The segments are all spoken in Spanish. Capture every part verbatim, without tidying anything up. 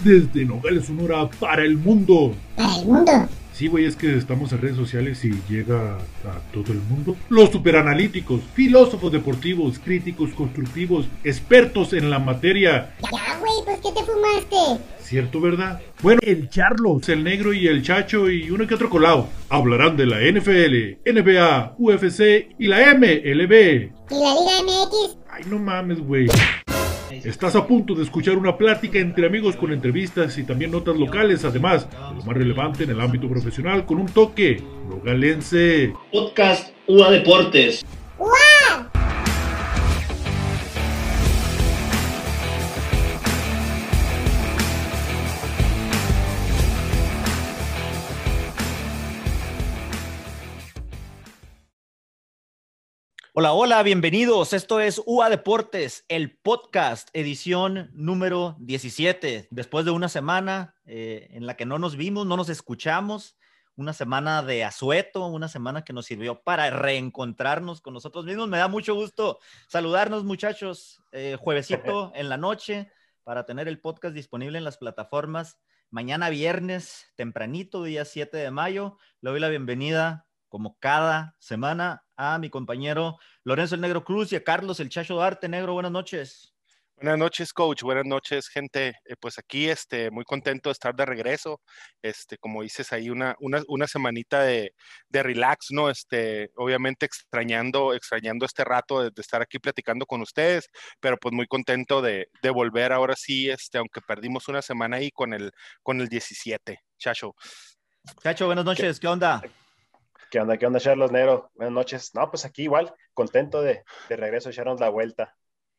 Desde Nogales, Sonora, para el mundo. ¿Para el mundo? Sí, güey, es que estamos en redes sociales y llega a todo el mundo. Los superanalíticos, filósofos deportivos, críticos constructivos, expertos en la materia. Ya, güey, pues ¿qué te fumaste? ¿Cierto, verdad? Bueno, el Charlos, el Negro y el Chacho y uno que otro colado hablarán de la N F L, N B A, U F C y la M L B. ¿Y la Liga M X? Ay, no mames, güey. Estás a punto de escuchar una plática entre amigos con entrevistas y también notas locales, además de lo más relevante en el ámbito profesional, con un toque nogalense. Podcast U A Deportes. ¡Wow! Hola, hola, bienvenidos. Esto es U A Deportes, el podcast, edición número diecisiete. Después de una semana eh, en la que no nos vimos, no nos escuchamos, una semana de asueto, una semana que nos sirvió para reencontrarnos con nosotros mismos. Me da mucho gusto saludarnos, muchachos, eh, juevesito en la noche, para tener el podcast disponible en las plataformas. Mañana viernes, tempranito, día siete de mayo, le doy la bienvenida, como cada semana, a mi compañero Lorenzo el Negro Cruz y a Carlos el Chacho Duarte. Negro, buenas noches. Buenas noches, coach. Buenas noches, gente. Eh, pues aquí, este, muy contento de estar de regreso. Este, como dices, ahí una, una, una semanita de, de relax, ¿no? Este, obviamente extrañando, extrañando este rato de, de estar aquí platicando con ustedes, pero pues muy contento de, de volver ahora sí, este, aunque perdimos una semana ahí con el, con el diecisiete. Chacho. Chacho, buenas noches. ¿Qué, ¿Qué onda? ¿Qué onda? ¿Qué onda, Charlos Negro? Buenas noches. No, pues aquí igual, contento de, de regreso, echarnos la vuelta.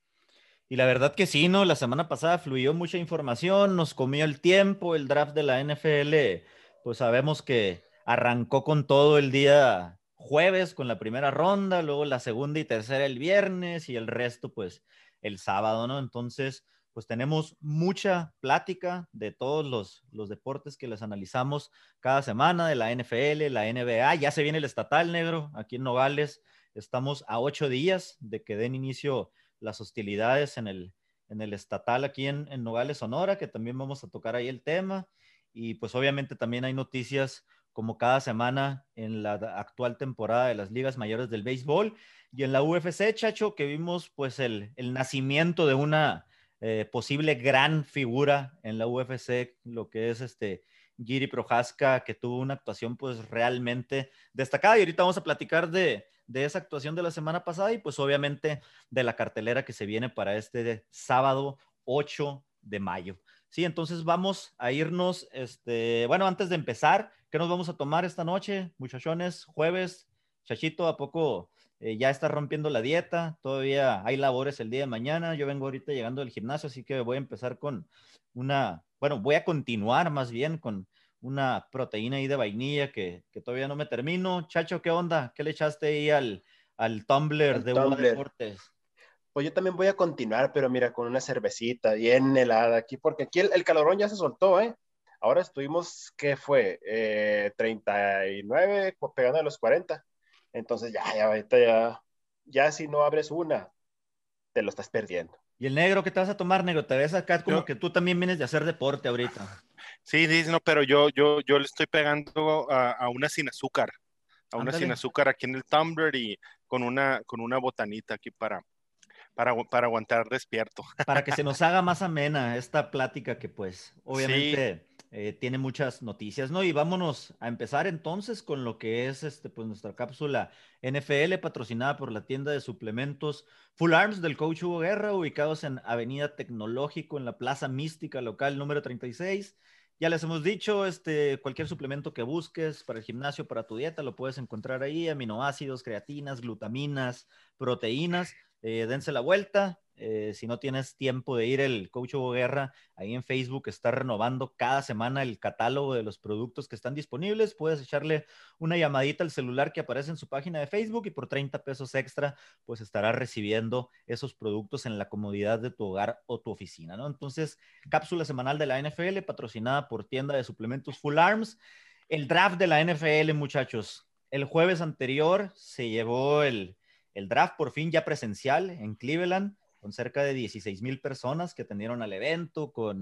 Y la verdad que sí, ¿no? La semana pasada fluyó mucha información, nos comió el tiempo, el draft de la N F L, pues sabemos que arrancó con todo el día jueves con la primera ronda, luego la segunda y tercera el viernes y el resto pues el sábado, ¿no? Entonces, pues tenemos mucha plática de todos los, los deportes que les analizamos cada semana, de la N F L, la N B A, ya se viene el estatal, Negro, aquí en Nogales, estamos a ocho días de que den inicio las hostilidades en el, en el estatal aquí en, en Nogales, Sonora, que también vamos a tocar ahí el tema. Y pues obviamente también hay noticias como cada semana en la actual temporada de las ligas mayores del béisbol y en la U F C, Chacho, que vimos pues el, el nacimiento de una eh, posible gran figura en la U F C, lo que es este Jiri Prochazka, que tuvo una actuación pues realmente destacada. Y ahorita vamos a platicar de, de esa actuación de la semana pasada y pues obviamente de la cartelera que se viene para este sábado ocho de mayo. Sí, entonces vamos a irnos, este, bueno, antes de empezar, ¿qué nos vamos a tomar esta noche, muchachones? Jueves, Chachito, ¿a poco eh, ya está rompiendo la dieta? Todavía hay labores el día de mañana. Yo vengo ahorita llegando del gimnasio, así que voy a empezar con una, bueno, voy a continuar más bien con una proteína ahí de vainilla que, que todavía no me termino. Chacho, ¿qué onda? ¿Qué le echaste ahí al, al tumbler El de U A Tumblr. Deportes? Pues yo también voy a continuar, pero mira, con una cervecita bien helada aquí, porque aquí el, el calorón ya se soltó, ¿eh? Ahora estuvimos, ¿qué fue? Eh, treinta y nueve, pegando a los cuarenta. Entonces ya, ya, ahorita ya, ya si no abres una, te lo estás perdiendo. ¿Y el negro qué te vas a tomar, negro? Te ves acá como Yo, que tú también vienes de hacer deporte ahorita. sí, sí, no, pero yo, yo, yo le estoy pegando a, a una sin azúcar, a una sin Ándale. azúcar aquí en el tumbler y con una, con una botanita aquí para, para, para aguantar despierto. Para que se nos haga más amena esta plática que pues Sí, obviamente eh, tiene muchas noticias, ¿no? Y vámonos a empezar entonces con lo que es este, pues, nuestra cápsula N F L patrocinada por la tienda de suplementos Full Arms del coach Hugo Guerra, ubicados en Avenida Tecnológico en la Plaza Mística local número treinta y seis. Ya les hemos dicho, este, cualquier suplemento que busques para el gimnasio, para tu dieta, lo puedes encontrar ahí, aminoácidos, creatinas, glutaminas, proteínas. Eh, dense la vuelta. Eh, si no tienes tiempo de ir, el coach Hugo Guerra ahí en Facebook está renovando cada semana el catálogo de los productos que están disponibles. Puedes echarle una llamadita al celular que aparece en su página de Facebook y por treinta pesos extra pues estarás recibiendo esos productos en la comodidad de tu hogar o tu oficina, ¿no? Entonces, cápsula semanal de la N F L patrocinada por tienda de suplementos Full Arms. El draft de la N F L, muchachos. El jueves anterior se llevó el el draft por fin ya presencial en Cleveland, con cerca de dieciséis mil personas que atendieron al evento, con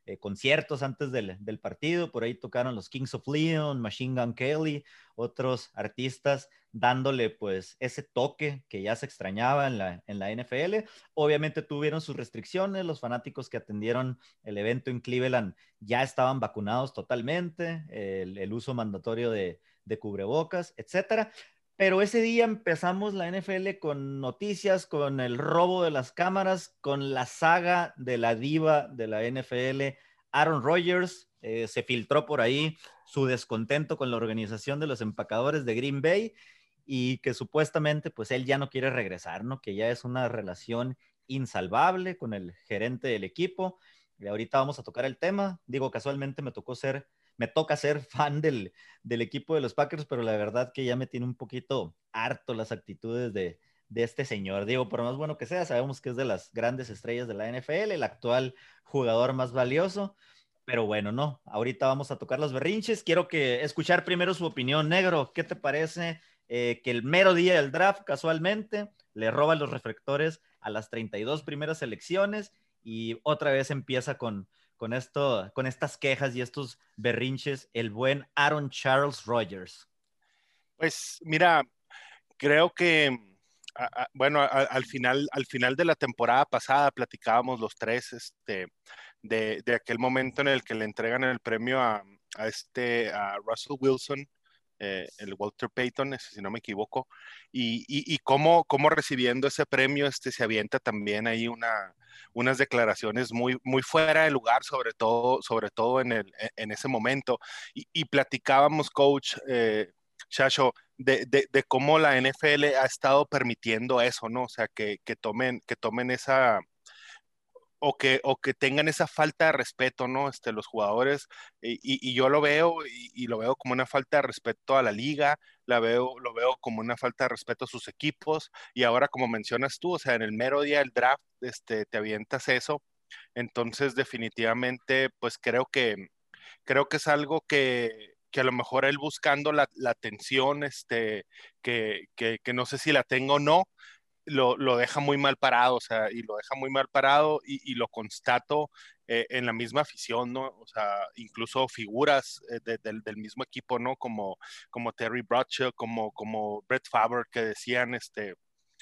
eh, conciertos antes del, del partido, por ahí tocaron los Kings of Leon, Machine Gun Kelly, otros artistas dándole pues ese toque que ya se extrañaba en la, en la N F L. Obviamente tuvieron sus restricciones, los fanáticos que atendieron el evento en Cleveland ya estaban vacunados totalmente, el, el uso mandatorio de, de cubrebocas, etcétera. Pero ese día empezamos la N F L con noticias, con el robo de las cámaras, con la saga de la diva de la N F L, Aaron Rodgers. Eh, se filtró por ahí su descontento con la organización de los empacadores de Green Bay y que supuestamente pues él ya no quiere regresar, ¿no? Que ya es una relación insalvable con el gerente del equipo. Y ahorita vamos a tocar el tema. Digo, casualmente me tocó ser, me toca ser fan del, del equipo de los Packers, pero la verdad que ya me tiene un poquito harto las actitudes de, de este señor. Digo, por más bueno que sea, sabemos que es de las grandes estrellas de la N F L, el actual jugador más valioso. Pero bueno, no, ahorita vamos a tocar los berrinches. Quiero que escuchar primero su opinión, Negro. ¿Qué te parece eh, que el mero día del draft, casualmente, le roba los reflectores a las treinta y dos primeras selecciones y otra vez empieza con, con, esto, con estas quejas y estos berrinches el buen Aaron Charles Rodgers? Pues mira, creo que, a, a, bueno, a, al, final, al final de la temporada pasada platicábamos los tres este, de, de aquel momento en el que le entregan el premio a, a, este, a Russell Wilson, eh, el Walter Payton, si no me equivoco, y, y, y cómo, cómo recibiendo ese premio este, se avienta también ahí una, unas declaraciones muy, muy fuera de lugar, sobre todo, sobre todo en, el, en ese momento. Y, y platicábamos, coach, eh, Chacho, de, de, de cómo la N F L ha estado permitiendo eso, ¿no? O sea, que, que, tomen, que tomen esa... O que, o que tengan esa falta de respeto, ¿no? Este, los jugadores, y, y, y yo lo veo, y, y, lo veo como una falta de respeto a la liga, la veo, lo veo como una falta de respeto a sus equipos, y ahora como mencionas tú, o sea, en el mero día del draft, este, te avientas eso, entonces definitivamente, pues creo que, creo que es algo que, que a lo mejor él buscando la, la atención, este, que, que, que no sé si la tengo o no, lo, lo deja muy mal parado, o sea, y lo deja muy mal parado y, y lo constato eh, en la misma afición, ¿no? O sea, incluso figuras eh, de, del, del mismo equipo, ¿no? Como, como Terry Bradshaw, como, como Brett Favre, que decían, este,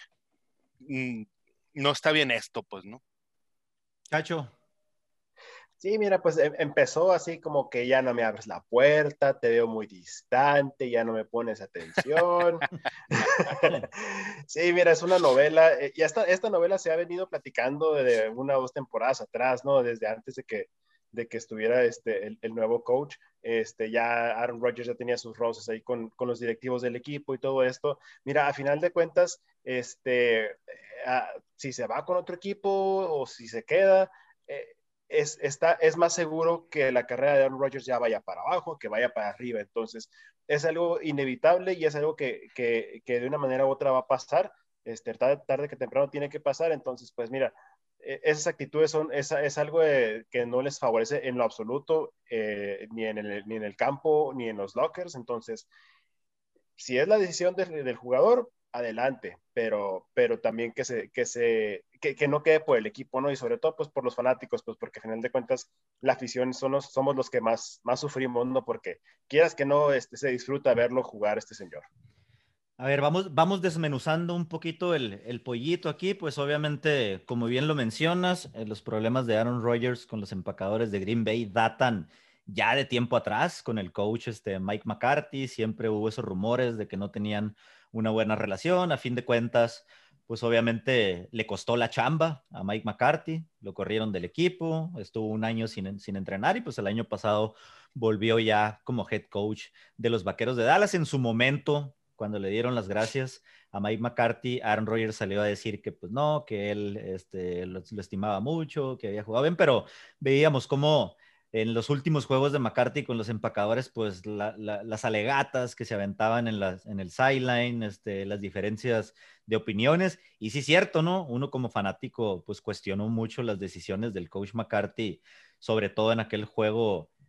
mmm, no está bien esto, pues, ¿no? Chacho. Sí, mira, pues em empezó así como que ya no me abres la puerta, te veo muy distante, ya no me pones atención. Sí, mira, es una novela, eh, y esta, esta novela se ha venido platicando de una o dos temporadas atrás, ¿no? Desde antes de que, de que estuviera este, el, el nuevo coach, este, ya Aaron Rodgers ya tenía sus roces ahí con, con los directivos del equipo y todo esto. Mira, a final de cuentas, este, eh, si se va con otro equipo o si se queda, eh, Es, está, es más seguro que la carrera de Aaron Rodgers ya vaya para abajo, que vaya para arriba. Entonces, es algo inevitable y es algo que, que, que de una manera u otra va a pasar. Este, tarde, tarde que temprano tiene que pasar. Entonces, pues mira, esas actitudes son, es, es algo de, que no les favorece en lo absoluto, eh, ni, en el, ni en el campo, ni en los lockers. Entonces, si es la decisión de, del jugador, adelante, pero, pero también que, se, que, se, que, que no quede por el equipo, ¿no? Y sobre todo, pues, por los fanáticos, pues, porque al final de cuentas, la afición son los, somos los que más, más sufrimos, ¿no? Porque quieras que no, este, se disfruta verlo jugar este señor. A ver, vamos, vamos desmenuzando un poquito el, el pollito aquí, pues obviamente, como bien lo mencionas, eh, los problemas de Aaron Rodgers con los empacadores de Green Bay datan ya de tiempo atrás con el coach este, Mike McCarthy, siempre hubo esos rumores de que no tenían una buena relación, a fin de cuentas, pues obviamente le costó la chamba a Mike McCarthy, lo corrieron del equipo, estuvo un año sin, sin entrenar y pues el año pasado volvió ya como head coach de los Vaqueros de Dallas. En su momento, cuando le dieron las gracias a Mike McCarthy, Aaron Rodgers salió a decir que pues no, que él este, lo, lo estimaba mucho, que había jugado bien, pero veíamos cómo en los últimos juegos de McCarthy con los empacadores, pues la, la, las alegatas que se aventaban en, la, en el sideline, este, las diferencias de opiniones, y sí es cierto, ¿no? Uno como fanático, pues cuestionó mucho las decisiones del coach McCarthy, sobre todo en aquel juego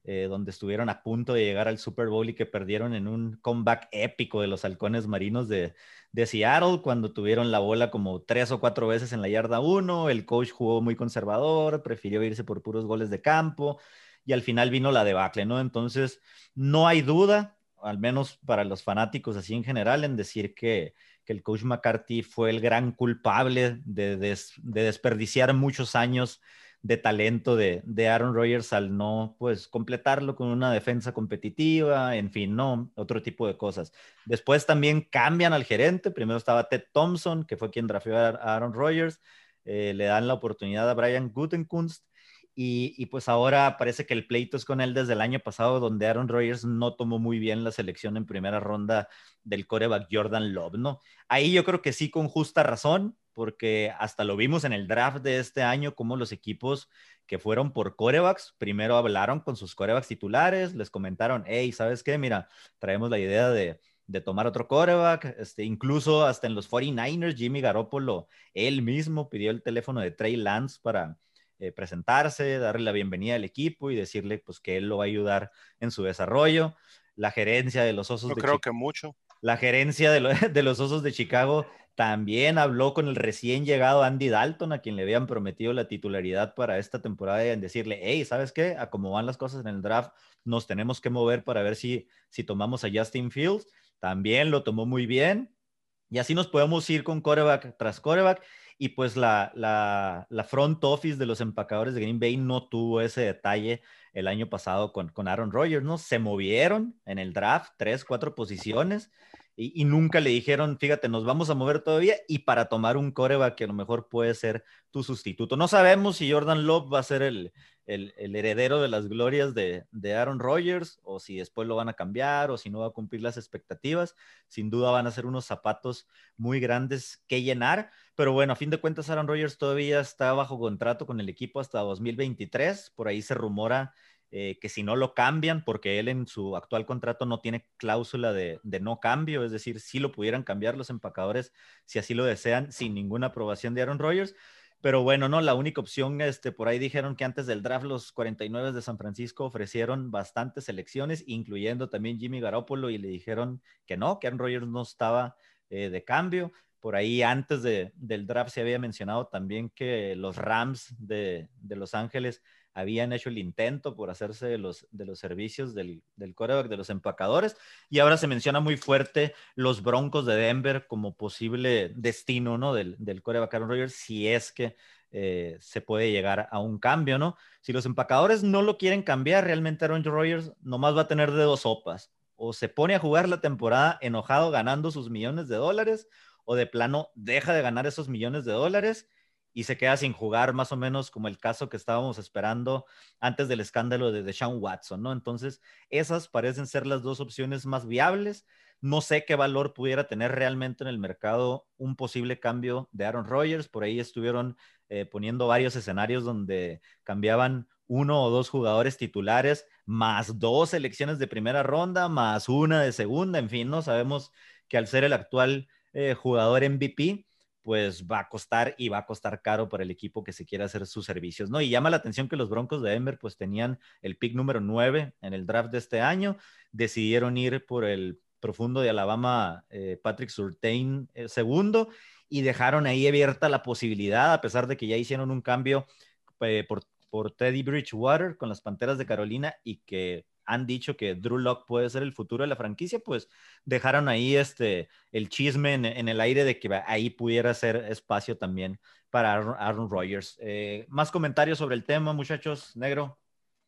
eh, donde estuvieron a punto de llegar al Super Bowl y que perdieron en un comeback épico de los halcones marinos de, de Seattle, cuando tuvieron la bola como tres o cuatro veces en la yarda uno, el coach jugó muy conservador, prefirió irse por puros goles de campo, y al final vino la debacle, ¿no? Entonces, no hay duda, al menos para los fanáticos así en general, en decir que, que el coach McCarthy fue el gran culpable de, des, de desperdiciar muchos años de talento de, de Aaron Rodgers al no, pues, completarlo con una defensa competitiva, en fin, no, otro tipo de cosas. Después también cambian al gerente, primero estaba Ted Thompson, que fue quien drafeó a Aaron Rodgers, eh, le dan la oportunidad a Brian Gutekunst, y, y pues ahora parece que el pleito es con él desde el año pasado, donde Aaron Rodgers no tomó muy bien la selección en primera ronda del quarterback Jordan Love, ¿no? Ahí yo creo que sí, con justa razón, porque hasta lo vimos en el draft de este año, como los equipos que fueron por quarterbacks, primero hablaron con sus quarterbacks titulares, les comentaron, hey, ¿sabes qué? Mira, traemos la idea de, de tomar otro quarterback, este, incluso hasta en los cuarenta y nueve ers, Jimmy Garoppolo, él mismo pidió el teléfono de Trey Lance para eh, presentarse, darle la bienvenida al equipo y decirle pues que él lo va a ayudar en su desarrollo. La gerencia de los Osos Yo de creo Chicago, que mucho. la gerencia de, lo, de los Osos de Chicago también habló con el recién llegado Andy Dalton, a quien le habían prometido la titularidad para esta temporada, y en decirle, hey, ¿sabes qué? A cómo van las cosas en el draft, nos tenemos que mover para ver si, si tomamos a Justin Fields. También lo tomó muy bien. Y así nos podemos ir con quarterback tras quarterback. Y pues la, la, la front office de los empacadores de Green Bay no tuvo ese detalle el año pasado con, con Aaron Rodgers, ¿no? Se movieron en el draft tres, cuatro posiciones y, y nunca le dijeron, fíjate, nos vamos a mover todavía y para tomar un quarterback que a lo mejor puede ser tu sustituto. No sabemos si Jordan Love va a ser el, el, el heredero de las glorias de, de Aaron Rodgers o si después lo van a cambiar o si no va a cumplir las expectativas. Sin duda van a ser unos zapatos muy grandes que llenar, pero bueno, a fin de cuentas Aaron Rodgers todavía está bajo contrato con el equipo hasta dos mil veintitrés, por ahí se rumora eh, que si no lo cambian, porque él en su actual contrato no tiene cláusula de, de no cambio, es decir, si lo pudieran cambiar los empacadores si así lo desean, sin ninguna aprobación de Aaron Rodgers. Pero bueno, no, la única opción, este, por ahí dijeron que antes del draft los cuarenta y nueve de San Francisco ofrecieron bastantes selecciones, incluyendo también Jimmy Garoppolo, y le dijeron que no, que Aaron Rodgers no estaba eh, de cambio. Por ahí antes de, del draft se había mencionado también que los Rams de, de Los Ángeles habían hecho el intento por hacerse de los, de los servicios del, del quarterback de los empacadores, y ahora se menciona muy fuerte los Broncos de Denver como posible destino, ¿no? del, del quarterback Aaron Rodgers, si es que eh, se puede llegar a un cambio, ¿no? Si los empacadores no lo quieren cambiar, realmente Aaron Rodgers nomás va a tener de dos sopas: o se pone a jugar la temporada enojado ganando sus millones de dólares, o de plano deja de ganar esos millones de dólares y se queda sin jugar, más o menos como el caso que estábamos esperando antes del escándalo de Deshaun Watson, ¿no? Entonces, esas parecen ser las dos opciones más viables. No sé qué valor pudiera tener realmente en el mercado un posible cambio de Aaron Rodgers. Por ahí estuvieron eh, poniendo varios escenarios donde cambiaban uno o dos jugadores titulares, más dos selecciones de primera ronda, más una de segunda, en fin, no sabemos que al ser el actual eh, jugador M V P, pues va a costar y va a costar caro para el equipo que se quiera hacer sus servicios, ¿no? Y llama la atención que los Broncos de Denver pues tenían el pick número nueve en el draft de este año, decidieron ir por el profundo de Alabama, eh, Patrick Surtain, eh, segundo, y dejaron ahí abierta la posibilidad, a pesar de que ya hicieron un cambio eh, por, por Teddy Bridgewater con las Panteras de Carolina y que han dicho que Drew Lock puede ser el futuro de la franquicia, pues dejaron ahí este, el chisme en, en el aire de que ahí pudiera ser espacio también para Aaron, Aaron Rodgers. Eh, más comentarios sobre el tema, muchachos. Negro.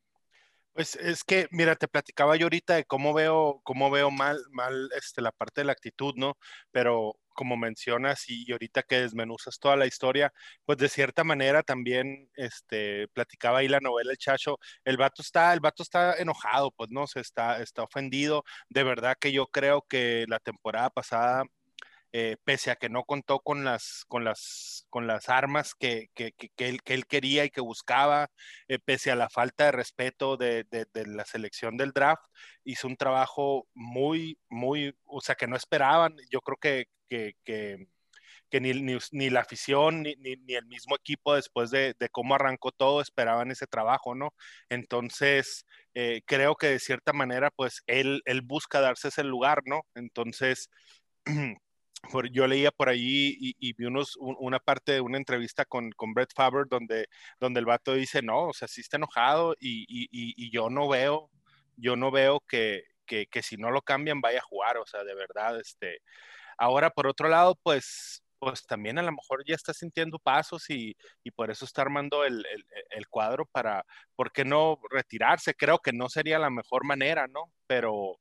Pues es que, mira, te platicaba yo ahorita de cómo veo, cómo veo mal, mal este, la parte de la actitud, ¿no? Pero como mencionas y, y ahorita que desmenuzas toda la historia, pues de cierta manera también, este, platicaba ahí la novela El Chacho, el vato está, el vato está enojado, pues, ¿no? Se está, está ofendido. De verdad que yo creo que la temporada pasada, eh, pese a que no contó con las, con las, con las armas que, que, que, que él, que él quería y que buscaba, eh, pese a la falta de respeto de, de, de la selección del draft, hizo un trabajo muy, muy, o sea, que no esperaban. Yo creo que, que, que que ni, ni, ni la afición ni, ni, ni el mismo equipo después de, de cómo arrancó todo esperaban ese trabajo, ¿no? Entonces, eh, creo que de cierta manera, pues él, él busca darse ese lugar, ¿no? Entonces, por, yo leía por ahí y, y vi unos, un, una parte de una entrevista con, con Brett Favre donde, donde el vato dice, no, o sea, sí está enojado y, y, y, y yo no veo, yo no veo que, que, que si no lo cambian vaya a jugar, o sea, de verdad, este, ahora por otro lado, pues, pues también a lo mejor ya está sintiendo pasos y, y por eso está armando el, el, el cuadro para, ¿por qué no retirarse? Creo que no sería la mejor manera, ¿no? Pero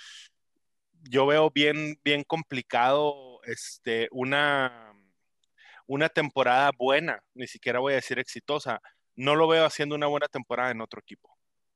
yo veo bien, bien complicado este, una, una temporada buena, ni siquiera voy a decir exitosa. No lo veo haciendo una buena temporada en otro equipo.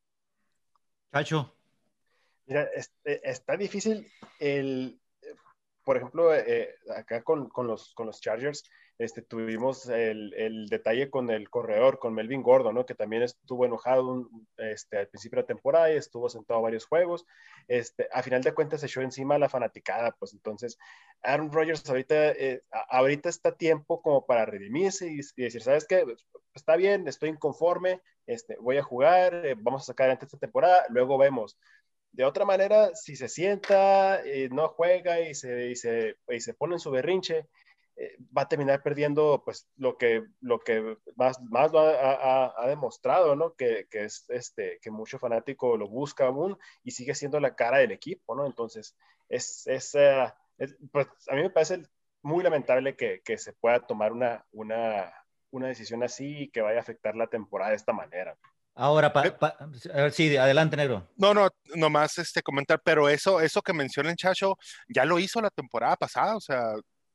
Chacho. Mira, este, está difícil el, por ejemplo, eh, acá con, con, los, con los Chargers, este, tuvimos el, el detalle con el corredor, con Melvin Gordon, ¿no? Que también estuvo enojado un, este, al principio de la temporada y estuvo sentado varios juegos. Este, a final de cuentas se echó encima a la fanaticada, pues entonces Aaron Rodgers ahorita, eh, ahorita está tiempo como para redimirse y, y decir, ¿sabes qué? Está bien, estoy inconforme, este, voy a jugar, eh, vamos a sacar adelante esta temporada, luego vemos. De otra manera, si se sienta, eh, no juega y se, y, se, y se pone en su berrinche, eh, va a terminar perdiendo pues lo que, lo que más, más lo ha, ha, ha demostrado, ¿no? Que, que es este, que mucho fanático lo busca aún y sigue siendo la cara del equipo, ¿no? Entonces, es, es, uh, es pues, a mí me parece muy lamentable que, que se pueda tomar una, una, una decisión así y que vaya a afectar la temporada de esta manera. Ahora, pa, pa, a ver, sí, adelante, negro. No, no, nomás este comentar, pero eso, eso que menciona el Chacho, ya lo hizo la temporada pasada, o sea,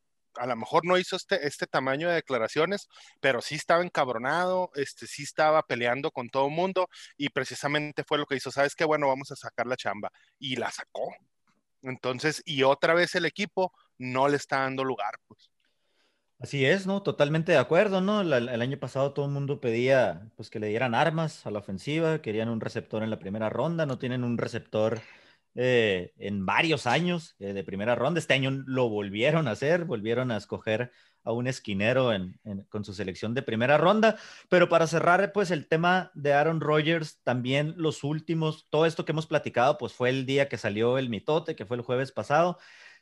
a lo mejor no hizo este, este tamaño de declaraciones, pero sí estaba encabronado, este, sí estaba peleando con todo el mundo y precisamente fue lo que hizo, ¿sabes qué? Bueno, vamos a sacar la chamba y la sacó. Entonces, y otra vez el equipo no le está dando lugar, pues. Así es, ¿no? Totalmente de acuerdo, ¿no? La- el año pasado todo el mundo pedía pues que le dieran armas a la ofensiva, querían un receptor en la primera ronda, no tienen un receptor eh, en varios años eh, de primera ronda. Este año lo volvieron a hacer, volvieron a escoger a un esquinero en, en- con su selección de primera ronda. Pero para cerrar, pues el tema de Aaron Rodgers, también los últimos, todo esto que hemos platicado, pues fue el día que salió el mitote, que fue el jueves pasado.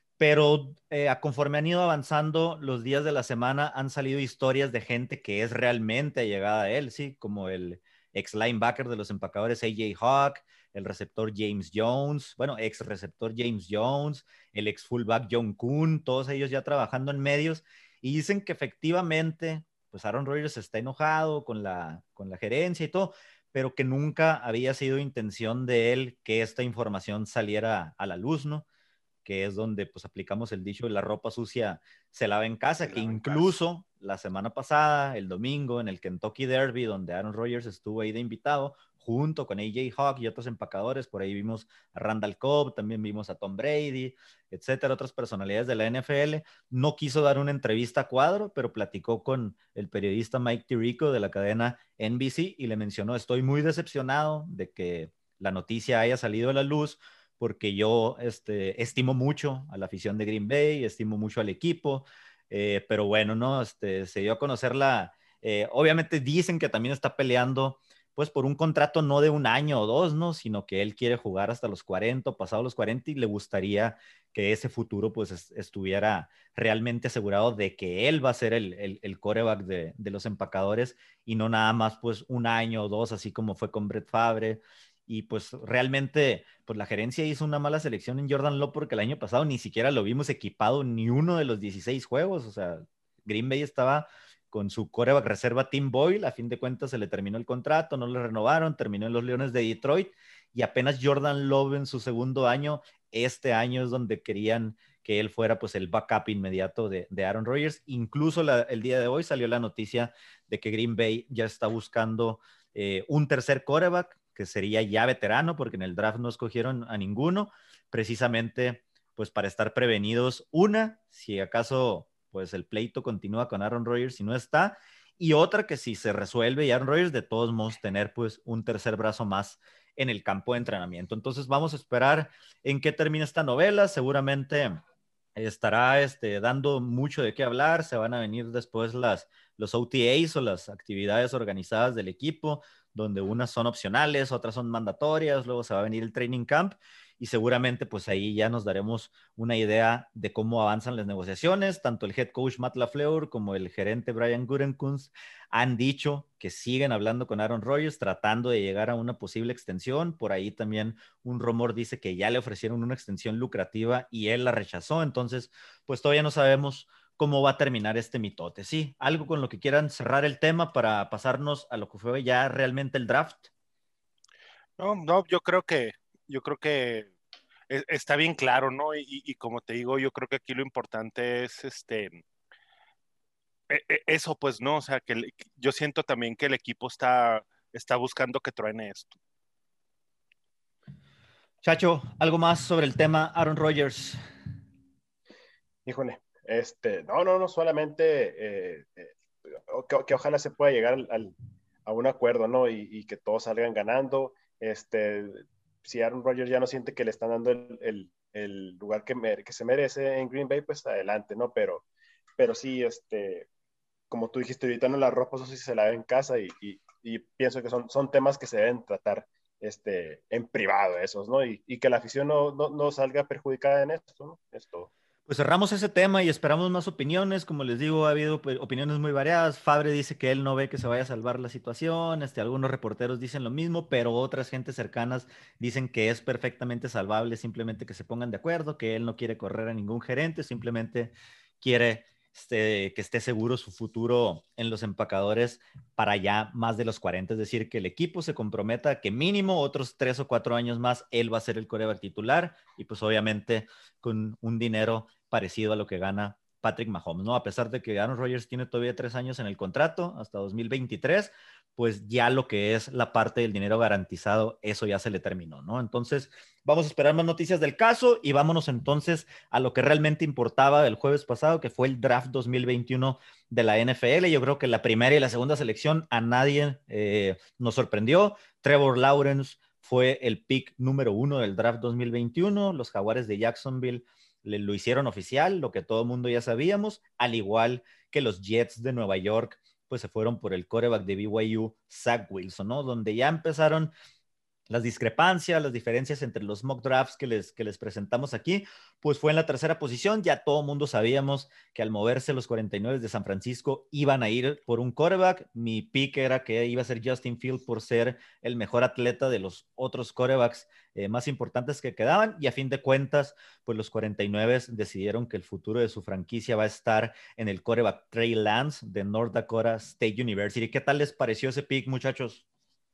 Pero eh, conforme han ido avanzando los días de la semana, han salido historias de gente que es realmente allegada a él, ¿sí? Como el ex linebacker de los empacadores A J Hawk, el receptor James Jones, bueno, ex receptor James Jones, el ex fullback John Kuhn, todos ellos ya trabajando en medios, y dicen que efectivamente, pues Aaron Rodgers está enojado con la, con la gerencia y todo, pero que nunca había sido intención de él que esta información saliera a la luz, ¿no? Que es donde pues aplicamos el dicho de la ropa sucia se lava en casa, que incluso la semana pasada, el domingo, en el Kentucky Derby, donde Aaron Rodgers estuvo ahí de invitado, junto con A J Hawk y otros empacadores, por ahí vimos a Randall Cobb, también vimos a Tom Brady, etcétera, otras personalidades de la N F L, no quiso dar una entrevista a cuadro, pero platicó con el periodista Mike Tirico de la cadena N B C y le mencionó, estoy muy decepcionado de que la noticia haya salido a la luz, porque yo este, estimo mucho a la afición de Green Bay, estimo mucho al equipo, eh, pero bueno, ¿no? Este, se dio a conocer la... Eh, obviamente dicen que también está peleando pues por un contrato no de un año o dos, ¿no? Sino que él quiere jugar hasta los cuarenta, pasado los cuarenta, y le gustaría que ese futuro pues est estuviera realmente asegurado de que él va a ser el, el, el quarterback de, de los empacadores y no nada más pues un año o dos, así como fue con Brett Favre. Y pues realmente, pues la gerencia hizo una mala selección en Jordan Love porque el año pasado ni siquiera lo vimos equipado ni uno de los dieciséis juegos. O sea, Green Bay estaba con su quarterback reserva Tim Boyle, a fin de cuentas se le terminó el contrato, no le renovaron, terminó en los Leones de Detroit y apenas Jordan Love en su segundo año, este año es donde querían que él fuera pues el backup inmediato de, de Aaron Rodgers. Incluso la, el día de hoy salió la noticia de que Green Bay ya está buscando eh, un tercer quarterback, que sería ya veterano, porque en el draft no escogieron a ninguno, precisamente pues para estar prevenidos, una, si acaso pues el pleito continúa con Aaron Rodgers y no está, y otra que si se resuelve y Aaron Rodgers, de todos modos tener pues un tercer brazo más en el campo de entrenamiento. Entonces vamos a esperar en qué termina esta novela, seguramente estará este, dando mucho de qué hablar. Se van a venir después las, los O T As o las actividades organizadas del equipo, donde unas son opcionales, otras son mandatorias, luego se va a venir el training camp y seguramente pues ahí ya nos daremos una idea de cómo avanzan las negociaciones. Tanto el head coach Matt LaFleur como el gerente Brian Gutekunst han dicho que siguen hablando con Aaron Rodgers, tratando de llegar a una posible extensión. Por ahí también un rumor dice que ya le ofrecieron una extensión lucrativa y él la rechazó. Entonces, pues todavía no sabemos cómo va a terminar este mitote. Sí, algo con lo que quieran cerrar el tema para pasarnos a lo que fue ya realmente el draft. No, no, yo creo que, yo creo que es- está bien claro, ¿no? Y, y como te digo, yo creo que aquí lo importante es este, e- e- eso, pues, ¿no? O sea, que el- yo siento también que el equipo está, está buscando que truene esto. Chacho, algo más sobre el tema Aaron Rodgers. Híjole, este, no, no, no, solamente eh, eh, que, que ojalá se pueda llegar al, al- a un acuerdo, ¿no? Y, y que todos salgan ganando. Este, si Aaron Rodgers ya no siente que le están dando el, el- el lugar que, mere- que se merece en Green Bay, pues adelante, ¿no? Pero, pero sí, este, como tú dijiste ahorita, no la ropa, eso sí se la ve en casa y, y- y pienso que son, son temas que se deben tratar este, en privado, esos, ¿no? Y, y que la afición no, no, no salga perjudicada en esto, ¿no? Es todo. Pues cerramos ese tema y esperamos más opiniones. Como les digo, ha habido pues, opiniones muy variadas. Fabre dice que él no ve que se vaya a salvar la situación. Este, algunos reporteros dicen lo mismo, pero otras gentes cercanas dicen que es perfectamente salvable, simplemente que se pongan de acuerdo, que él no quiere correr a ningún gerente, simplemente quiere este, que esté seguro su futuro en los empacadores para ya más de los cuarenta. Es decir, que el equipo se comprometa a que mínimo otros tres o cuatro años más él va a ser el quarterback titular y pues obviamente con un dinero parecido a lo que gana Patrick Mahomes, ¿no? A pesar de que Aaron Rodgers tiene todavía tres años en el contrato, hasta dos mil veintitrés, pues ya lo que es la parte del dinero garantizado, eso ya se le terminó, ¿no? Entonces, vamos a esperar más noticias del caso y vámonos entonces a lo que realmente importaba el jueves pasado, que fue el draft dos mil veintiuno de la N F L. Yo creo que la primera y la segunda selección a nadie eh, nos sorprendió. Trevor Lawrence fue el pick número uno del draft dos mil veintiuno. Los Jaguares de Jacksonville le, lo hicieron oficial, lo que todo el mundo ya sabíamos, al igual que los Jets de Nueva York, pues se fueron por el quarterback de B Y U, Zach Wilson, ¿no? Donde ya empezaron las discrepancias, las diferencias entre los mock drafts que les, que les presentamos aquí, pues fue en la tercera posición. Ya todo el mundo sabíamos que al moverse los cuarenta y nueve de San Francisco iban a ir por un quarterback. Mi pick era que iba a ser Justin Fields por ser el mejor atleta de los otros quarterbacks eh, más importantes que quedaban. Y a fin de cuentas, pues los cuarenta y nueve decidieron que el futuro de su franquicia va a estar en el quarterback Trey Lance de North Dakota State University. ¿Qué tal les pareció ese pick, muchachos?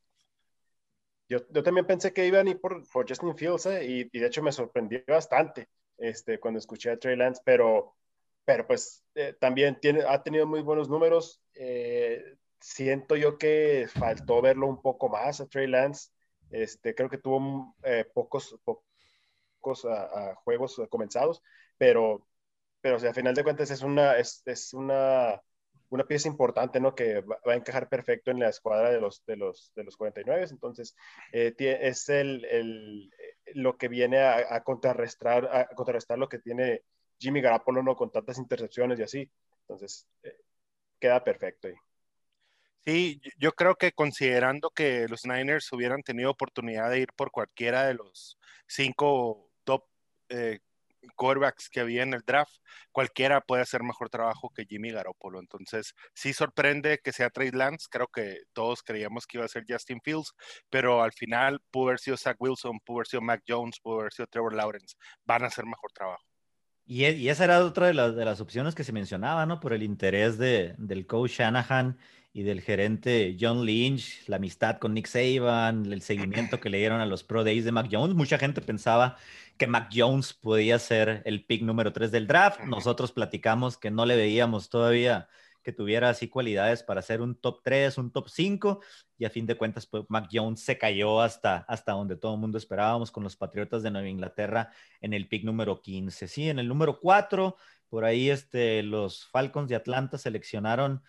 Yo, yo también pensé que iban a ir por, por Justin Fields, ¿eh? y, y de hecho me sorprendió bastante este, cuando escuché a Trey Lance, pero, pero pues eh, también tiene, ha tenido muy buenos números. Eh, siento yo que faltó verlo un poco más a Trey Lance. Este, creo que tuvo eh, pocos, pocos a, a juegos comenzados, pero, pero o sea, a final de cuentas es una, es, es una, una pieza importante, ¿no? Que va, va, a encajar perfecto en la escuadra de los, de los, de los cuarenta y nueve. Entonces, eh, es el, el, lo que viene a, a, contrarrestar, a contrarrestar lo que tiene Jimmy Garoppolo, ¿no? Con tantas intercepciones y así. Entonces, eh, queda perfecto ahí. Sí, yo creo que considerando que los Niners hubieran tenido oportunidad de ir por cualquiera de los cinco top eh, quarterbacks que había en el draft, cualquiera puede hacer mejor trabajo que Jimmy Garoppolo. Entonces, sí sorprende que sea Trey Lance. Creo que todos creíamos que iba a ser Justin Fields, pero al final pudo haber sido Zach Wilson, pudo haber sido Mac Jones, pudo haber sido Trevor Lawrence. Van a hacer mejor trabajo. Y, y esa era otra de las, de las opciones que se mencionaba, ¿no? Por el interés de, del coach Shanahan y del gerente John Lynch, la amistad con Nick Saban, el seguimiento que le dieron a los Pro Days de Mac Jones. Mucha gente pensaba que Mac Jones podía ser el pick número tres del draft. Nosotros platicamos que no le veíamos todavía que tuviera así cualidades para ser un top tres, un top cinco, y a fin de cuentas, pues Mac Jones se cayó hasta, hasta donde todo el mundo esperábamos con los Patriotas de Nueva Inglaterra en el pick número quince. Sí, en el número cuatro, por ahí este, los Falcons de Atlanta seleccionaron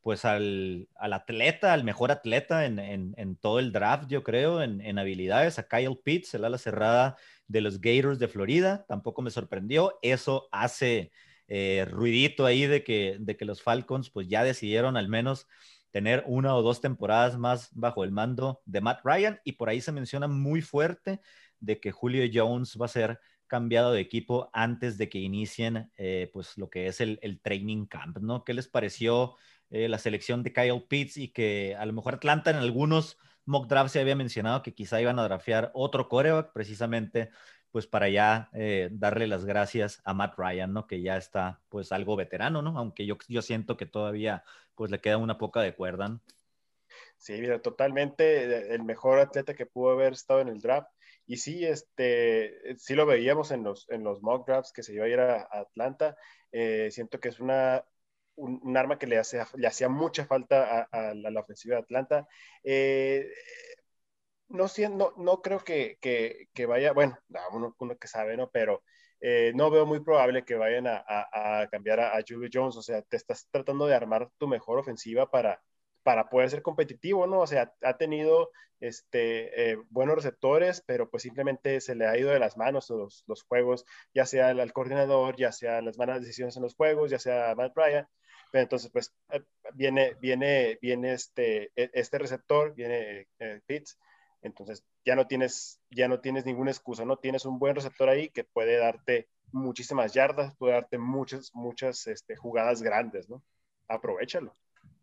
pues al, al atleta, al mejor atleta en, en, en todo el draft, yo creo, en, en habilidades, a Kyle Pitts, el ala cerrada de los Gators de Florida. Tampoco me sorprendió. Eso hace eh, ruidito ahí de que, de que los Falcons pues ya decidieron al menos tener una o dos temporadas más bajo el mando de Matt Ryan, y por ahí se menciona muy fuerte de que Julio Jones va a ser cambiado de equipo antes de que inicien eh, pues lo que es el, el training camp, ¿no? ¿Qué les pareció eh, la selección de Kyle Pitts, y que a lo mejor Atlanta en algunos mock drafts se había mencionado que quizá iban a draftear otro quarterback precisamente pues para ya eh, darle las gracias a Matt Ryan, ¿no? Que ya está pues algo veterano, ¿no? Aunque yo, yo siento que todavía pues le queda una poca de cuerda, ¿no? Sí, mira, totalmente el mejor atleta que pudo haber estado en el draft. Y sí, este, sí lo veíamos en los, en los mock drafts que se iba a ir a, a Atlanta. Eh, siento que es una, un, un, arma que le, hace, le hacía mucha falta a, a, la, a la ofensiva de Atlanta. Eh, no, no, no creo que, que, que vaya, bueno, uno, uno que sabe, ¿no? Pero eh, no veo muy probable que vayan a, a, a cambiar a, a Julio Jones. O sea, te estás tratando de armar tu mejor ofensiva para para poder ser competitivo, ¿no? O sea, ha tenido este, eh, buenos receptores, pero pues simplemente se le ha ido de las manos los, los juegos, ya sea el, el coordinador, ya sea las malas decisiones en los juegos, ya sea Matt Ryan. Pero entonces, pues, eh, viene, viene, viene este, este receptor, viene eh, Pitts, entonces ya no tienes, ya no tienes ninguna excusa, ¿no? Tienes un buen receptor ahí que puede darte muchísimas yardas, puede darte muchas, muchas este, jugadas grandes, ¿no? Aprovéchalo.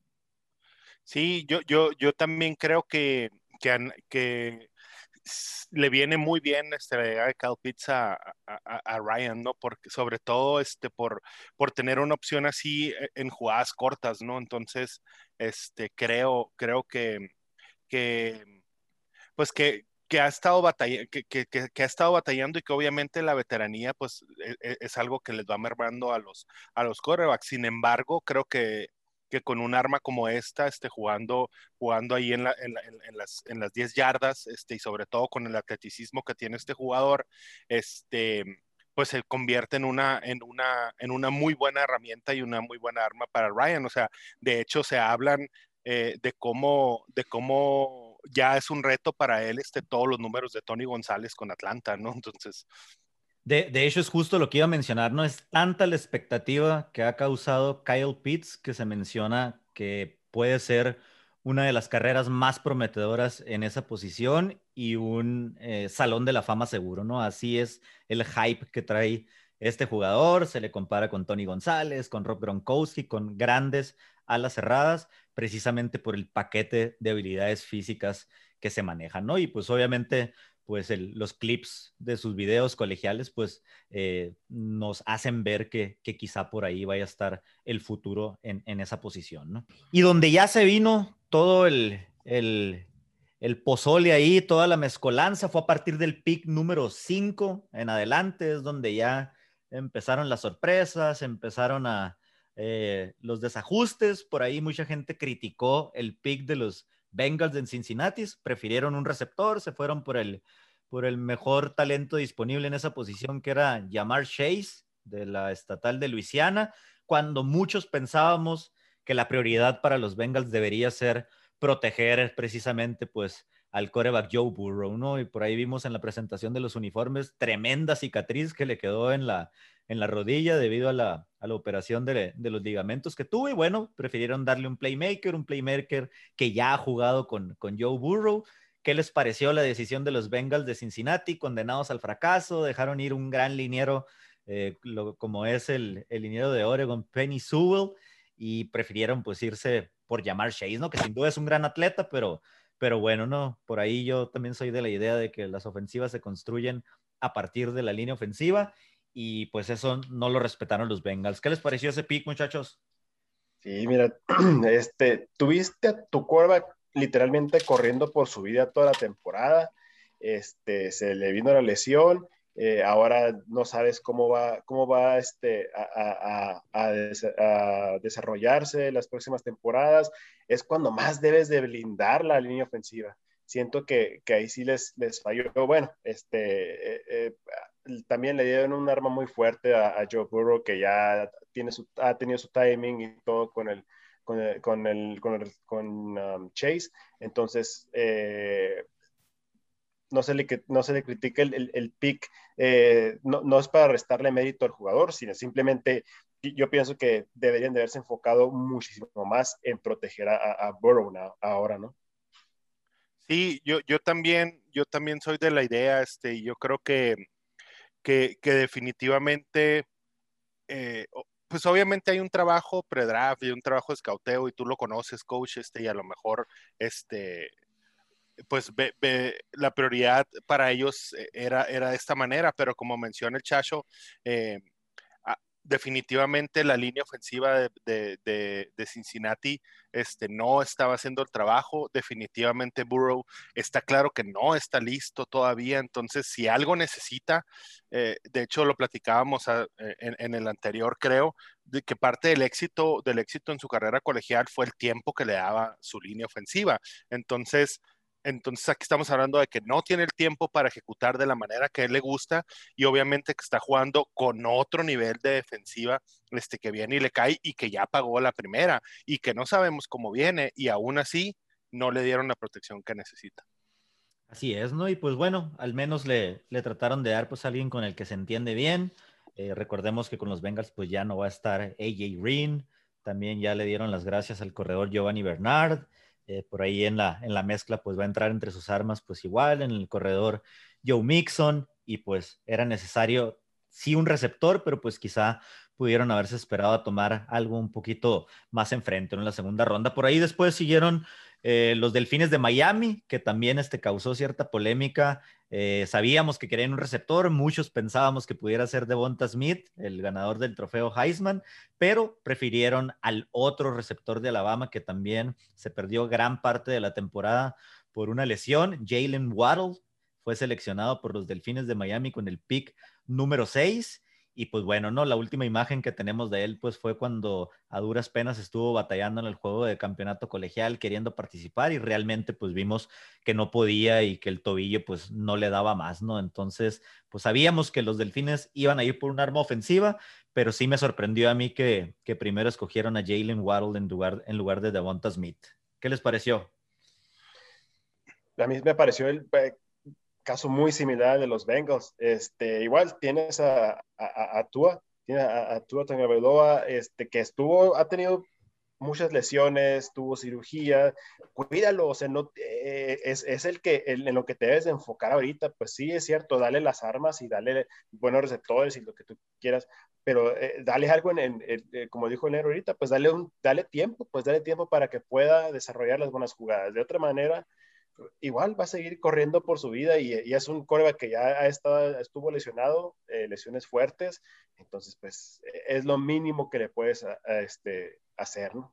Sí, yo, yo, yo también creo que, que, que le viene muy bien este, la llegada de Kyle Pitts a, a, a, Ryan, ¿no? Porque sobre todo este, por, por tener una opción así en jugadas cortas, ¿no? Entonces, este, creo, creo que, que pues que, que ha estado batalla, que, que, que, que, ha estado batallando, y que obviamente la veteranía pues es, es algo que les va mermando a los, a los quarterbacks. Sin embargo, creo que que con un arma como esta, este, jugando, jugando ahí en, la, en, la, en, las, en las diez yardas, este, y sobre todo con el atleticismo que tiene este jugador, este, pues se convierte en una, en, una, en una muy buena herramienta y una muy buena arma para Ryan. O sea, de hecho se hablan eh, de, cómo, de cómo ya es un reto para él este, todos los números de Tony González con Atlanta, ¿no? Entonces... De, de, hecho, es justo lo que iba a mencionar, ¿no? Es tanta la expectativa que ha causado Kyle Pitts que se menciona que puede ser una de las carreras más prometedoras en esa posición y un eh, salón de la fama seguro, ¿no? Así es el hype que trae este jugador. Se le compara con Tony González, con Rob Gronkowski, con grandes alas cerradas, precisamente por el paquete de habilidades físicas que se manejan, ¿no? Y pues obviamente pues el, los clips de sus videos colegiales, pues eh, nos hacen ver que, que quizá por ahí vaya a estar el futuro en, en esa posición, ¿no? Y donde ya se vino todo el, el, el pozole ahí, toda la mezcolanza, fue a partir del pick número cinco en adelante, es donde ya empezaron las sorpresas, empezaron a eh, los desajustes. Por ahí mucha gente criticó el pick de los Bengals en Cincinnati, prefirieron un receptor, se fueron por el, por el mejor talento disponible en esa posición, que era Ja'Marr Chase, de la estatal de Luisiana, cuando muchos pensábamos que la prioridad para los Bengals debería ser proteger precisamente pues al quarterback Joe Burrow, ¿no? Y por ahí vimos en la presentación de los uniformes tremenda cicatriz que le quedó en la, en la rodilla debido a la, a la operación de, de los ligamentos que tuvo, y bueno, prefirieron darle un playmaker, un playmaker que ya ha jugado con, con Joe Burrow. ¿Qué les pareció la decisión de los Bengals de Cincinnati, condenados al fracaso? Dejaron ir un gran liniero eh, lo, como es el, el liniero de Oregon, Penny Sewell, y prefirieron pues irse por Ja'Marr Chase, ¿no? Que sin duda es un gran atleta, pero, pero bueno, ¿no? Por ahí yo también soy de la idea de que las ofensivas se construyen a partir de la línea ofensiva, y pues eso no lo respetaron los Bengals. ¿Qué les pareció ese pick, muchachos? Sí, mira, este, tuviste a tu quarterback literalmente corriendo por su vida toda la temporada, este, se le vino la lesión, eh, ahora no sabes cómo va, cómo va este, a, a, a, a, desarrollarse las próximas temporadas. Es cuando más debes de blindar la línea ofensiva. Siento que, que ahí sí les, les falló. Bueno, este, eh, eh, también le dieron un arma muy fuerte a, a Joe Burrow, que ya tiene su, ha tenido su timing y todo con el, con, el, con, el, con, el, con um, Chase. Entonces, eh, no, se le, no se le critica el, el, el pick, eh, no, no es para restarle mérito al jugador, sino simplemente yo pienso que deberían de haberse enfocado muchísimo más en proteger a, a Burrow now, ahora, ¿no? Sí, yo, yo también, yo también soy de la idea, este, y yo creo que, que, que definitivamente, eh, pues obviamente hay un trabajo pre-draft y un trabajo de escauteo, y tú lo conoces, coach, este, y a lo mejor, este, pues ve, ve, la prioridad para ellos era, era de esta manera, pero como menciona el Chacho, eh, definitivamente la línea ofensiva de, de, de, de Cincinnati este, no estaba haciendo el trabajo. Definitivamente Burrow está claro que no está listo todavía. Entonces, si algo necesita, eh, de hecho lo platicábamos a, en, en el anterior, creo, de que parte del éxito, del éxito en su carrera colegial fue el tiempo que le daba su línea ofensiva. Entonces, Entonces aquí estamos hablando de que no tiene el tiempo para ejecutar de la manera que a él le gusta, y obviamente que está jugando con otro nivel de defensiva este, que viene y le cae y que ya pagó la primera y que no sabemos cómo viene, y aún así no le dieron la protección que necesita. Así es, ¿no? Y pues bueno, al menos le, le trataron de dar pues a alguien con el que se entiende bien. Eh, recordemos que con los Bengals pues ya no va a estar A J Green. También ya le dieron las gracias al corredor Giovanni Bernard. Eh, por ahí en la, en la mezcla pues va a entrar entre sus armas pues igual en el corredor Joe Mixon, y pues era necesario sí un receptor, pero pues quizá pudieron haberse esperado a tomar algo un poquito más enfrente, ¿no? En la segunda ronda. Por ahí después siguieron eh, los Delfines de Miami, que también este, causó cierta polémica. Eh, sabíamos que querían un receptor, muchos pensábamos que pudiera ser Devonta Smith, el ganador del trofeo Heisman, pero prefirieron al otro receptor de Alabama que también se perdió gran parte de la temporada por una lesión. Jalen Waddle fue seleccionado por los Delfines de Miami con el pick número seis. Y pues bueno, ¿no? La última imagen que tenemos de él pues fue cuando a duras penas estuvo batallando en el juego de campeonato colegial queriendo participar, y realmente pues vimos que no podía y que el tobillo pues no le daba más, ¿no? Entonces pues sabíamos que los Delfines iban a ir por un arma ofensiva, pero sí me sorprendió a mí que, que primero escogieron a Jalen Waddle en lugar, en lugar de Devonta Smith. ¿Qué les pareció? A mí me pareció el caso muy similar de los Bengals. Este, igual tienes a, a, a Tua, tienes a, a Tua Tagovailoa, este, que estuvo, ha tenido muchas lesiones, tuvo cirugía, cuídalo, o sea, no, eh, es, es el que, el, en lo que te debes de enfocar ahorita. Pues sí, es cierto, dale las armas y dale buenos receptores y lo que tú quieras, pero eh, dale algo, en, en, en, como dijo el negro ahorita, pues dale, un, dale tiempo, pues dale tiempo para que pueda desarrollar las buenas jugadas. De otra manera, igual va a seguir corriendo por su vida, y, y es un quarterback que ya ha estado, estuvo lesionado, eh, lesiones fuertes. Entonces pues es lo mínimo que le puedes a, a este, hacer, ¿no?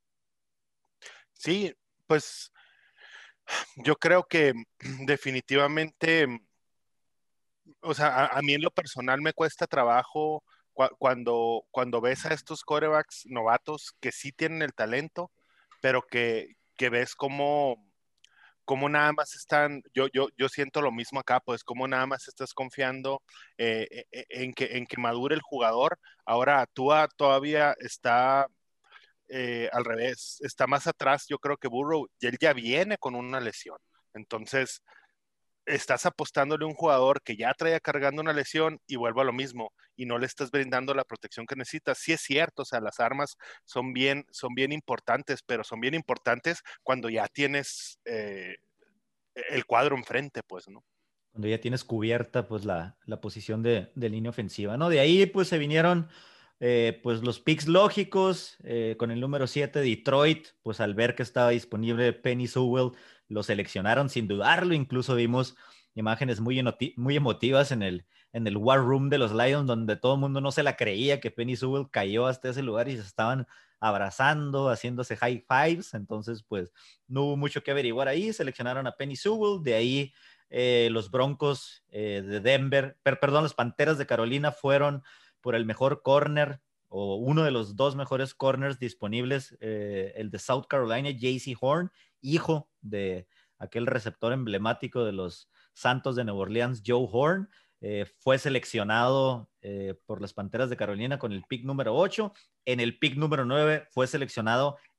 Sí, pues yo creo que definitivamente, o sea, a, a mí en lo personal me cuesta trabajo cu cuando, cuando ves a estos quarterbacks novatos que sí tienen el talento, pero que, que ves cómo como nada más están, yo, yo, yo siento lo mismo acá, pues como nada más estás confiando eh, en, que, en que madure el jugador. Ahora Tua todavía está eh, al revés, está más atrás, yo creo que Burrow, y él ya viene con una lesión. Entonces, estás apostándole a un jugador que ya traía cargando una lesión y vuelve a lo mismo, y no le estás brindando la protección que necesitas. Sí es cierto, o sea, las armas son bien, son bien importantes, pero son bien importantes cuando ya tienes eh, el cuadro enfrente, pues, ¿no? Cuando ya tienes cubierta pues la, la posición de, de línea ofensiva, ¿no? De ahí pues se vinieron eh, pues los picks lógicos, eh, con el número siete Detroit, pues al ver que estaba disponible Penny Sewell, lo seleccionaron sin dudarlo. Incluso vimos imágenes muy, muy emotivas en el, en el War Room de los Lions, donde todo el mundo no se la creía que Penny Sewell cayó hasta ese lugar y se estaban abrazando, haciéndose high fives. Entonces pues no hubo mucho que averiguar ahí, seleccionaron a Penny Sewell. De ahí eh, los Broncos eh, de Denver, per, perdón, las Panteras de Carolina fueron por el mejor corner, o uno de los dos mejores corners disponibles, eh, el de South Carolina, J C Horn, hijo de aquel receptor emblemático de los Santos de Nueva Orleans, Joe Horn. Eh, fue seleccionado eh, por las Panteras de Carolina con el pick número ocho. En el pick número nueve fue seleccionado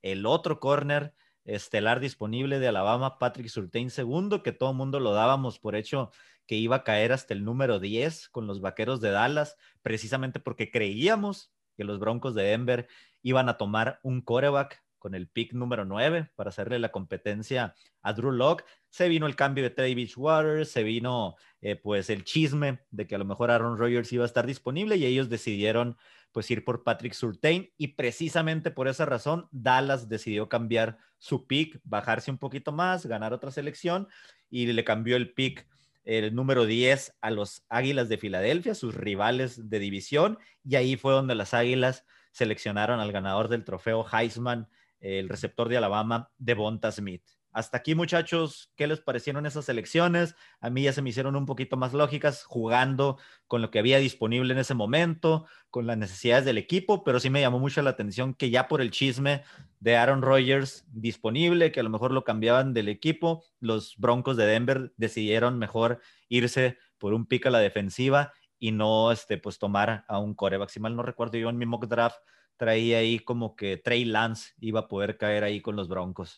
el otro corner estelar disponible de Alabama, Patrick Surtain segundo, que todo el mundo lo dábamos por hecho que iba a caer hasta el número diez con los Vaqueros de Dallas, precisamente porque creíamos que los Broncos de Denver iban a tomar un quarterback con el pick número nueve para hacerle la competencia a Drew Lock. Se vino el cambio de Teddy Bridgewater, se vino eh, pues el chisme de que a lo mejor Aaron Rodgers iba a estar disponible y ellos decidieron pues ir por Patrick Surtain, y precisamente por esa razón Dallas decidió cambiar su pick, bajarse un poquito más, ganar otra selección, y le cambió el pick el número diez a los Águilas de Filadelfia, sus rivales de división, y ahí fue donde las Águilas seleccionaron al ganador del trofeo Heisman, el receptor de Alabama, Devonta Smith. Hasta aquí, muchachos, ¿qué les parecieron esas selecciones? A mí ya se me hicieron un poquito más lógicas, jugando con lo que había disponible en ese momento, con las necesidades del equipo, pero sí me llamó mucho la atención que ya por el chisme de Aaron Rodgers disponible, que a lo mejor lo cambiaban del equipo, los Broncos de Denver decidieron mejor irse por un pick a la defensiva y no este, pues, tomar a un quarterback. Si mal no recuerdo, yo en mi mock draft traía ahí como que Trey Lance iba a poder caer ahí con los Broncos.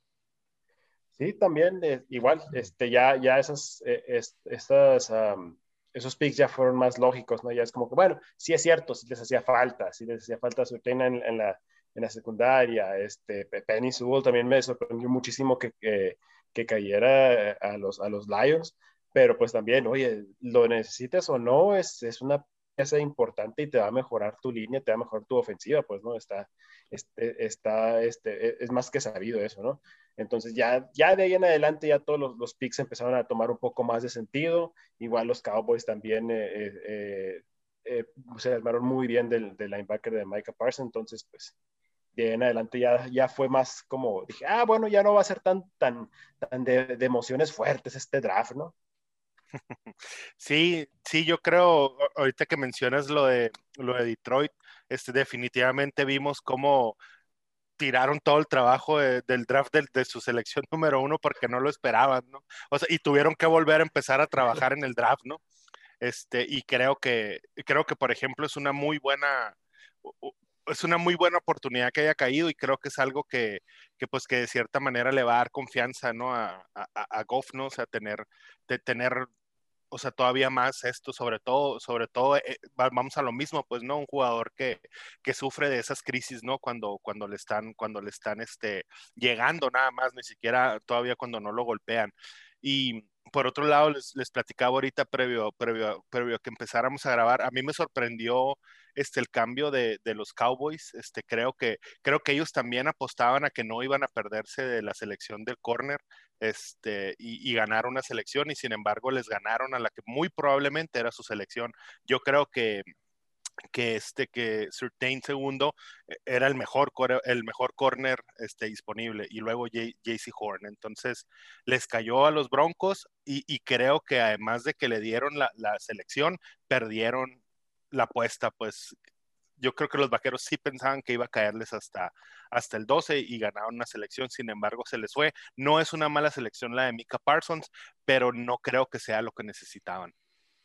Sí, también, eh, igual, este, ya, ya esas, eh, es, esas, um, esos picks ya fueron más lógicos, ¿no? Ya es como que, bueno, sí es cierto, sí les hacía falta, sí les hacía falta su en, en, la, en la secundaria, este, Penny Sewell también me sorprendió muchísimo que, que, que cayera a los, a los Lions, pero pues también, oye, lo necesites o no, es, es una pieza importante y te va a mejorar tu línea, te va a mejorar tu ofensiva, pues, ¿no? Está, este, está, este, es más que sabido eso, ¿no? Entonces ya, ya de ahí en adelante ya todos los, los picks empezaron a tomar un poco más de sentido. Igual los Cowboys también eh, eh, eh, se armaron muy bien del, del linebacker de Micah Parsons. Entonces, pues de ahí en adelante ya, ya fue más como, dije, ah, bueno, ya no va a ser tan, tan, tan de, de emociones fuertes este draft, ¿no? Sí, sí, yo creo, ahorita que mencionas lo de, lo de Detroit, este, definitivamente vimos cómo tiraron todo el trabajo de, del draft de, de su selección número uno porque no lo esperaban, ¿no? O sea, y tuvieron que volver a empezar a trabajar en el draft, ¿no? Este, y creo que, creo que, por ejemplo, es una muy buena, es una muy buena oportunidad que haya caído, y creo que es algo que, que pues, que de cierta manera le va a dar confianza, ¿no? A, a, a Goff, ¿no? O sea, tener, de tener o sea, todavía más esto, sobre todo, sobre todo, eh, vamos a lo mismo, pues, ¿no? Un jugador que, que sufre de esas crisis, ¿no? Cuando, cuando le están, cuando le están, este, llegando nada más, ni siquiera todavía cuando no lo golpean. Y por otro lado, les, les platicaba ahorita previo, previo, previo a que empezáramos a grabar, a mí me sorprendió este, el cambio de, de los Cowboys. Este, creo que, creo que ellos también apostaban a que no iban a perderse de la selección del corner, este, y, y ganar una selección, y sin embargo les ganaron a la que muy probablemente era su selección. Yo creo que que este que Surtain segundo era el mejor el mejor corner este disponible, y luego J C Horn. Entonces les cayó a los Broncos, y, y creo que además de que le dieron la, la selección, perdieron la apuesta. Pues yo creo que los Vaqueros sí pensaban que iba a caerles hasta, hasta el doce y ganaron una selección, sin embargo se les fue. No es una mala selección la de Micah Parsons, pero no creo que sea lo que necesitaban.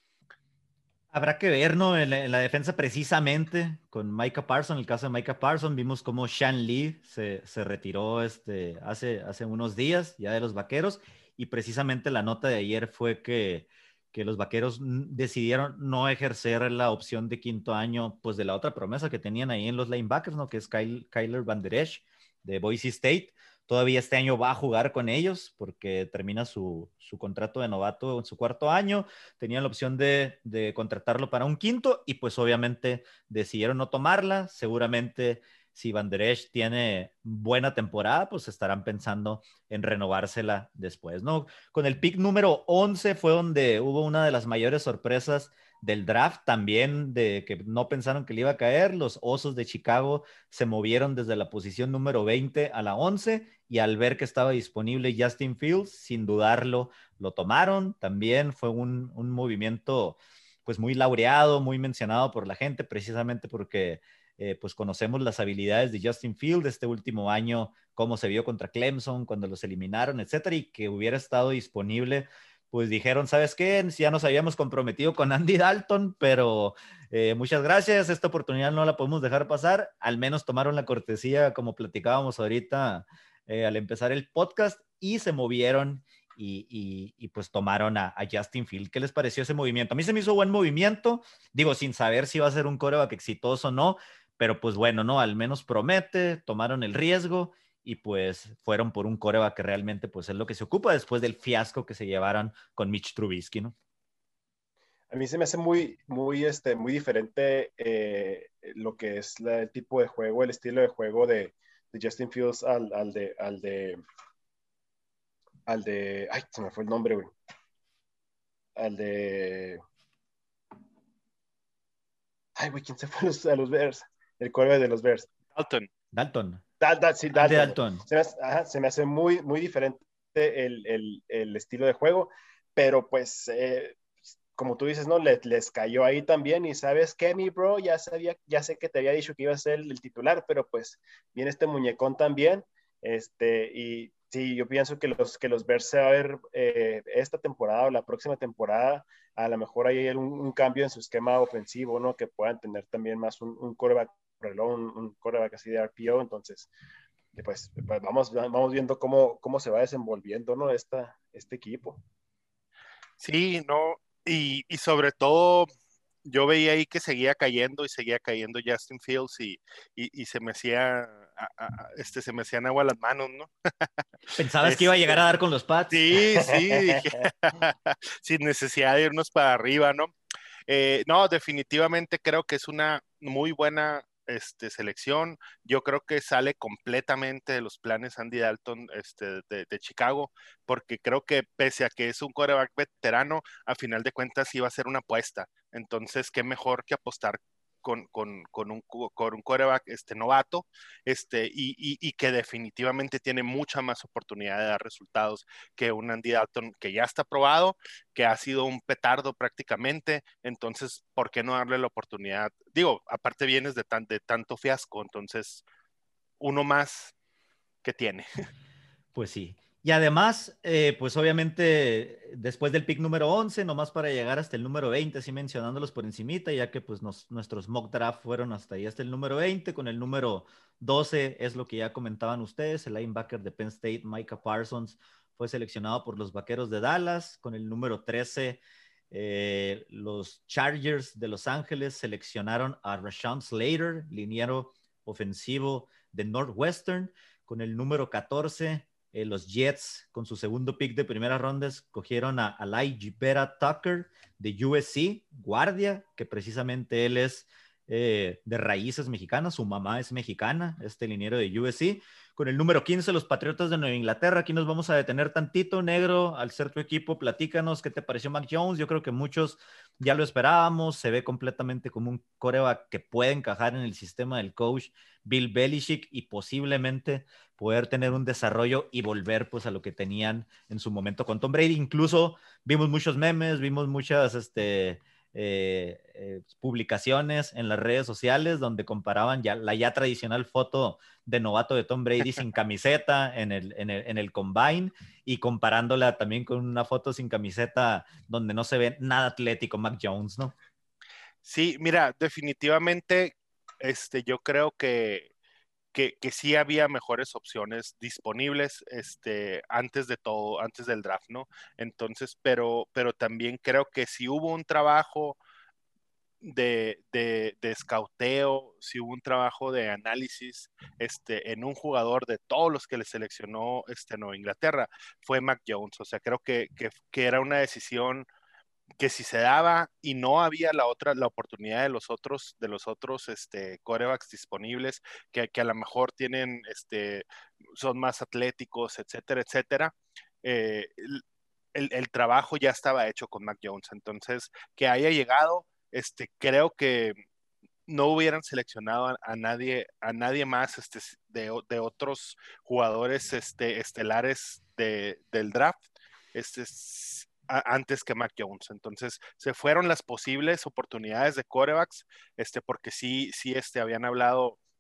Habrá que ver, ¿no? En la, en la defensa, precisamente con Micah Parsons, el caso de Micah Parsons, vimos cómo Sean Lee se, se retiró este, hace, hace unos días ya de los Vaqueros, y precisamente la nota de ayer fue que, que los Vaqueros decidieron no ejercer la opción de quinto año, pues de la otra promesa que tenían ahí en los linebackers, ¿no? Que es Kyle, Kyler Van Der Esch de Boise State. Todavía este año va a jugar con ellos porque termina su, su contrato de novato en su cuarto año. Tenían la opción de, de contratarlo para un quinto, y pues obviamente decidieron no tomarla. Seguramente si Van Der Esch tiene buena temporada, pues estarán pensando en renovársela después, ¿no? Con el pick número once fue donde hubo una de las mayores sorpresas del draft, también de que no pensaron que le iba a caer. Los Osos de Chicago se movieron desde la posición número veinte a la once, y al ver que estaba disponible Justin Fields, sin dudarlo, lo tomaron. También fue un, un movimiento pues muy laureado, muy mencionado por la gente, precisamente porque eh, pues conocemos las habilidades de Justin Fields este último año, cómo se vio contra Clemson cuando los eliminaron, etcétera, y que hubiera estado disponible pues dijeron, ¿sabes qué? Ya nos habíamos comprometido con Andy Dalton, pero eh, muchas gracias, esta oportunidad no la podemos dejar pasar. Al menos tomaron la cortesía, como platicábamos ahorita eh, al empezar el podcast, y se movieron y, y, y pues tomaron a, a Justin Fields. ¿Qué les pareció ese movimiento? A mí se me hizo buen movimiento, digo, sin saber si va a ser un quarterback exitoso o no, pero pues bueno, ¿no? Al menos promete, tomaron el riesgo y pues fueron por un quarterback que realmente pues es lo que se ocupa después del fiasco que se llevaron con Mitch Trubisky, ¿no? A mí se me hace muy, muy, este, muy diferente eh, lo que es la, el tipo de juego, el estilo de juego de, de Justin Fields al, al de, al de, al de, ay, se me fue el nombre, güey. Al de, ay, güey, ¿quién se fue a los, a los Bears? El quarterback de los Bears. Dalton. Dalton. Dal, Dal, sí, Andy Dalton. Dalton. Se me hace, ajá, se me hace muy, muy diferente el, el, el estilo de juego, pero pues, eh, como tú dices, ¿no? Les, les cayó ahí también y sabes qué, mi bro, ya sabía, ya sé que te había dicho que iba a ser el, el titular, pero pues viene este muñecón también, este, y sí, yo pienso que los, que los Bears se va a ver eh, esta temporada o la próxima temporada, a lo mejor hay un, un cambio en su esquema ofensivo, ¿no? Que puedan tener también más un, un quarterback reloj, un, un quarterback así de R P O, entonces, pues, pues vamos, vamos viendo cómo, cómo se va desenvolviendo, ¿no? Esta, este equipo. Sí, no, y, y sobre todo yo veía ahí que seguía cayendo y seguía cayendo Justin Fields y, y, y se me hacía, a, a, este, se me hacían agua las manos, ¿no? ¿Pensabas que iba a llegar Este, a dar con los Pats? sí, sí, dije, sin necesidad de irnos para arriba, ¿no? Eh, no, definitivamente creo que es una muy buena este, selección. Yo creo que sale completamente de los planes Andy Dalton este, de, de Chicago, porque creo que pese a que es un quarterback veterano, a final de cuentas iba a ser una apuesta. Entonces, qué mejor que apostar con, con, con, un, con un quarterback este, novato este, y, y, y que definitivamente tiene mucha más oportunidad de dar resultados que un Andy Dalton que ya está probado, que ha sido un petardo prácticamente. Entonces, ¿por qué no darle la oportunidad? Digo, aparte vienes de, tan, de tanto fiasco, entonces uno más que tiene. Pues sí. Y además, eh, pues obviamente después del pick número once, nomás para llegar hasta el número veinte, así mencionándolos por encimita, ya que pues nos, nuestros mock draft fueron hasta ahí, hasta el número veinte, con el número doce es lo que ya comentaban ustedes, el linebacker de Penn State, Micah Parsons, fue seleccionado por los Vaqueros de Dallas, con el número trece, eh, los Chargers de Los Ángeles seleccionaron a Rashawn Slater, liniero ofensivo de Northwestern, con el número catorce. Eh, los Jets, con su segundo pick de primera ronda, escogieron a Elijah Vera Tucker de U S C, guardia, que precisamente él es eh, de raíces mexicanas, su mamá es mexicana, este liniero de U S C. Con el número quince, los Patriotas de Nueva Inglaterra. Aquí nos vamos a detener tantito, negro, al ser tu equipo, platícanos qué te pareció Mac Jones. Yo creo que muchos ya lo esperábamos, se ve completamente como un quarterback que puede encajar en el sistema del coach Bill Belichick y posiblemente poder tener un desarrollo y volver pues a lo que tenían en su momento con Tom Brady. Incluso vimos muchos memes, vimos muchas este, eh, eh, publicaciones en las redes sociales donde comparaban ya la ya tradicional foto de novato de Tom Brady sin camiseta en el, en el, en el combine y comparándola también con una foto sin camiseta donde no se ve nada atlético Mac Jones, ¿no? Sí, mira, definitivamente este, yo creo que Que, que, sí había mejores opciones disponibles este, antes de todo, antes del draft, ¿no? Entonces, pero, pero también creo que si hubo un trabajo de, de, de escauteo, si hubo un trabajo de análisis este, en un jugador de todos los que le seleccionó este, Nueva Inglaterra, fue Mac Jones. O sea, creo que, que, que era una decisión que si se daba y no había la otra, la oportunidad de los otros, de los otros este, quarterbacks disponibles, que, que a lo mejor tienen, este, son más atléticos, etcétera, etcétera, eh, el, el, trabajo ya estaba hecho con Mac Jones. Entonces, que haya llegado, este, creo que no hubieran seleccionado a, a nadie, a nadie más este, de, de otros jugadores este, estelares de, del draft. Este es, antes que Mac Jones. Entonces, se fueron las posibles oportunidades de quarterbacks, este, porque sí, sí este, habían hablado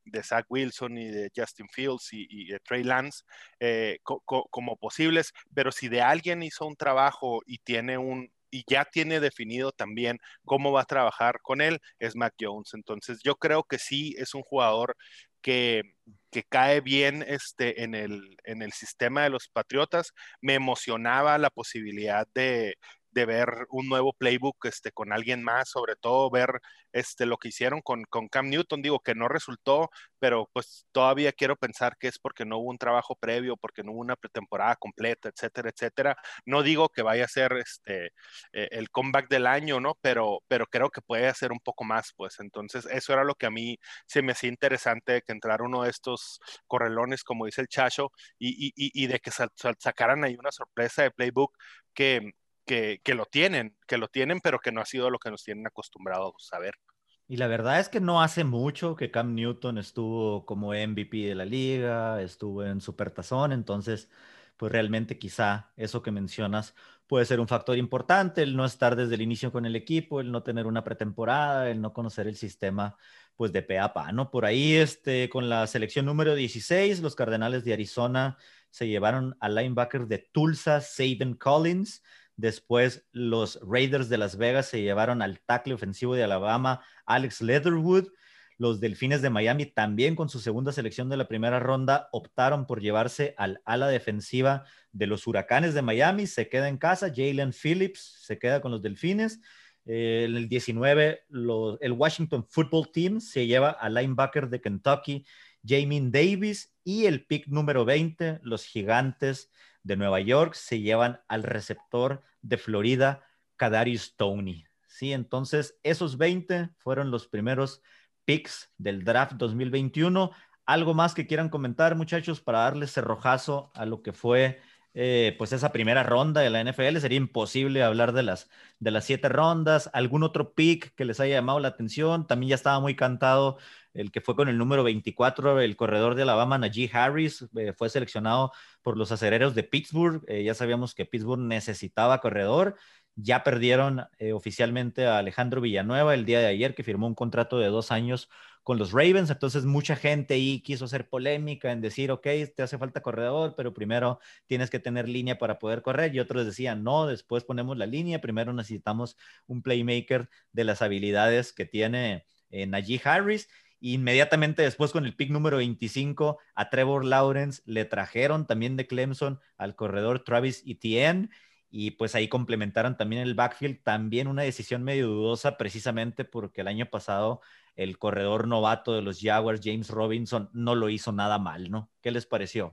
de Zach Wilson y de Justin Fields y, y de Trey Lance eh, co co como posibles, pero si de alguien hizo un trabajo y tiene un y ya tiene definido también cómo va a trabajar con él, es Mac Jones. Entonces yo creo que sí es un jugador que, que cae bien este, en, el, en el sistema de los Patriotas. Me emocionaba la posibilidad de, de ver un nuevo playbook este, con alguien más, sobre todo ver este, lo que hicieron con, con Cam Newton, digo que no resultó, pero pues todavía quiero pensar que es porque no hubo un trabajo previo, porque no hubo una pretemporada completa, etcétera, etcétera. No digo que vaya a ser este, eh, el comeback del año, ¿no? Pero, pero creo que puede hacer un poco más, pues. Entonces, eso era lo que a mí se me hacía interesante, que entrara uno de estos correlones, como dice el Chacho, y, y, y de que sacaran ahí una sorpresa de playbook que Que, que lo tienen, que lo tienen, pero que no ha sido lo que nos tienen acostumbrados a ver. Y la verdad es que no hace mucho que Cam Newton estuvo como M V P de la liga, estuvo en Supertazón, entonces, pues realmente quizá eso que mencionas puede ser un factor importante, el no estar desde el inicio con el equipo, el no tener una pretemporada, el no conocer el sistema, pues de pe a pa, ¿no? Por ahí, este, con la selección número dieciséis, los Cardenales de Arizona se llevaron al linebacker de Tulsa, Saban Collins. Después, los Raiders de Las Vegas se llevaron al tackle ofensivo de Alabama, Alex Leatherwood. Los Delfines de Miami, también con su segunda selección de la primera ronda, optaron por llevarse al ala defensiva de los Huracanes de Miami. Se queda en casa. Jalen Phillips se queda con los Delfines. Eh, en el diecinueve, los, el Washington Football Team se lleva al linebacker de Kentucky, Jamin Davis. Y el pick número veinte, los Gigantes de Nueva York se llevan al receptor de Florida, Kadarius Toney. Sí, entonces esos veinte fueron los primeros picks del draft dos mil veintiuno. ¿Algo más que quieran comentar, muchachos, para darle cerrojazo a lo que fue eh, pues esa primera ronda de la N F L? Sería imposible hablar de las, de las siete rondas. ¿Algún otro pick que les haya llamado la atención? También ya estaba muy cantado el que fue con el número veinticuatro, el corredor de Alabama, Najee Harris, eh, fue seleccionado por los acereros de Pittsburgh. Eh, ya sabíamos que Pittsburgh necesitaba corredor. Ya perdieron eh, oficialmente a Alejandro Villanueva el día de ayer, que firmó un contrato de dos años con los Ravens. Entonces mucha gente ahí quiso hacer polémica en decir, ok, te hace falta corredor, pero primero tienes que tener línea para poder correr. Y otros decían, no, después ponemos la línea, primero necesitamos un playmaker de las habilidades que tiene eh, Najee Harris. Inmediatamente después, con el pick número veinticinco, a Trevor Lawrence le trajeron también de Clemson al corredor Travis Etienne, y pues ahí complementaron también el backfield. También una decisión medio dudosa, precisamente porque el año pasado el corredor novato de los Jaguars, James Robinson, no lo hizo nada mal, ¿no? ¿Qué les pareció?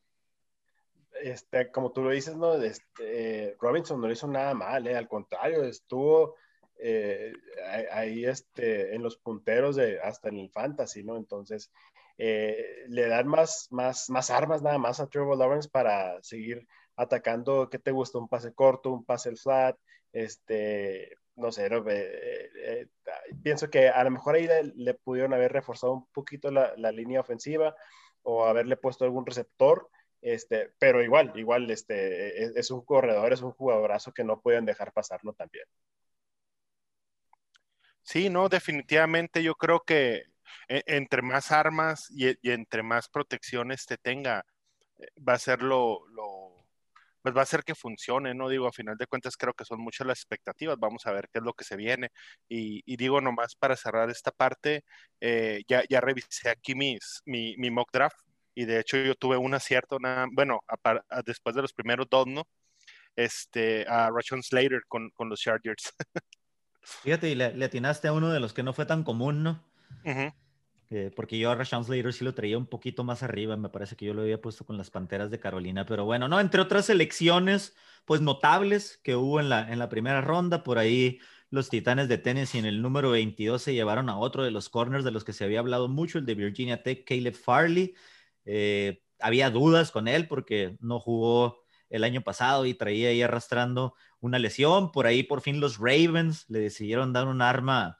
Este, como tú lo dices, ¿no? Este, Robinson no lo hizo nada mal, ¿eh? Al contrario, estuvo eh, ahí este, en los punteros de, hasta en el fantasy, ¿no? Entonces, eh, le dan más, más, más armas nada más a Trevor Lawrence para seguir atacando. ¿Qué te gusta? Un pase corto, un pase flat, este, no sé, no, eh, eh, pienso que a lo mejor ahí le, le pudieron haber reforzado un poquito la, la línea ofensiva o haberle puesto algún receptor. Este, pero igual, igual este, es, es un corredor, es un jugadorazo que no pueden dejar pasarlo también. Sí, no, definitivamente yo creo que eh, entre más armas y, y entre más protecciones te tenga, eh, va a ser lo, lo, pues va a ser que funcione, ¿no? Digo, a final de cuentas creo que son muchas las expectativas, vamos a ver qué es lo que se viene. Y, y digo, nomás para cerrar esta parte, eh, ya, ya revisé aquí mis, mi, mi mock draft, y de hecho yo tuve un acierto, nada, bueno, a, a, después de los primeros dos, ¿no? Este, a Rashawn Slater con, con los Chargers. Fíjate, y le, le atinaste a uno de los que no fue tan común, ¿no? Uh-huh. Eh, porque yo a Rashawn Slater sí lo traía un poquito más arriba, me parece que yo lo había puesto con las Panteras de Carolina, pero bueno, no, entre otras selecciones, pues notables que hubo en la, en la primera ronda, por ahí los Titanes de Tennessee en el número veintidós se llevaron a otro de los corners de los que se había hablado mucho, el de Virginia Tech, Caleb Farley. Eh, había dudas con él porque no jugó el año pasado y traía ahí arrastrando una lesión. Por ahí por fin los Ravens le decidieron dar un arma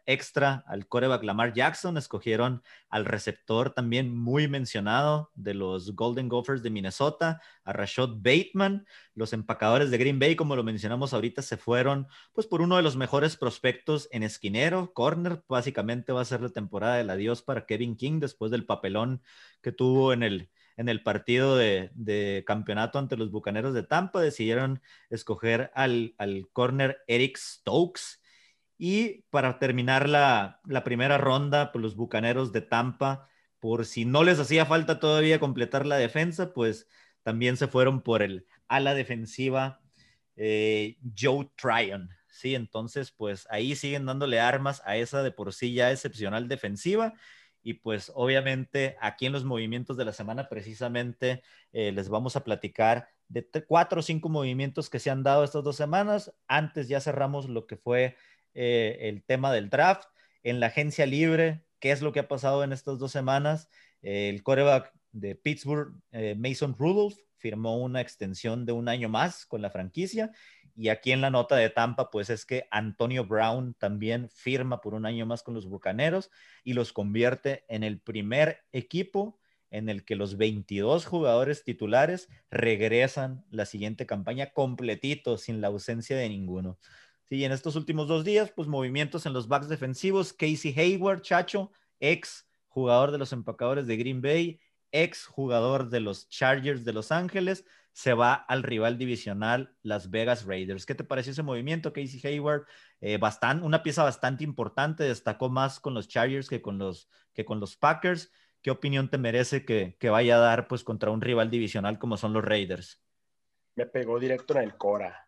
extra al quarterback Lamar Jackson, escogieron al receptor también muy mencionado de los Golden Gophers de Minnesota, a Rashad Bateman. Los empacadores de Green Bay, como lo mencionamos ahorita, se fueron pues por uno de los mejores prospectos en esquinero, corner. Básicamente va a ser la temporada del adiós para Kevin King después del papelón que tuvo en el en el partido de, de campeonato ante los Bucaneros de Tampa. Decidieron escoger al, al corner Eric Stokes. Y para terminar la, la primera ronda, pues los Bucaneros de Tampa, por si no les hacía falta todavía completar la defensa, pues también se fueron por el ala defensiva eh, Joe Tryon. Sí, entonces pues ahí siguen dándole armas a esa de por sí ya excepcional defensiva. Y pues obviamente aquí en los movimientos de la semana precisamente eh, les vamos a platicar de cuatro o cinco movimientos que se han dado estas dos semanas. Antes ya cerramos lo que fue eh, el tema del draft. En la agencia libre, ¿qué es lo que ha pasado en estas dos semanas? Eh, el quarterback de Pittsburgh, eh, Mason Rudolph, firmó una extensión de un año más con la franquicia. Y aquí en la nota de Tampa, pues es que Antonio Brown también firma por un año más con los Bucaneros y los convierte en el primer equipo en el que los veintidós jugadores titulares regresan la siguiente campaña completito, sin la ausencia de ninguno. Sí, en estos últimos dos días, pues movimientos en los backs defensivos. Casey Hayward, Chacho, ex jugador de los empacadores de Green Bay, ex jugador de los Chargers de Los Ángeles, se va al rival divisional Las Vegas Raiders. ¿Qué te pareció ese movimiento, Casey Hayward? Eh, bastante, una pieza bastante importante, destacó más con los Chargers que con los, que con los Packers. ¿Qué opinión te merece que, que vaya a dar pues, contra un rival divisional como son los Raiders? Me pegó directo en el Cora.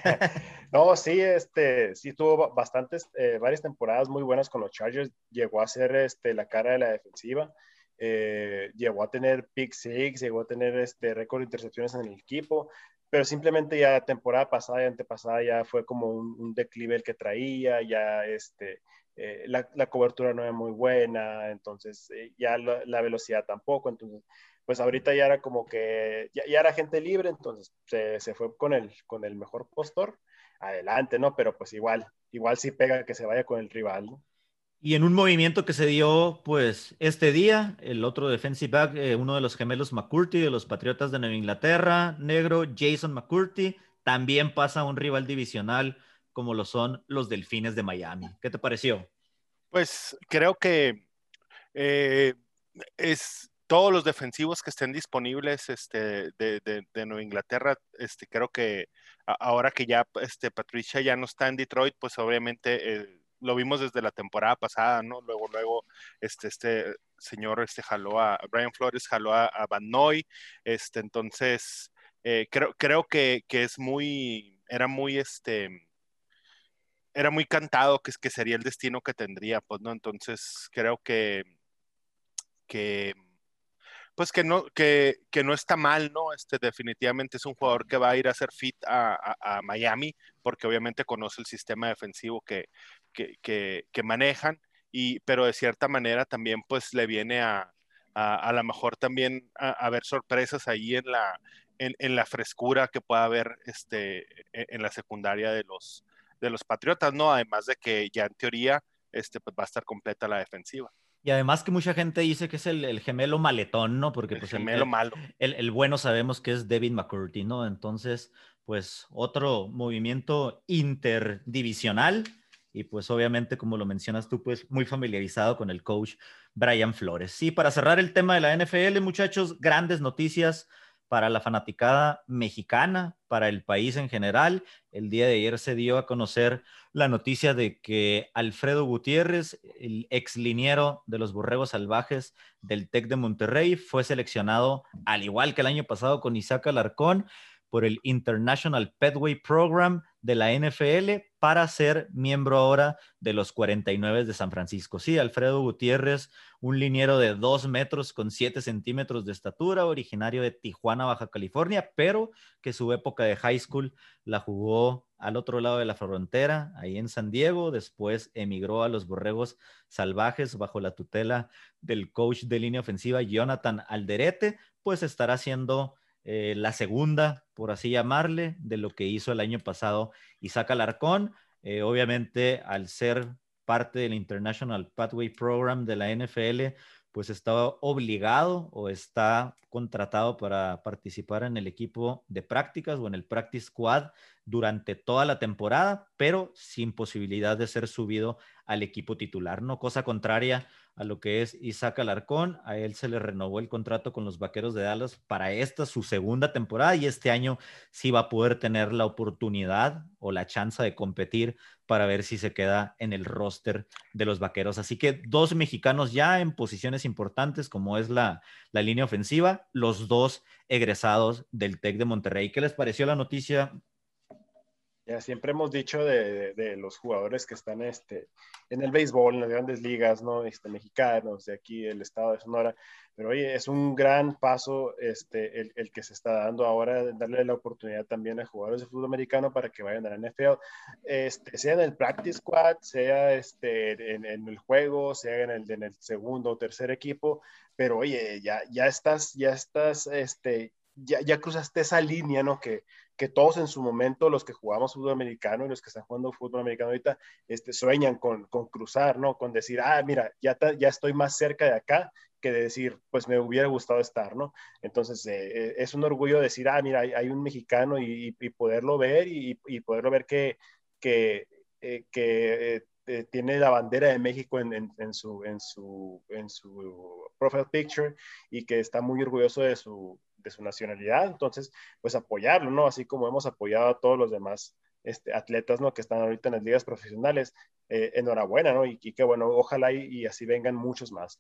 No, sí, este, sí tuvo bastantes, eh, varias temporadas muy buenas con los Chargers. Llegó a ser este, la cara de la defensiva. Eh, llegó a tener pick six, llegó a tener este récord de intercepciones en el equipo, pero simplemente ya temporada pasada y antepasada ya fue como un, un declive el que traía, ya este, eh, la, la cobertura no era muy buena, entonces eh, ya la, la velocidad tampoco, entonces pues ahorita ya era como que ya, ya era gente libre, entonces se, se fue con el, con el mejor postor, adelante, ¿no? Pero pues igual, igual sí pega que se vaya con el rival, ¿no? Y en un movimiento que se dio, pues, este día, el otro defensive back, eh, uno de los gemelos McCourty de los Patriotas de Nueva Inglaterra, negro, Jason McCourty, también pasa a un rival divisional como lo son los Delfines de Miami. ¿Qué te pareció? Pues creo que eh, es todos los defensivos que estén disponibles este, de, de, de Nueva Inglaterra, este, creo que a, ahora que ya este, Patricia ya no está en Detroit, pues obviamente... Eh, lo vimos desde la temporada pasada, ¿no? Luego, luego, este, este señor, este, jaló a, Brian Flores, jaló a, a Van Noy, este, entonces, eh, creo, creo que, que es muy, era muy, este, era muy cantado que, que sería el destino que tendría, pues, ¿no? Entonces, creo que, que pues que no, que, que no está mal, ¿no? Este definitivamente es un jugador que va a ir a hacer fit a, a, a Miami, porque obviamente conoce el sistema defensivo que, que, que, que manejan, y, pero de cierta manera también pues le viene a, a, a lo mejor también a, a ver sorpresas ahí en la, en, en la frescura que pueda haber este, en, en la secundaria de los, de los Patriotas, ¿no? Además de que ya en teoría este, pues va a estar completa la defensiva. Y además que mucha gente dice que es el, el gemelo maletón, ¿no? Porque El pues el, gemelo el, malo. el, el bueno sabemos que es Devin McCourty, ¿no? Entonces, pues otro movimiento interdivisional y pues obviamente, como lo mencionas tú, pues muy familiarizado con el coach Brian Flores. Sí, para cerrar el tema de la N F L, muchachos, grandes noticias para la fanaticada mexicana, para el país en general. El día de ayer se dio a conocer la noticia de que Alfredo Gutiérrez, el ex liniero de los Borregos Salvajes del TEC de Monterrey, fue seleccionado, al igual que el año pasado con Isaac Alarcón, por el International Petway Program de la N F L para ser miembro ahora de los cuarenta y nueve de San Francisco. Sí, Alfredo Gutiérrez, un liniero de dos metros con siete centímetros de estatura, originario de Tijuana, Baja California, pero que su época de high school la jugó al otro lado de la frontera, ahí en San Diego. Después emigró a los Borregos Salvajes bajo la tutela del coach de línea ofensiva Jonathan Alderete, pues estará haciendo eh, la segunda, por así llamarle, de lo que hizo el año pasado Isaac Alarcón. Eh, obviamente, al ser parte del International Pathway Program de la N F L, pues está obligado o está contratado para participar en el equipo de prácticas o en el practice squad durante toda la temporada, pero sin posibilidad de ser subido al equipo titular, ¿no? Cosa contraria a lo que es Isaac Alarcón. A él se le renovó el contrato con los Vaqueros de Dallas para esta su segunda temporada, y este año sí va a poder tener la oportunidad o la chance de competir para ver si se queda en el roster de los Vaqueros. Así que dos mexicanos ya en posiciones importantes, como es la, la línea ofensiva, los dos egresados del TEC de Monterrey. ¿Qué les pareció la noticia? Ya siempre hemos dicho de, de, de los jugadores que están este, en el béisbol, en las grandes ligas, ¿no? Este, mexicanos, de aquí, del estado de Sonora. Pero oye, es un gran paso este, el, el que se está dando ahora, de darle la oportunidad también a jugadores de fútbol americano para que vayan a la N F L, este, sea en el practice squad, sea este, en, en el juego, sea en el, en el segundo o tercer equipo. Pero oye, ya, ya estás, ya estás, este, ya, ya cruzaste esa línea, ¿no? Que que todos en su momento, los que jugamos fútbol americano y los que están jugando fútbol americano ahorita, este, sueñan con, con cruzar, ¿no? Con decir, ah, mira, ya, ta, ya estoy más cerca de acá que de decir, pues me hubiera gustado estar, ¿no? Entonces, eh, es un orgullo decir, ah, mira, hay, hay un mexicano y, y, poderlo ver y, y poderlo ver que, que, eh, que eh, tiene la bandera de México en, en, en, su, en, su, en su profile picture y que está muy orgulloso de su de su nacionalidad. Entonces, pues apoyarlo, ¿no? Así como hemos apoyado a todos los demás este, atletas, ¿no? Que están ahorita en las ligas profesionales. Eh, enhorabuena, ¿no? Y, y qué bueno, ojalá y, y así vengan muchos más.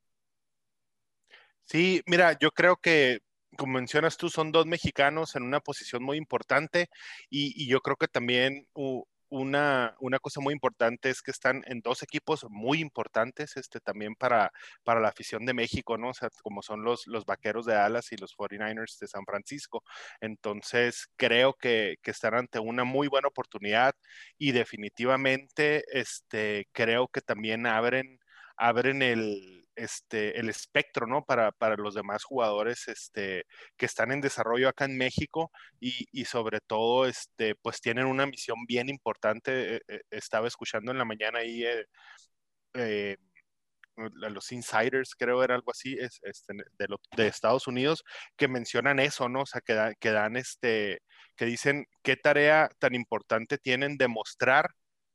Sí, mira, yo creo que, como mencionas tú, son dos mexicanos en una posición muy importante y, y yo creo que también uh, una, una cosa muy importante es que están en dos equipos muy importantes este, también para, para la afición de México, ¿no? O sea, como son los, los Vaqueros de Dallas y los cuarenta y nueve ers de San Francisco. Entonces, creo que, que están ante una muy buena oportunidad y definitivamente este, creo que también abren, abren el este, el espectro, ¿no? Para, para los demás jugadores este, que están en desarrollo acá en México y, y sobre todo, este, pues tienen una misión bien importante. Eh, eh, estaba escuchando en la mañana ahí eh, eh, los insiders, creo era algo así, es, este, de, lo, de Estados Unidos, que mencionan eso, ¿no? O sea, que, da, que dan, este, que dicen qué tarea tan importante tienen de mostrar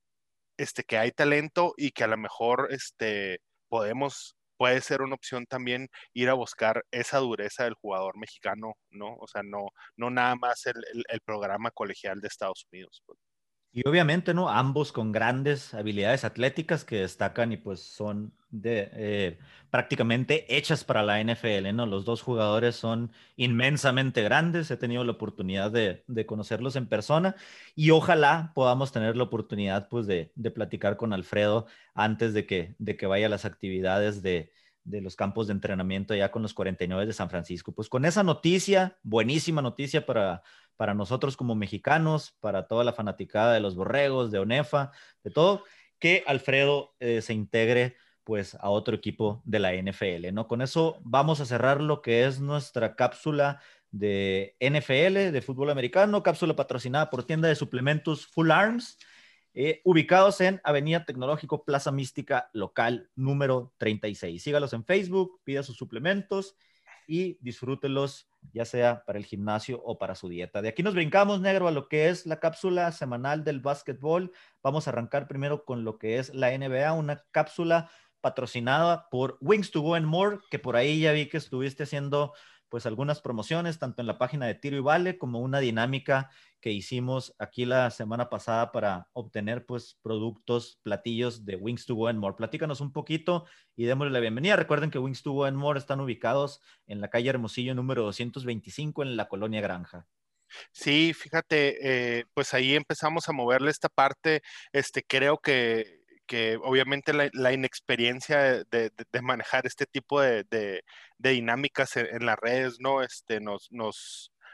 este, que hay talento y que a lo mejor este, podemos puede ser una opción también ir a buscar esa dureza del jugador mexicano, ¿no? O sea, no, no nada más el, el, el programa colegial de Estados Unidos. Pues. Y obviamente, ¿no? Ambos con grandes habilidades atléticas que destacan y pues son de, eh, prácticamente hechas para la N F L, ¿no? Los dos jugadores son inmensamente grandes. He tenido la oportunidad de, de conocerlos en persona y ojalá podamos tener la oportunidad pues de, de platicar con Alfredo antes de que, de que vaya a las actividades de, de los campos de entrenamiento ya con los cuarenta y nueve de San Francisco. Pues con esa noticia, buenísima noticia para para nosotros como mexicanos, para toda la fanaticada de los Borregos, de ONEFA, de todo, que Alfredo eh, se integre pues a otro equipo de la N F L, ¿no? Con eso vamos a cerrar lo que es nuestra cápsula de N F L, de fútbol americano, cápsula patrocinada por tienda de suplementos Full Arms, eh, ubicados en Avenida Tecnológico, Plaza Mística, local número treinta y seis. Sígalos en Facebook, pida sus suplementos y disfrútelos ya sea para el gimnasio o para su dieta. De aquí nos brincamos, negro, a lo que es la cápsula semanal del básquetbol. Vamos a arrancar primero con lo que es la N B A, una cápsula patrocinada por Wings to Go and More, que por ahí ya vi que estuviste haciendo pues algunas promociones, tanto en la página de Tiro y Vale, como una dinámica que hicimos aquí la semana pasada para obtener pues productos, platillos de Wings to Go and More. Platícanos un poquito y démosle la bienvenida. Recuerden que Wings to Go and More están ubicados en la calle Hermosillo número doscientos veinticinco en la Colonia Granja. Sí, fíjate, eh, pues ahí empezamos a moverle esta parte, este, creo que que obviamente la, la inexperiencia de, de, de, manejar este tipo de, de, de dinámicas en, en, las redes, ¿no? Este, nos, nos,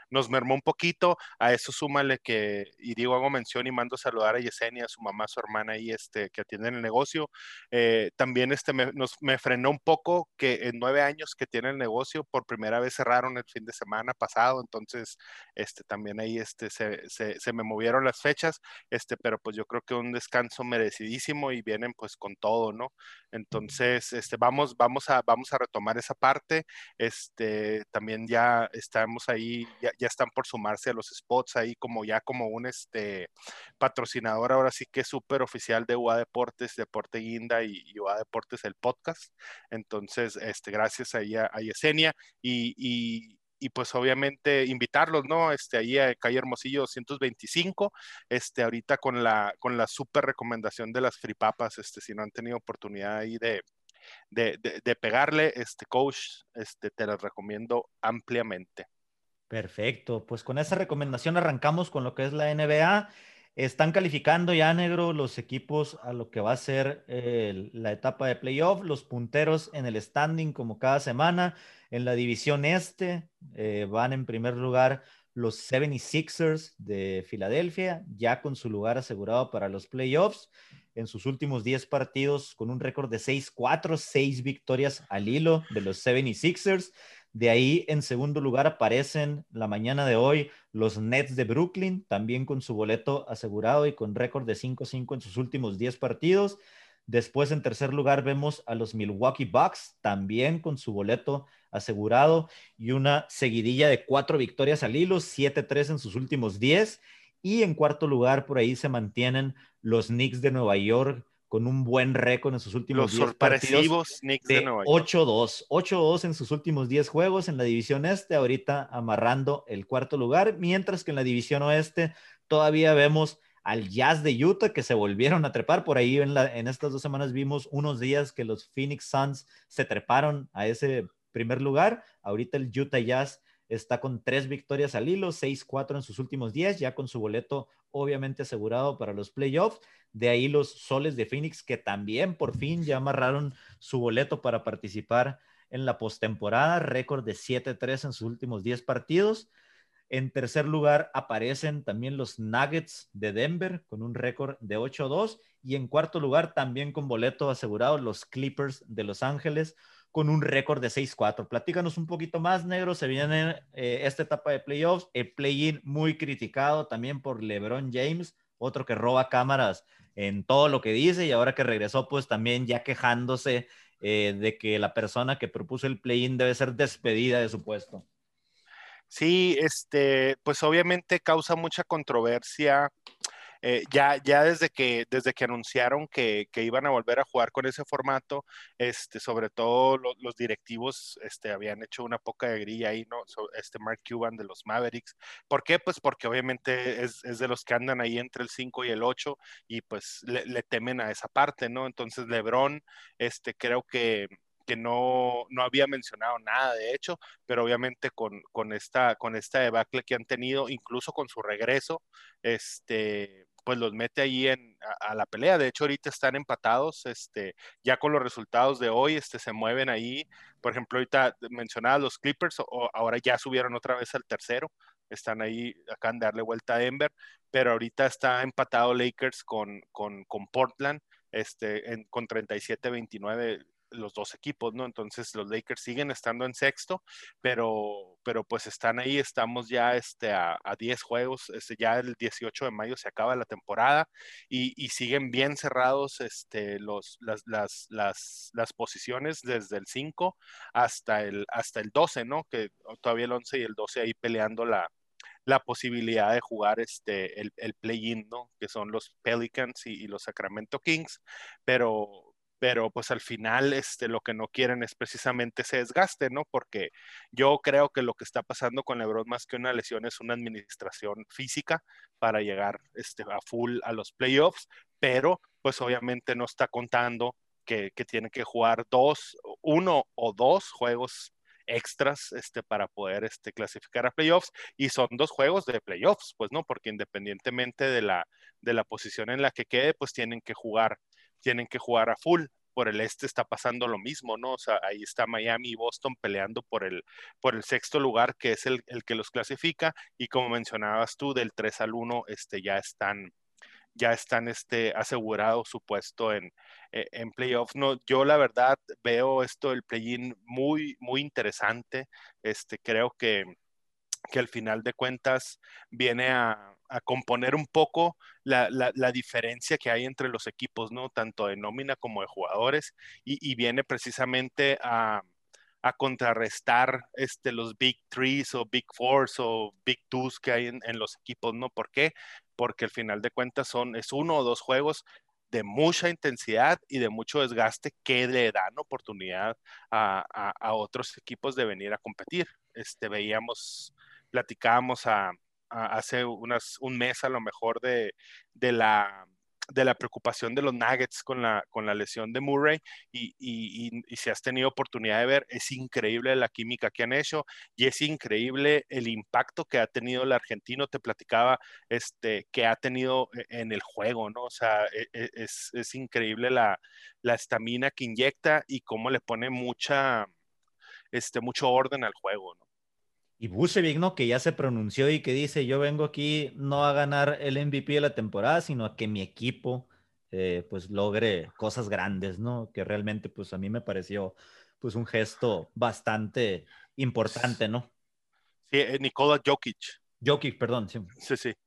nos mermó un poquito. A eso súmale que, y digo, hago mención y mando saludar a Yesenia, a su mamá, a su hermana ahí, este, que atienden el negocio. Eh, también este, me, nos, me frenó un poco que en nueve años que tiene el negocio, por primera vez cerraron el fin de semana pasado, entonces este, también ahí este, se, se, se me movieron las fechas, este, pero pues yo creo que un descanso merecidísimo y vienen pues con todo, ¿no? Entonces, este, vamos, vamos, a, vamos a retomar esa parte. Este, también ya estamos ahí, ya, ya están por sumarse a los spots ahí como ya como un este, patrocinador ahora sí que es súper oficial de U A Deportes, Deporte Guinda y, y U A Deportes el podcast. Entonces, este, gracias ahí a, a Yesenia y, y y pues obviamente invitarlos, ¿no? Este, ahí a Calle Hermosillo doscientos veinticinco, este, ahorita con la, con la súper recomendación de las fripapas, este, si no han tenido oportunidad ahí de, de, de, de pegarle, este, coach, este, te las recomiendo ampliamente. Perfecto, pues con esa recomendación arrancamos con lo que es la N B A. Están calificando ya, negro, los equipos a lo que va a ser eh, la etapa de playoff, los punteros en el standing como cada semana. En la división este eh, van en primer lugar los setenta y seis ers de Filadelfia, ya con su lugar asegurado para los playoffs. En sus últimos diez partidos con un récord de seis cuatro, seis victorias al hilo de los setenta y seis ers. De ahí, en segundo lugar, aparecen la mañana de hoy los Nets de Brooklyn, también con su boleto asegurado y con récord de cinco cinco en sus últimos diez partidos. Después, en tercer lugar, vemos a los Milwaukee Bucks, también con su boleto asegurado y una seguidilla de cuatro victorias al hilo, siete tres en sus últimos diez. Y en cuarto lugar, por ahí se mantienen los Knicks de Nueva York, con un buen récord en sus últimos diez partidos Knicks de, de Nueva York. ocho dos. ocho dos en sus últimos diez juegos en la división este, ahorita amarrando el cuarto lugar, mientras que en la división oeste todavía vemos al Jazz de Utah que se volvieron a trepar. Por ahí en, la, en estas dos semanas vimos unos días que los Phoenix Suns se treparon a ese primer lugar. Ahorita el Utah Jazz está con tres victorias al hilo, seis cuatro en sus últimos diez, ya con su boleto obviamente asegurado para los playoffs. De ahí los Soles de Phoenix, que también por fin ya amarraron su boleto para participar en la postemporada, récord de siete tres en sus últimos diez partidos. En tercer lugar aparecen también los Nuggets de Denver con un récord de ocho dos, y en cuarto lugar también con boleto asegurado los Clippers de Los Ángeles con un récord de seis cuatro. Platícanos un poquito más, negro. Se viene eh, esta etapa de playoffs, el play-in muy criticado también por LeBron James, otro que roba cámaras en todo lo que dice, y ahora que regresó pues también ya quejándose eh, de que la persona que propuso el play-in debe ser despedida de su puesto. Sí, este, pues obviamente causa mucha controversia. Eh, ya, ya desde que, desde que anunciaron que, que iban a volver a jugar con ese formato, este, sobre todo lo, los directivos este, habían hecho una poca de grilla ahí, ¿no? So, este Mark Cuban de los Mavericks. ¿Por qué? Pues porque obviamente es, es de los que andan ahí entre el cinco y el ocho y pues le, le temen a esa parte, ¿no? Entonces LeBron, este, creo que que no, no había mencionado nada, de hecho, pero obviamente con, con, esta, con esta debacle que han tenido, incluso con su regreso, este, pues los mete ahí en, a, a la pelea. De hecho, ahorita están empatados, este, ya con los resultados de hoy, este, se mueven ahí. Por ejemplo, ahorita mencionaba los Clippers, o, ahora ya subieron otra vez al tercero, están ahí, acaban de darle vuelta a Denver, pero ahorita está empatado Lakers con, con, con Portland, este, en, con treinta y siete veintinueve los dos equipos, ¿no? Entonces los Lakers siguen estando en sexto, pero, pero pues están ahí, estamos ya este, a, a diez juegos, este, ya el dieciocho de mayo se acaba la temporada y, y siguen bien cerrados este, los, las, las, las, las posiciones desde el cinco hasta el, hasta el doce, ¿no? Que todavía el once y el doce ahí peleando la, la posibilidad de jugar este, el, el play-in, ¿no? Que son los Pelicans y, y los Sacramento Kings, pero pero pues al final este, lo que no quieren es precisamente ese desgaste, ¿no? Porque yo creo que lo que está pasando con LeBron más que una lesión es una administración física para llegar este, a full a los playoffs, pero pues obviamente no está contando que, que tiene que jugar dos, uno o dos juegos extras este, para poder este, clasificar a playoffs, y son dos juegos de playoffs, pues no, porque independientemente de la, de la posición en la que quede, pues tienen que jugar tienen que jugar a full por el este está pasando lo mismo, ¿no? O sea, ahí está Miami y Boston peleando por el, por el sexto lugar, que es el, el que los clasifica, y como mencionabas tú, del tres al uno, este, ya están ya están este, asegurado su puesto en, eh, en playoffs. No, yo la verdad veo esto del play-in muy, muy interesante. Este, creo que, que al final de cuentas viene a, a componer un poco la, la, la, diferencia que hay entre los equipos, ¿no? Tanto de nómina como de jugadores, y, y viene precisamente a, a contrarrestar este, los Big Threes o Big Fours o Big Twos que hay en, en los equipos, ¿no? ¿Por qué? Porque al final de cuentas son, es uno o dos juegos de mucha intensidad y de mucho desgaste que le dan oportunidad a, a, a otros equipos de venir a competir. Este, veíamos, platicábamos a, a hace unas, un mes a lo mejor de, de la de la preocupación de los Nuggets con la, con la lesión de Murray, y, y, y, y si has tenido oportunidad de ver, es increíble la química que han hecho, y es increíble el impacto que ha tenido el argentino. Te platicaba este, que ha tenido en el juego, ¿no? O sea, es, es, es increíble la la estamina que inyecta y cómo le pone mucha, este, mucho orden al juego, ¿no? Y Vucevic, ¿no? Que ya se pronunció y que dice, yo vengo aquí no a ganar el M V P de la temporada, sino a que mi equipo eh, pues logre cosas grandes, ¿no? Que realmente pues a mí me pareció pues un gesto bastante importante, ¿no? Sí, eh, Nikola Jokic. Jokic, perdón, sí. Sí, sí.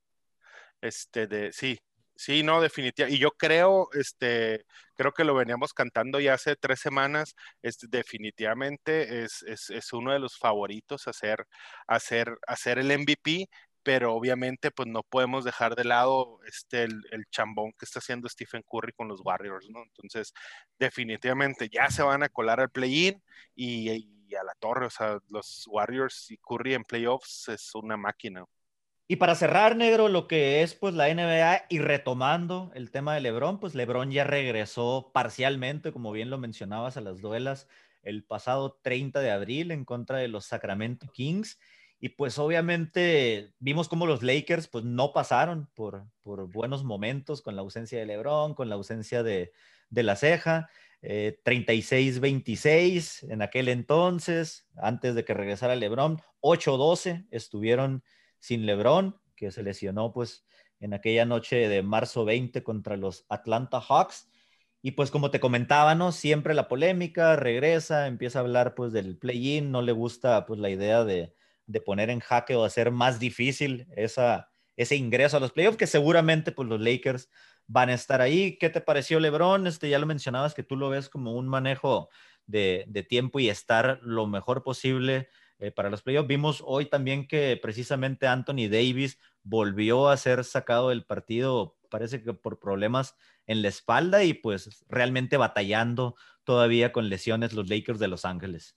Este, de, sí, sí, no, definitivamente. Y yo creo, este, creo que lo veníamos cantando ya hace tres semanas, este, definitivamente es, es, es uno de los favoritos a hacer, a hacer, a hacer el M V P, pero obviamente pues no podemos dejar de lado este, el, el chambón que está haciendo Stephen Curry con los Warriors, ¿no? Entonces, definitivamente ya se van a colar al play-in y, y a la torre, o sea, los Warriors y Curry en playoffs es una máquina. Y para cerrar, negro, lo que es pues la N B A y retomando el tema de LeBron, pues LeBron ya regresó parcialmente, como bien lo mencionabas, a las duelas el pasado treinta de abril en contra de los Sacramento Kings. Y pues obviamente vimos cómo los Lakers pues no pasaron por, por buenos momentos con la ausencia de LeBron, con la ausencia de, de la ceja. Eh, treinta y seis veintiséis en aquel entonces, antes de que regresara LeBron, ocho doce estuvieron sin LeBron, que se lesionó pues en aquella noche de marzo veinte contra los Atlanta Hawks. Y pues como te comentaba, ¿no? Siempre la polémica, regresa, empieza a hablar pues del play-in, no le gusta pues la idea de, de poner en jaque o hacer más difícil esa, ese ingreso a los playoffs, que seguramente pues los Lakers van a estar ahí. ¿Qué te pareció LeBron? Este, ya lo mencionabas que tú lo ves como un manejo de, de tiempo y estar lo mejor posible Eh, para los playoffs. Vimos hoy también que precisamente Anthony Davis volvió a ser sacado del partido, parece que por problemas en la espalda, y pues realmente batallando todavía con lesiones los Lakers de Los Ángeles.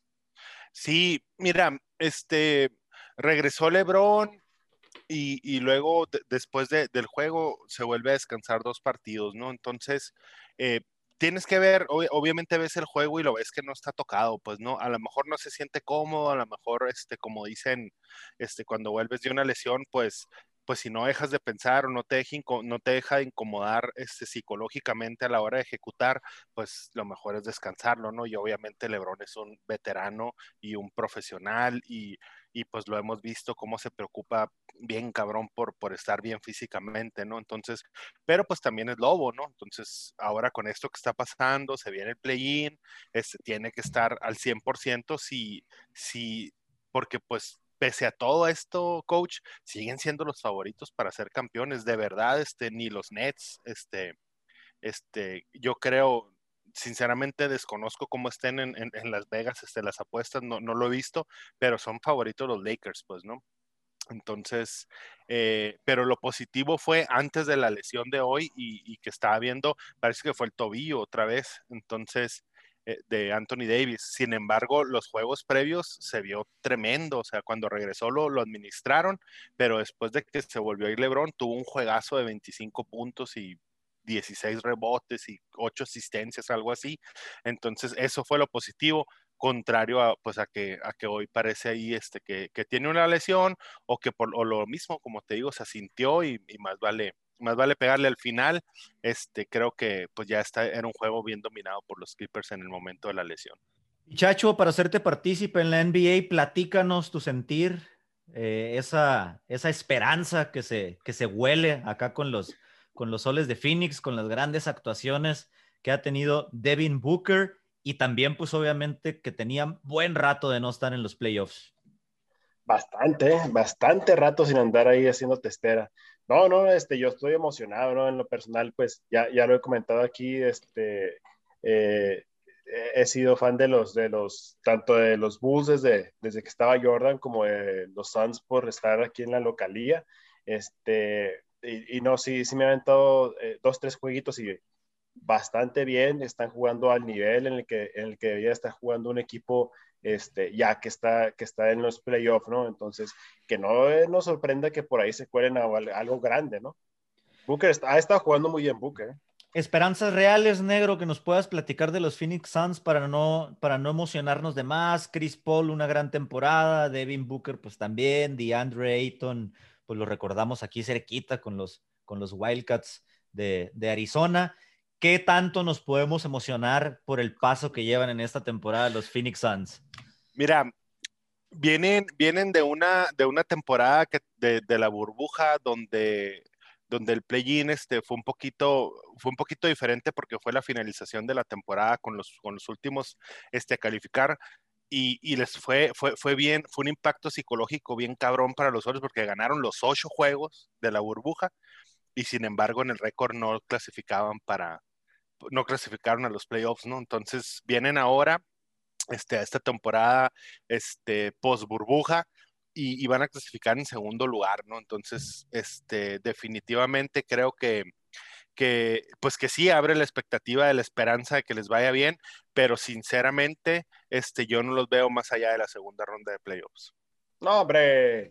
Sí, mira, este regresó LeBron y, y luego de, después de, del juego se vuelve a descansar dos partidos, ¿no? Entonces, eh, tienes que ver, ob obviamente ves el juego y lo ves que no está tocado, pues no, a lo mejor no se siente cómodo, a lo mejor, este, como dicen, este, cuando vuelves de una lesión, pues, pues si no dejas de pensar o no te deja, no te deja de incomodar este, psicológicamente a la hora de ejecutar, pues lo mejor es descansarlo, ¿no? Y obviamente LeBron es un veterano y un profesional y, y pues lo hemos visto cómo se preocupa bien cabrón por, por estar bien físicamente, ¿no? Entonces, pero pues también es lobo, ¿no? Entonces, ahora con esto que está pasando, se viene el play-in, este, tiene que estar al cien por ciento si, si, porque pues pese a todo esto, coach, siguen siendo los favoritos para ser campeones, de verdad, este, ni los Nets, este, este, yo creo, sinceramente desconozco cómo estén en, en, en Las Vegas, este, las apuestas, no, no lo he visto, pero son favoritos los Lakers, pues, ¿no? Entonces, eh, pero lo positivo fue antes de la lesión de hoy y, y que estaba viendo, parece que fue el tobillo otra vez, entonces, eh, de Anthony Davis. Sin embargo, los juegos previos se vio tremendo, o sea, cuando regresó lo, lo administraron, pero después de que se volvió a ir LeBron, tuvo un juegazo de veinticinco puntos y dieciséis rebotes y ocho asistencias, algo así. Entonces, eso fue lo positivo, contrario a, pues, a, que, a que hoy parece ahí este, que, que tiene una lesión o que por o lo mismo, como te digo, se sintió y, y más, vale, más vale pegarle al final. Este, creo que pues ya está, era un juego bien dominado por los Clippers en el momento de la lesión. Y Chacho, para hacerte partícipe en la N B A, platícanos tu sentir, eh, esa, esa esperanza que se, que se huele acá con los, con los Soles de Phoenix, con las grandes actuaciones que ha tenido Devin Booker y también pues obviamente que tenían buen rato de no estar en los playoffs. Bastante, bastante rato sin andar ahí haciendo testera. No, no, este, yo estoy emocionado, ¿no? En lo personal, pues ya, ya lo he comentado aquí, este, eh, he sido fan de los, de los, tanto de los Bulls desde, desde que estaba Jordan como de los Suns por estar aquí en la localía. Este, y, y no, sí, sí me han aventado eh, dos, tres jueguitos y bastante bien, están jugando al nivel en el que, en el que debería estar jugando un equipo este, ya que está, que está en los playoffs, ¿no? Entonces, que no eh, nos sorprenda que por ahí se cuelen a, a algo grande, ¿no? Booker está, ha estado jugando muy bien, Booker. ¿eh? Esperanzas reales, negro, que nos puedas platicar de los Phoenix Suns para no, para no emocionarnos de más. Chris Paul, una gran temporada. Devin Booker, pues también. DeAndre Ayton, pues lo recordamos aquí cerquita con los, con los Wildcats de, de Arizona. ¿Qué tanto nos podemos emocionar por el paso que llevan en esta temporada los Phoenix Suns? Mira, vienen, vienen de una, de una temporada que, de, de la burbuja donde, donde el play-in este, fue, un poquito, fue un poquito diferente porque fue la finalización de la temporada con los, con los últimos este, a calificar. Y, y les fue, fue, fue bien, fue un impacto psicológico bien cabrón para los Soles porque ganaron los ocho juegos de la burbuja y sin embargo en el récord no clasificaban para, no clasificaron a los playoffs, ¿no? Entonces vienen ahora este, a esta temporada este, post burbuja y, y van a clasificar en segundo lugar, ¿no? Entonces, este, definitivamente creo que, que, pues que sí abre la expectativa de la esperanza de que les vaya bien, pero sinceramente, este, yo no los veo más allá de la segunda ronda de playoffs. No, hombre.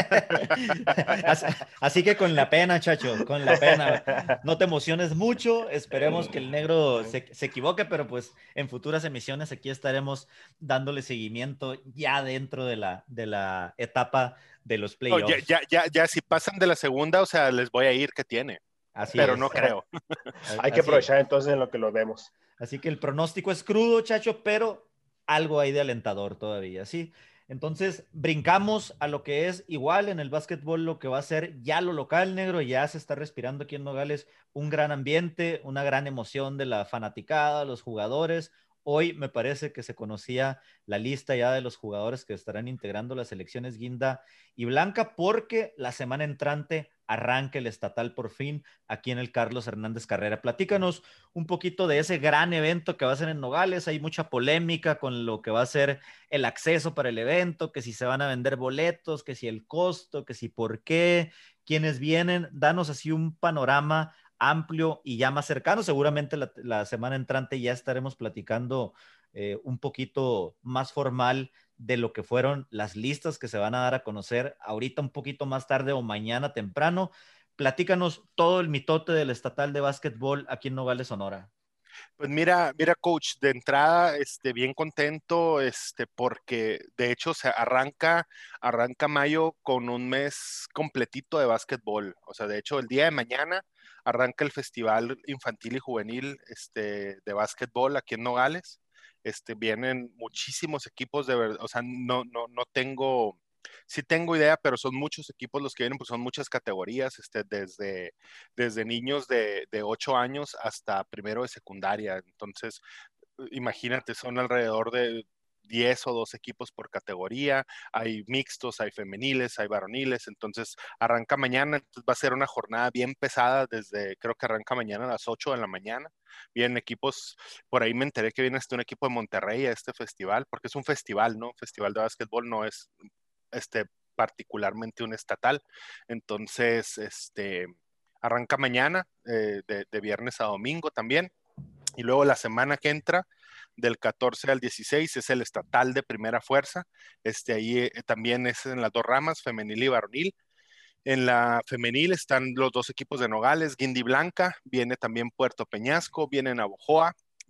así, así que con la pena, chacho, con la pena. No te emociones mucho. Esperemos que el negro se, se equivoque, pero pues en futuras emisiones aquí estaremos dándole seguimiento ya dentro de la, de la etapa de los playoffs. No, ya, ya, ya, ya, si pasan de la segunda, o sea, les voy a ir que tiene. Así pero es. no creo. Hay que aprovechar entonces en lo que lo vemos. Así que el pronóstico es crudo, chacho, pero algo hay de alentador todavía, ¿sí? Entonces, brincamos a lo que es igual en el básquetbol, lo que va a ser ya lo local, negro, ya se está respirando aquí en Nogales un gran ambiente, una gran emoción de la fanaticada, los jugadores. Hoy me parece que se conocía la lista ya de los jugadores que estarán integrando las selecciones guinda y blanca, porque la semana entrante arranca el estatal por fin aquí en el Carlos Hernández Carrera. Platícanos un poquito de ese gran evento que va a ser en Nogales. Hay mucha polémica con lo que va a ser el acceso para el evento, que si se van a vender boletos, que si el costo, que si por qué, quiénes vienen. Danos así un panorama amplio y ya más cercano. Seguramente la, la semana entrante ya estaremos platicando eh, un poquito más formal de lo que fueron las listas que se van a dar a conocer ahorita un poquito más tarde o mañana temprano. Platícanos todo el mitote del estatal de básquetbol aquí en Nogales, Sonora. Pues mira, mira, coach, de entrada, este, bien contento, este, porque de hecho se arranca, arranca mayo con un mes completito de básquetbol. O sea, de hecho, el día de mañana arranca el Festival Infantil y Juvenil, este, de básquetbol aquí en Nogales. Este, vienen muchísimos equipos de verdad, o sea, no, no, no tengo, sí tengo idea, pero son muchos equipos los que vienen, pues son muchas categorías, este, desde, desde niños de, de ocho años hasta primero de secundaria. Entonces, imagínate, son alrededor de diez o doce equipos por categoría, hay mixtos, hay femeniles, hay varoniles, entonces arranca mañana, entonces va a ser una jornada bien pesada desde, creo que arranca mañana a las ocho de la mañana, vienen equipos, por ahí me enteré que viene hasta un equipo de Monterrey a este festival, porque es un festival, ¿no? Festival de básquetbol no es este particularmente un estatal, entonces este arranca mañana, eh, de, de viernes a domingo también, y luego la semana que entra, del catorce al dieciséis, es el estatal de primera fuerza. Este, ahí eh, también es en las dos ramas, femenil y varonil. En la femenil están los dos equipos de Nogales, Guindy Blanca, viene también Puerto Peñasco, viene Navojoa,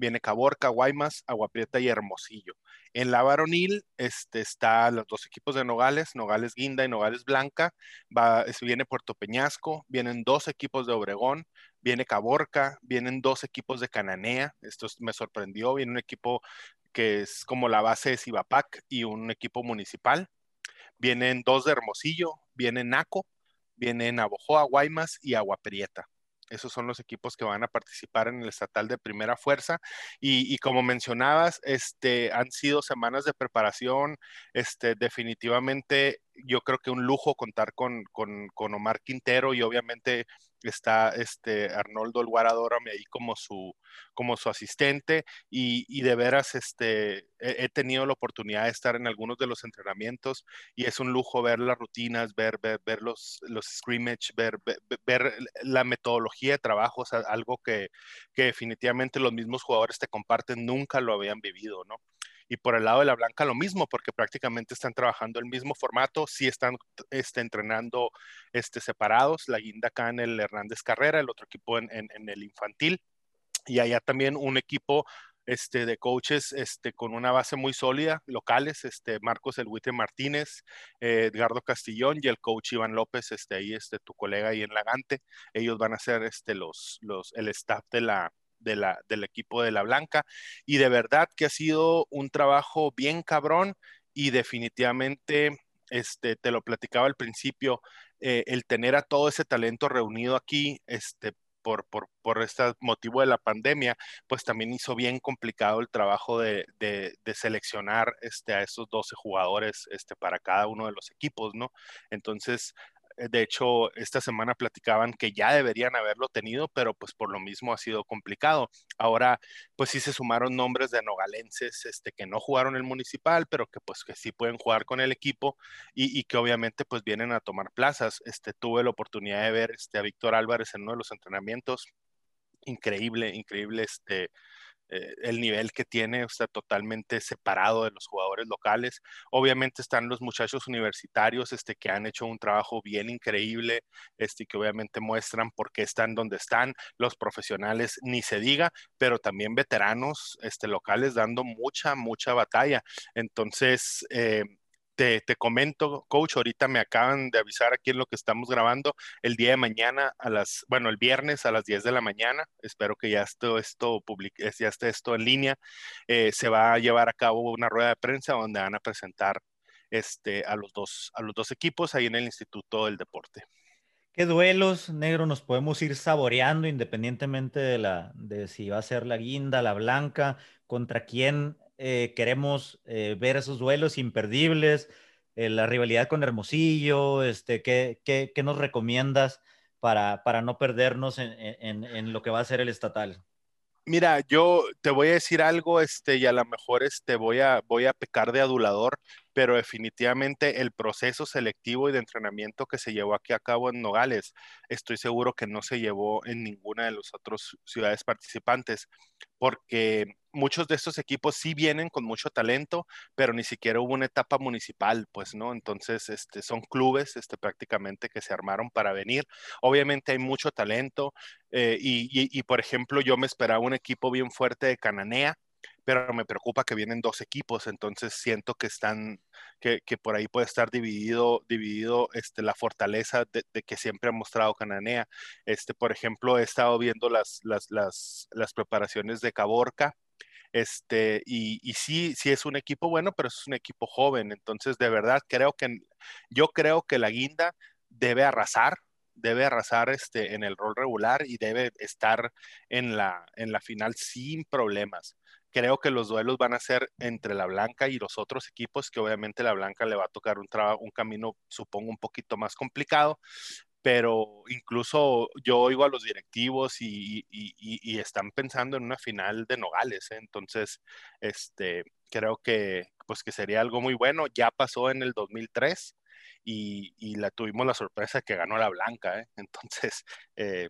viene Caborca, Guaymas, Agua Prieta y Hermosillo. En la varonil este, están los dos equipos de Nogales, Nogales Guinda y Nogales Blanca, va, es, viene Puerto Peñasco, vienen dos equipos de Obregón, viene Caborca, vienen dos equipos de Cananea, esto me sorprendió, viene un equipo que es como la base de Cibapac y un equipo municipal, vienen dos de Hermosillo, viene Naco, vienen Navojoa, Guaymas y Agua Prieta. Esos son los equipos que van a participar en el estatal de primera fuerza. Y, y como mencionabas, este, han sido semanas de preparación. Este, definitivamente, yo creo que un lujo contar con, con, con Omar Quintero y obviamente está este, Arnoldo El Guaradórame ahí como su, como su asistente. Y, y de veras este, he, he tenido la oportunidad de estar en algunos de los entrenamientos y es un lujo ver las rutinas, ver, ver, ver los, los scrimmage, ver, ver, ver la metodología de trabajo, o sea, algo que, que definitivamente los mismos jugadores te comparten, nunca lo habían vivido, ¿no? Y por el lado de la Blanca lo mismo, porque prácticamente están trabajando el mismo formato, sí están este, entrenando este, separados, la Guinda acá en el Hernández Carrera, el otro equipo en, en, en el infantil, y allá también un equipo este, de coaches este, con una base muy sólida, locales, este, Marcos El Huitre Martínez, eh, Edgardo Castillón y el coach Iván López, este, ahí, este, tu colega ahí en Lagante, ellos van a ser este, los, los, el staff de la, de la, del equipo de la Blanca, y de verdad que ha sido un trabajo bien cabrón, y definitivamente, este, te lo platicaba al principio, eh, el tener a todo ese talento reunido aquí, este, por, por, por este motivo de la pandemia, pues también hizo bien complicado el trabajo de, de, de seleccionar este, a esos doce jugadores este, para cada uno de los equipos, ¿no? Entonces, de hecho, esta semana platicaban que ya deberían haberlo tenido, pero pues por lo mismo ha sido complicado. Ahora, pues sí se sumaron nombres de nogalenses este, que no jugaron el municipal, pero que pues que sí pueden jugar con el equipo y, y que obviamente pues vienen a tomar plazas. Este, tuve la oportunidad de ver este, a Víctor Álvarez en uno de los entrenamientos. Increíble, increíble este, eh, el nivel que tiene, está totalmente separado de los jugadores locales. Obviamente están los muchachos universitarios este, que han hecho un trabajo bien increíble, este, que obviamente muestran por qué están donde están, los profesionales ni se diga, pero también veteranos este, locales dando mucha, mucha batalla. Entonces, eh, te, te, comento, coach, ahorita me acaban de avisar aquí en lo que estamos grabando, el día de mañana a las, bueno, el viernes a las diez de la mañana, espero que ya esto, esto publique, ya esté esto en línea, eh, se va a llevar a cabo una rueda de prensa donde van a presentar este, a, los dos, a los dos equipos ahí en el Instituto del Deporte. ¿Qué duelos, negro, nos podemos ir saboreando independientemente de, la, de si va a ser la Guinda, la Blanca, contra quién eh, queremos eh, ver esos duelos imperdibles, eh, la rivalidad con Hermosillo, este, ¿qué, qué, qué nos recomiendas para, para no perdernos en, en, en lo que va a ser el estatal? Mira, yo te voy a decir algo, este, y a lo mejor este, voy a, voy a pecar de adulador, pero definitivamente el proceso selectivo y de entrenamiento que se llevó aquí a cabo en Nogales, estoy seguro que no se llevó en ninguna de las otras ciudades participantes, porque muchos de estos equipos sí vienen con mucho talento, pero ni siquiera hubo una etapa municipal, pues, ¿no? Entonces, este, son clubes, este, prácticamente que se armaron para venir. Obviamente hay mucho talento, eh, y, y, y, por ejemplo, yo me esperaba un equipo bien fuerte de Cananea, pero me preocupa que vienen dos equipos, entonces siento que están, que, que por ahí puede estar dividido, dividido este, la fortaleza de, de, que siempre ha mostrado Cananea. Este, por ejemplo, he estado viendo las, las, las, las preparaciones de Caborca, este, y, y sí, sí es un equipo bueno, pero es un equipo joven, entonces de verdad creo que, yo creo que la Guinda debe arrasar, debe arrasar este, en el rol regular y debe estar en la, en la final sin problemas. Creo que los duelos van a ser entre la Blanca y los otros equipos, que obviamente la Blanca le va a tocar un, un camino, supongo, un poquito más complicado, pero incluso yo oigo a los directivos y, y, y, y están pensando en una final de Nogales, ¿eh? Entonces, este, creo que, pues, que sería algo muy bueno. Ya pasó en el dos mil tres y, y la tuvimos la sorpresa que ganó la Blanca, ¿eh? Entonces, eh,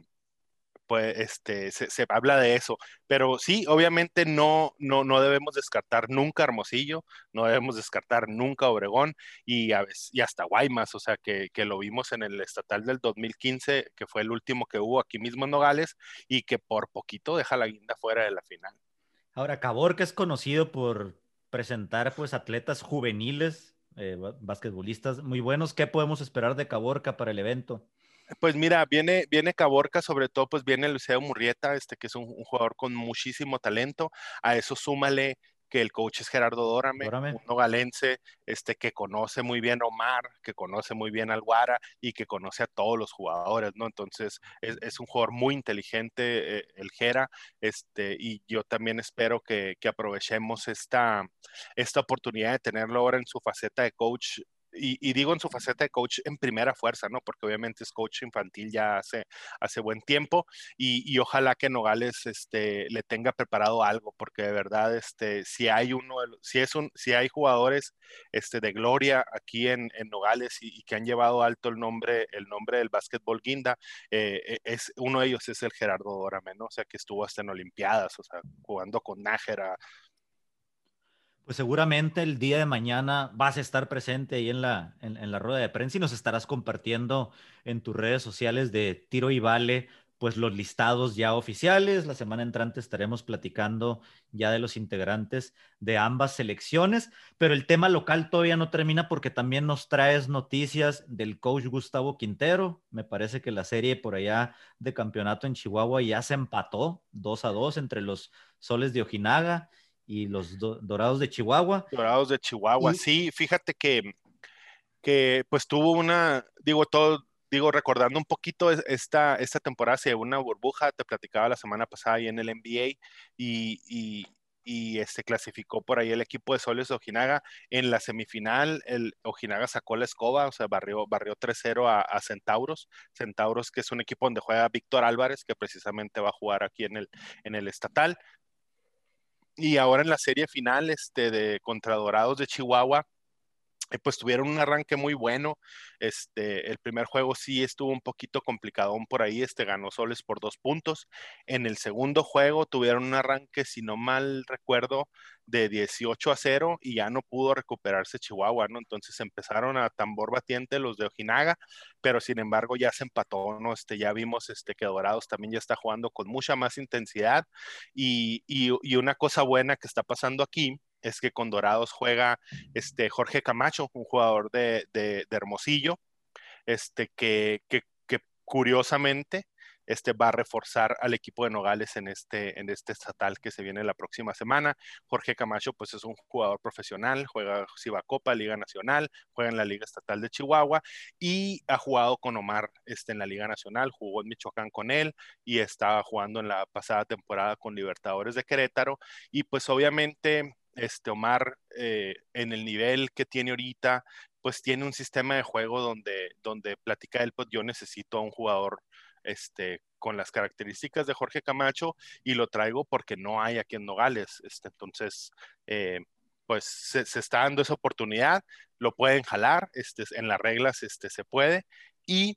pues este, se, se, habla de eso, pero sí, obviamente no, no, no debemos descartar nunca Hermosillo, no debemos descartar nunca Obregón y, a veces, y hasta Guaymas, o sea, que, que lo vimos en el estatal del dos mil quince, que fue el último que hubo aquí mismo en Nogales y que por poquito deja la Guinda fuera de la final. Ahora, Caborca es conocido por presentar pues atletas juveniles, eh, ba- basquetbolistas muy buenos. ¿Qué podemos esperar de Caborca para el evento? Pues mira, viene, viene Caborca, sobre todo pues viene Eliseo Murrieta, este que es un, un jugador con muchísimo talento. A eso súmale que el coach es Gerardo Dórame, Dórame. un nogalense, este que conoce muy bien a Omar, que conoce muy bien al Guara y que conoce a todos los jugadores, ¿no? Entonces es, es un jugador muy inteligente, eh, el Gera, este, y yo también espero que, que aprovechemos esta, esta oportunidad de tenerlo ahora en su faceta de coach. Y, y, digo en su faceta de coach en primera fuerza, ¿no? Porque obviamente es coach infantil ya hace, hace buen tiempo y, y ojalá que Nogales este, le tenga preparado algo, porque de verdad, este, si hay uno, si es un, si hay jugadores este, de gloria aquí en, en Nogales y, y, que han llevado alto el nombre, el nombre del básquetbol guinda, eh, es, uno de ellos es el Gerardo Dórame, ¿no? O sea, que estuvo hasta en Olimpiadas, o sea, jugando con Nájera. Pues seguramente el día de mañana vas a estar presente ahí en la, en, en la rueda de prensa y nos estarás compartiendo en tus redes sociales de Tiro y Vale, pues los listados ya oficiales. La semana entrante estaremos platicando ya de los integrantes de ambas selecciones, pero el tema local todavía no termina porque también nos traes noticias del coach Gustavo Quintero. Me parece que la serie por allá de campeonato en Chihuahua ya se empató dos a dos entre los Soles de Ojinaga y los do Dorados de Chihuahua. Dorados de Chihuahua, Y sí, fíjate que, que pues tuvo una, digo, todo, digo, recordando un poquito esta, esta temporada, se llevó una burbuja, te platicaba la semana pasada ahí en el N B A y, y, y este, clasificó por ahí el equipo de Soles de Ojinaga. En la semifinal, el Ojinaga sacó la escoba, o sea, barrió, barrió tres cero a, a Centauros, Centauros que es un equipo donde juega Víctor Álvarez, que precisamente va a jugar aquí en el, en el estatal. Y ahora en la serie final este, de contra Dorados de Chihuahua, eh, pues tuvieron un arranque muy bueno. Este, el primer juego sí estuvo un poquito complicadón por ahí, este ganó Soles por dos puntos. En el segundo juego tuvieron un arranque, si no mal recuerdo, de dieciocho a cero y ya no pudo recuperarse Chihuahua, ¿no? Entonces empezaron a tambor batiente los de Ojinaga, pero sin embargo ya se empató, ¿no? Este, ya vimos este, que Dorados también ya está jugando con mucha más intensidad y, y, y una cosa buena que está pasando aquí es que con Dorados juega este Jorge Camacho, un jugador de, de, de Hermosillo, este, que, que, que, curiosamente este, va a reforzar al equipo de Nogales en este, en este estatal que se viene la próxima semana. Jorge Camacho pues es un jugador profesional, juega Cibacopa, Liga Nacional, juega en la Liga Estatal de Chihuahua y ha jugado con Omar este, en la Liga Nacional, jugó en Michoacán con él y estaba jugando en la pasada temporada con Libertadores de Querétaro y pues obviamente este Omar eh, en el nivel que tiene ahorita pues tiene un sistema de juego donde, donde platica él, pues yo necesito a un jugador este, con las características de Jorge Camacho y lo traigo porque no hay aquí en Nogales. Este, entonces, eh, pues se, se, está dando esa oportunidad, lo pueden jalar, este, en las reglas este, se puede y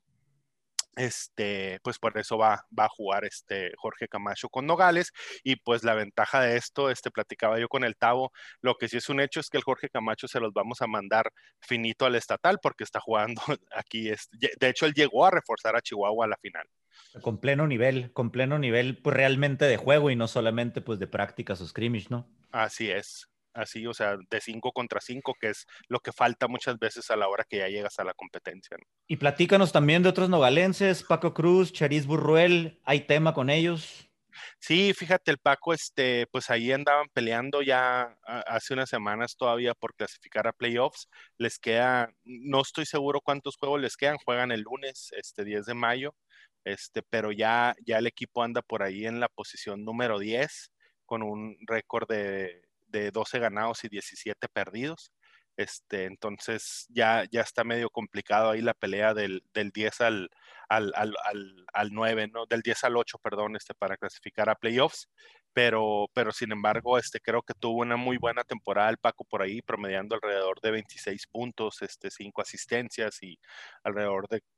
este, pues por eso va, va a jugar este Jorge Camacho con Nogales y pues la ventaja de esto, este platicaba yo con el Tavo, lo que sí es un hecho es que el Jorge Camacho se los vamos a mandar finito al estatal porque está jugando aquí, este, de hecho él llegó a reforzar a Chihuahua a la final. Con pleno nivel, con pleno nivel pues realmente de juego y no solamente pues de prácticas o scrimmage, ¿no? Así es. Así, o sea, de cinco contra cinco, que es lo que falta muchas veces a la hora que ya llegas a la competencia, ¿no? Y platícanos también de otros nogalenses, Paco Cruz, Charis Burruel, ¿hay tema con ellos? Sí, fíjate, el Paco, este, pues ahí andaban peleando ya hace unas semanas todavía por clasificar a playoffs. Les queda, no estoy seguro cuántos juegos les quedan, juegan el lunes, este diez de mayo, este, pero ya, ya el equipo anda por ahí en la posición número diez con un récord de, de doce ganados y diecisiete perdidos. Este, entonces ya, ya está medio complicado ahí la pelea del, del diez al, al, al, al, al nueve, ¿no? Del diez al ocho, perdón, este, para clasificar a playoffs, pero, pero sin embargo, este, creo que tuvo una muy buena temporada el Paco por ahí, promediando alrededor de veintiséis puntos, este, cinco asistencias y alrededor de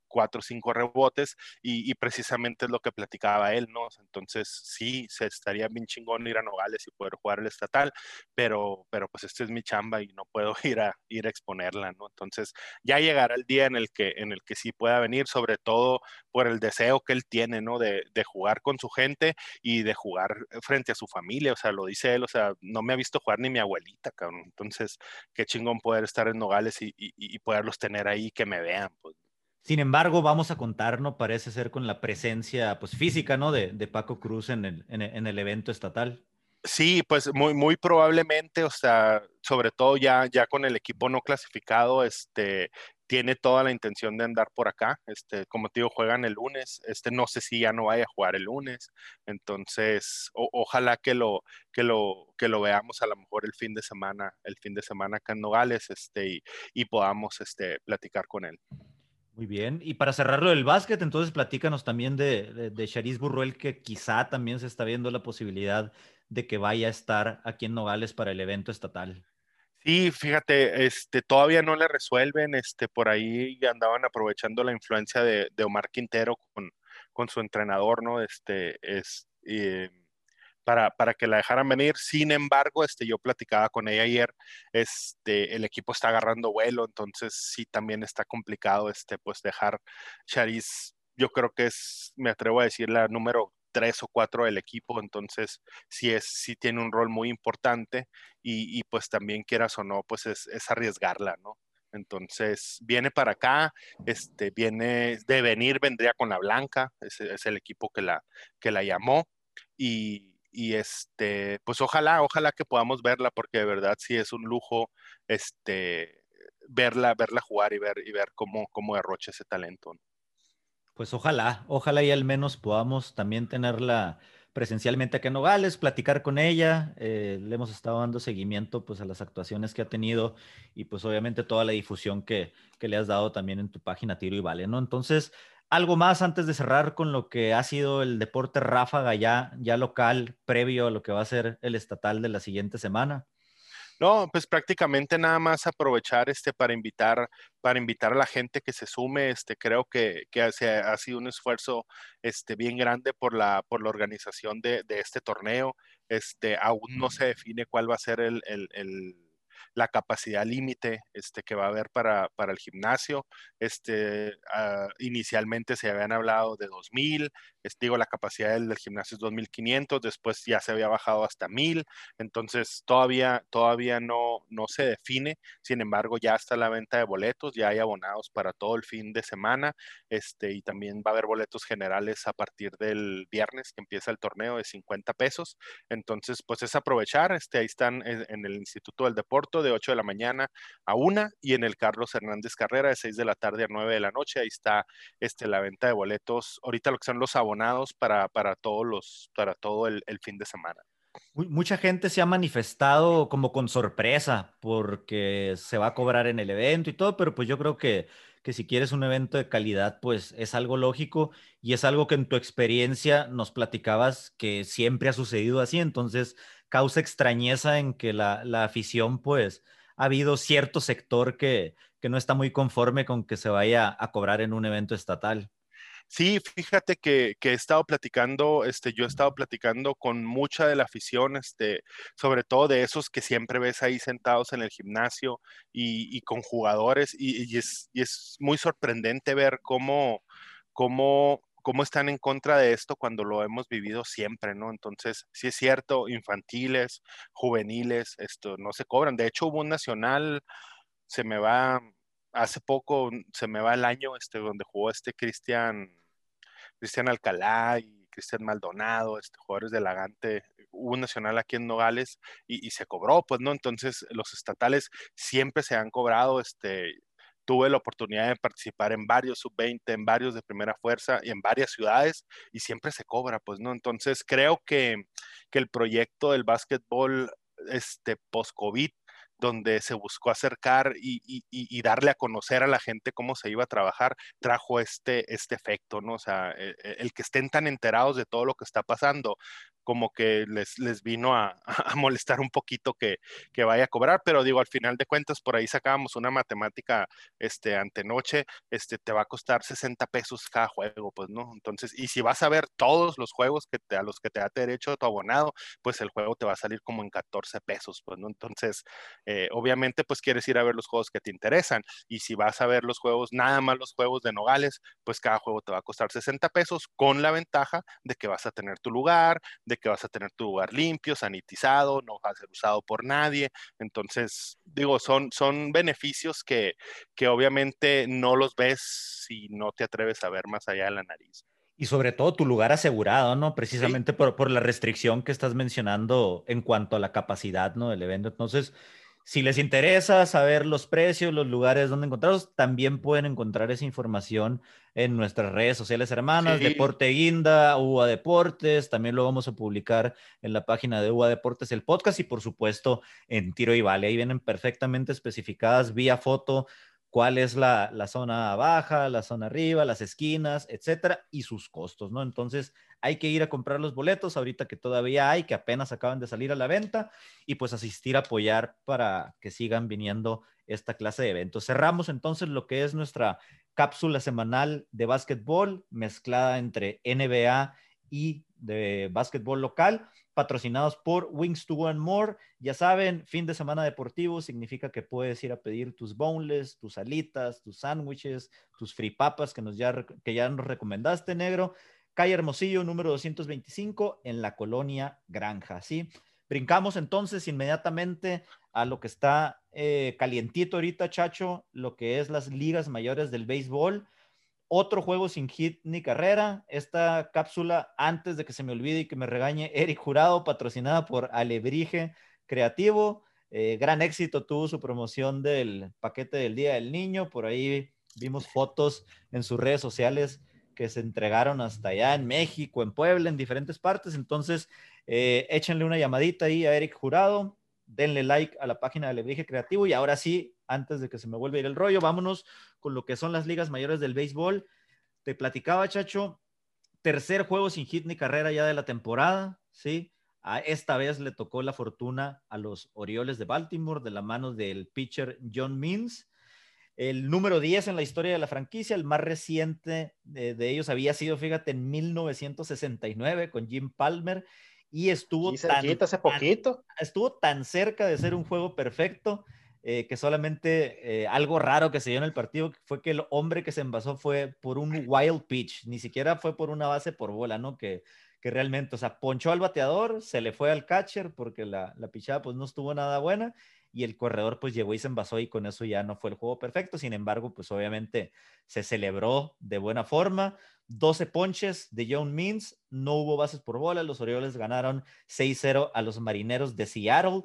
cuatro o cinco rebotes y, y precisamente es lo que platicaba él, ¿no? Entonces sí, se estaría bien chingón ir a Nogales y poder jugar el estatal, pero, pero pues esta es mi chamba y no puedo ir a, ir a exponerla, ¿no? Entonces ya llegará el día en el que, en el que sí pueda venir, sobre todo por el deseo que él tiene, ¿no? De, de jugar con su gente y de jugar frente a su familia, o sea, lo dice él, o sea, no me ha visto jugar ni mi abuelita, cabrón. Entonces, qué chingón poder estar en Nogales y, y, y poderlos tener ahí, que me vean, pues. Sin embargo, vamos a contar, ¿no? Parece ser con la presencia, pues, física, ¿no? De, de Paco Cruz en el, en el, en el evento estatal. Sí, pues muy, muy probablemente, o sea, sobre todo ya, ya con el equipo no clasificado, este, tiene toda la intención de andar por acá. Este, como te digo, juegan el lunes. Este, no sé si ya no vaya a jugar el lunes. Entonces, o- ojalá que lo, que lo, que lo veamos a lo mejor el fin de semana, el fin de semana acá en Nogales, este, y, y podamos, este, platicar con él. Muy bien. Y para cerrarlo del básquet, entonces platícanos también de, de, de Charis Burruel, que quizá también se está viendo la posibilidad de que vaya a estar aquí en Nogales para el evento estatal. Sí, fíjate, este, todavía no le resuelven, este, por ahí andaban aprovechando la influencia de, de Omar Quintero con, con su entrenador, ¿no? Este, es, eh, para, para que la dejaran venir. Sin embargo, este, yo platicaba con ella ayer, este, el equipo está agarrando vuelo, entonces sí también está complicado, este, pues dejar Charis, yo creo que es, me atrevo a decir, la número tres o cuatro del equipo, entonces sí es, sí tiene un rol muy importante y, y pues también quieras o no, pues es, es arriesgarla, ¿no? Entonces viene para acá, este, viene de venir, vendría con la Blanca, es, es el equipo que la, que la llamó y, y este, pues ojalá, ojalá que podamos verla porque de verdad sí es un lujo, este, verla, verla jugar y ver, y ver cómo, cómo derrocha ese talento, ¿no? Pues ojalá, ojalá y al menos podamos también tenerla presencialmente acá en Nogales, platicar con ella. Eh, le hemos estado dando seguimiento pues a las actuaciones que ha tenido y pues obviamente toda la difusión que, que le has dado también en tu página Tiro y Vale, ¿no? Entonces, algo más antes de cerrar con lo que ha sido el deporte ráfaga ya, ya local, previo a lo que va a ser el estatal de la siguiente semana. No, pues prácticamente nada más aprovechar este para invitar, para invitar a la gente que se sume. Este, creo que, que ha, se ha sido un esfuerzo este, bien grande por la, por la organización de, de este torneo. Este, aún no se define cuál va a ser el, el, el- la capacidad límite este, que va a haber para, para el gimnasio. Este, ah, inicialmente se habían hablado de dos mil, es- digo, la capacidad del, del gimnasio es dos mil quinientos, después ya se había bajado hasta mil. Entonces todavía, todavía no, no se define, sin embargo ya está la venta de boletos, ya hay abonados para todo el fin de semana, este, y también va a haber boletos generales a partir del viernes que empieza el torneo de cincuenta pesos. Entonces, pues es aprovechar, este, ahí están en, en el Instituto del Deporte de ocho de la mañana a una y en el Carlos Hernández Carrera de seis de la tarde a nueve de la noche, ahí está este, la venta de boletos, ahorita lo que son los abonados para, para todos los, para todo el, el fin de semana. Mu- Mucha gente se ha manifestado como con sorpresa porque se va a cobrar en el evento y todo, pero pues yo creo que, que si quieres un evento de calidad, pues es algo lógico y es algo que en tu experiencia nos platicabas que siempre ha sucedido así, entonces causa extrañeza en que la, la afición, pues ha habido cierto sector que, que no está muy conforme con que se vaya a cobrar en un evento estatal. Sí, fíjate que, que he estado platicando, este, yo he estado platicando con mucha de la afición, este, sobre todo de esos que siempre ves ahí sentados en el gimnasio y, y con jugadores, y, y es, y es muy sorprendente ver cómo, cómo, cómo están en contra de esto cuando lo hemos vivido siempre, ¿no? Entonces, sí es cierto, infantiles, juveniles, esto no se cobran. De hecho, hubo un nacional, se me va, hace poco, se me va el año, este, donde jugó este Cristian. Cristian Alcalá y Cristian Maldonado, este, jugadores de Lagante, hubo un nacional aquí en Nogales y, y se cobró, pues, ¿no? Entonces, los estatales siempre se han cobrado, este, tuve la oportunidad de participar en varios sub veinte, en varios de primera fuerza y en varias ciudades y siempre se cobra, pues, ¿no? Entonces, creo que, que el proyecto del básquetbol, este, post-COVID, donde se buscó acercar y, y, y, darle a conocer a la gente cómo se iba a trabajar, trajo este, este efecto, ¿no? O sea, el, el, que estén tan enterados de todo lo que está pasando, como que les, les vino a, a molestar un poquito que, que vaya a cobrar, pero digo, al final de cuentas, por ahí sacábamos una matemática este, antenoche, este, te va a costar sesenta pesos cada juego, pues, ¿no? Entonces, y si vas a ver todos los juegos que te, a los que te da derecho tu abonado, pues el juego te va a salir como en catorce pesos, pues, ¿no? Entonces, eh, obviamente, pues quieres ir a ver los juegos que te interesan, y si vas a ver los juegos, nada más los juegos de Nogales, pues cada juego te va a costar sesenta pesos, con la ventaja de que vas a tener tu lugar, de que vas a tener tu lugar limpio, sanitizado, no va a ser usado por nadie. Entonces, digo, son, son beneficios que, que obviamente no los ves si no te atreves a ver más allá de la nariz. Y sobre todo tu lugar asegurado, ¿no? Sí. Precisamente por, por la restricción que estás mencionando en cuanto a la capacidad, ¿no? Del evento. Entonces, si les interesa saber los precios, los lugares donde encontrarlos, también pueden encontrar esa información en nuestras redes sociales hermanas, Sí. Deporte Guinda, U A Deportes, también lo vamos a publicar en la página de U A Deportes, el podcast, y por supuesto en Tiro y Vale. Ahí vienen perfectamente especificadas vía foto cuál es la, la zona baja, la zona arriba, las esquinas, etcétera, y sus costos, ¿no? Entonces hay que ir a comprar los boletos ahorita que todavía hay, que apenas acaban de salir a la venta, y pues asistir a apoyar para que sigan viniendo esta clase de eventos. Cerramos entonces lo que es nuestra cápsula semanal de básquetbol mezclada entre N B A y de básquetbol local, patrocinados por Wings to One More. Ya saben, fin de semana deportivo significa que puedes ir a pedir tus boneless, tus alitas, tus sándwiches, tus free papas que, nos ya, que ya nos recomendaste, negro. Calle Hermosillo, número doscientos veinticinco, en la colonia Granja, ¿sí? Brincamos entonces inmediatamente a lo que está eh, calientito ahorita, Chacho, lo que es las ligas mayores del béisbol. Otro juego sin hit ni carrera. Esta cápsula, antes de que se me olvide y que me regañe Eric Jurado, patrocinada por Alebrije Creativo. Eh, gran éxito tuvo su promoción del paquete del Día del Niño. Por ahí vimos fotos en sus redes sociales que se entregaron hasta allá en México, en Puebla, en diferentes partes. Entonces, eh, échenle una llamadita ahí a Eric Jurado, denle like a la página de Alebrije Creativo, y ahora sí, antes de que se me vuelva a ir el rollo, vámonos con lo que son las ligas mayores del béisbol. Te platicaba, Chacho, tercer juego sin hit ni carrera ya de la temporada, ¿sí? A esta vez le tocó la fortuna a los Orioles de Baltimore de la mano del pitcher John Means. El número diez en la historia de la franquicia, el más reciente de, de ellos había sido, fíjate, en mil novecientos sesenta y nueve con Jim Palmer, y estuvo, tan, hace poquito. Tan, estuvo tan cerca de ser un juego perfecto eh, que solamente eh, algo raro que se dio en el partido fue que el hombre que se envasó fue por un wild pitch, ni siquiera fue por una base por bola, ¿no? Que, que realmente, o sea, ponchó al bateador, se le fue al catcher porque la, la pichada pues no estuvo nada buena, y el corredor pues llegó y se envasó, y con eso ya no fue el juego perfecto. Sin embargo, pues obviamente se celebró de buena forma. doce ponches de John Means, no hubo bases por bola, los Orioles ganaron seis cero a los Marineros de Seattle,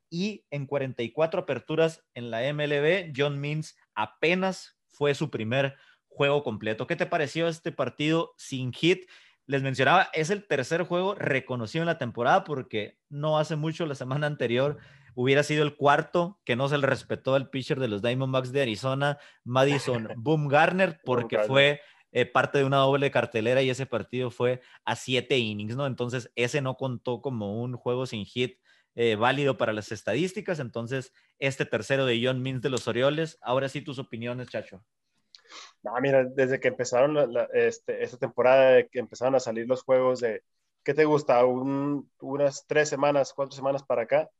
y en cuarenta y cuatro aperturas en la M L B, John Means apenas fue su primer juego completo. ¿Qué te pareció este partido sin hit? Les mencionaba, es el tercer juego reconocido en la temporada, porque no hace mucho, la semana anterior, hubiera sido el cuarto que no se le respetó al pitcher de los Diamondbacks de Arizona, Madison Bumgarner, porque fue eh, parte de una doble cartelera, y ese partido fue a siete innings, ¿no? Entonces ese no contó como un juego sin hit eh, válido para las estadísticas. Entonces este tercero de John Means de los Orioles. Ahora sí, tus opiniones, Chacho. No, mira, desde que empezaron la, la, este, esta temporada, que empezaron a salir los juegos de, ¿qué te gusta? Un, unas tres semanas, cuatro semanas para acá,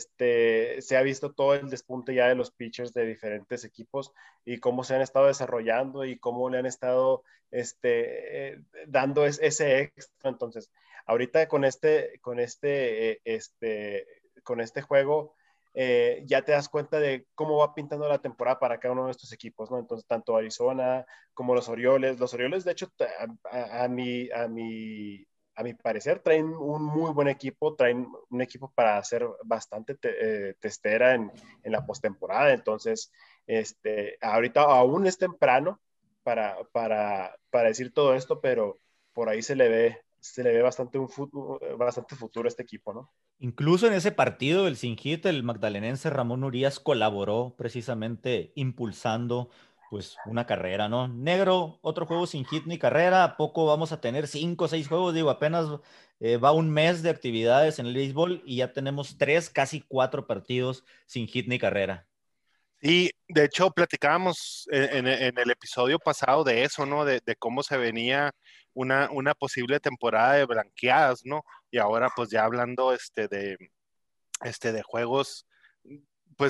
este, se ha visto todo el despunte ya de los pitchers de diferentes equipos, y cómo se han estado desarrollando y cómo le han estado este, eh, dando es, ese extra. Entonces, ahorita con este, con este, eh, este, con este juego, Eh, ya te das cuenta de cómo va pintando la temporada para cada uno de estos equipos, ¿no? Entonces, tanto Arizona como los Orioles. Los Orioles, de hecho, a, a, a, mi, a, mi, a mi parecer, traen un muy buen equipo, traen un equipo para hacer bastante te, eh, testera en, en la postemporada. Entonces, este, ahorita aún es temprano para, para, para decir todo esto, pero por ahí se le ve, se le ve bastante, un futuro, bastante futuro a este equipo, ¿no? Incluso en ese partido, el sin hit, el magdalenense Ramón Urias colaboró precisamente impulsando pues una carrera, ¿no? Negro, otro juego sin hit ni carrera, ¿a poco vamos a tener cinco o seis juegos? Digo, apenas eh, va un mes de actividades en el béisbol y ya tenemos tres, casi cuatro partidos sin hit ni carrera. Y de hecho platicábamos en, en- en el episodio pasado de eso, ¿no? De, de cómo se venía una, una posible temporada de blanqueadas, ¿no? Y ahora pues ya hablando este, de, este, de juegos, pues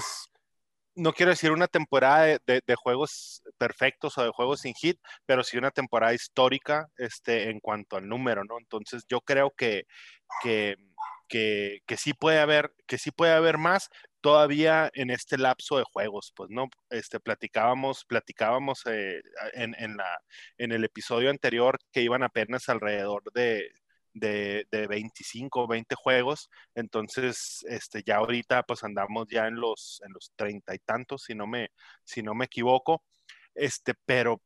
no quiero decir una temporada de, de- de juegos perfectos o de juegos sin hit, pero sí una temporada histórica este, en cuanto al número, ¿no? Entonces yo creo que, que, que, que sí puede haber, que sí puede haber más todavía en este lapso de juegos, pues, ¿no? Este, platicábamos, platicábamos eh, en, en la, en el episodio anterior que iban apenas alrededor de, de, de veinticinco o veinte juegos. Entonces, este, ya ahorita pues andamos ya en los, en los treinta y tantos, si no me, si no me equivoco. Este, pero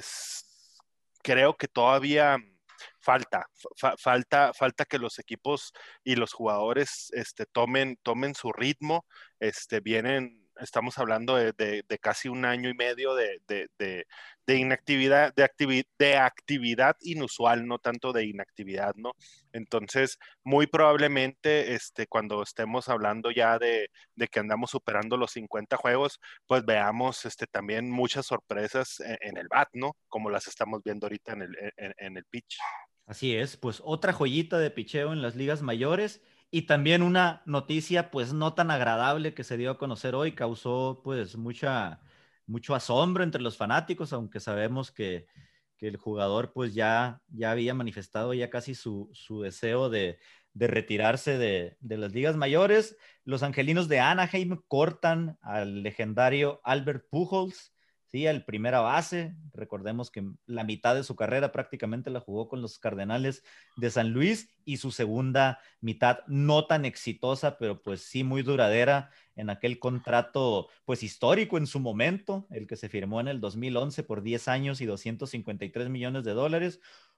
pues creo que todavía falta, fa- falta, falta que los equipos y los jugadores este, tomen, tomen su ritmo. Este, vienen, estamos hablando de, de- de casi un año y medio de, de- de- de inactividad, de, activi- de actividad inusual, no tanto de inactividad, ¿no? Entonces, muy probablemente, este, cuando estemos hablando ya de, de que andamos superando los cincuenta juegos, pues veamos este, también muchas sorpresas en, en el bat, ¿no? Como las estamos viendo ahorita en el, en, en el pitch. Así es, pues otra joyita de picheo en las ligas mayores y también una noticia pues no tan agradable que se dio a conocer hoy, causó pues mucha, mucho asombro entre los fanáticos, aunque sabemos que, que el jugador pues ya, ya había manifestado ya casi su, su deseo de, de retirarse de, de las ligas mayores. Los angelinos de Anaheim cortan al legendario Albert Pujols. Sí, el primera base, recordemos que la mitad de su carrera prácticamente la jugó con los Cardenales de San Luis y su segunda mitad no tan exitosa, pero pues sí muy duradera en aquel contrato pues histórico en su momento, el que se firmó en el dos mil once por diez años y doscientos cincuenta y tres millones de dólares.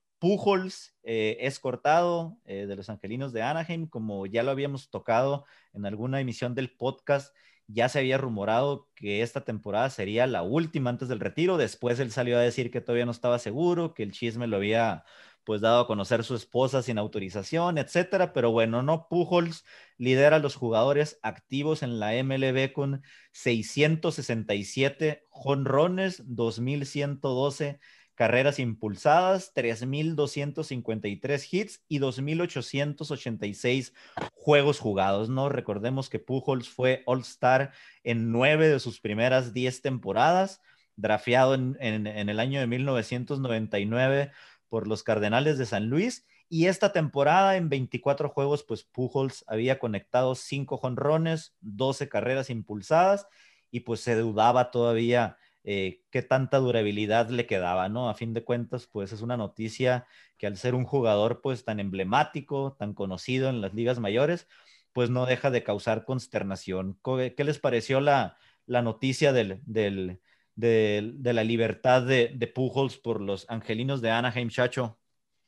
Pujols eh, es cortado eh, de los Angelinos de Anaheim, como ya lo habíamos tocado en alguna emisión del podcast. Ya se había rumorado que esta temporada sería la última antes del retiro. Después él salió a decir que todavía no estaba seguro, que el chisme lo había pues dado a conocer su esposa sin autorización, etcétera. Pero bueno, no, Pujols lidera a los jugadores activos en la M L B con seiscientos sesenta y siete jonrones, dos mil ciento doce carreras impulsadas, tres mil doscientos cincuenta y tres hits y dos mil ochocientos ochenta y seis juegos jugados, ¿no? Recordemos que Pujols fue All-Star en nueve de sus primeras diez temporadas, drafeado en, en, en el año de mil novecientos noventa y nueve por los Cardenales de San Luis. Y esta temporada, en veinticuatro juegos, pues Pujols había conectado cinco jonrones, doce carreras impulsadas, y pues se dudaba todavía eh, qué tanta durabilidad le quedaba, ¿no? A fin de cuentas, pues es una noticia que al ser un jugador pues tan emblemático, tan conocido en las ligas mayores, pues no deja de causar consternación. ¿Qué les pareció la, la noticia del, del, del, de la libertad de, de Pujols por los Angelinos de Anaheim, Chacho?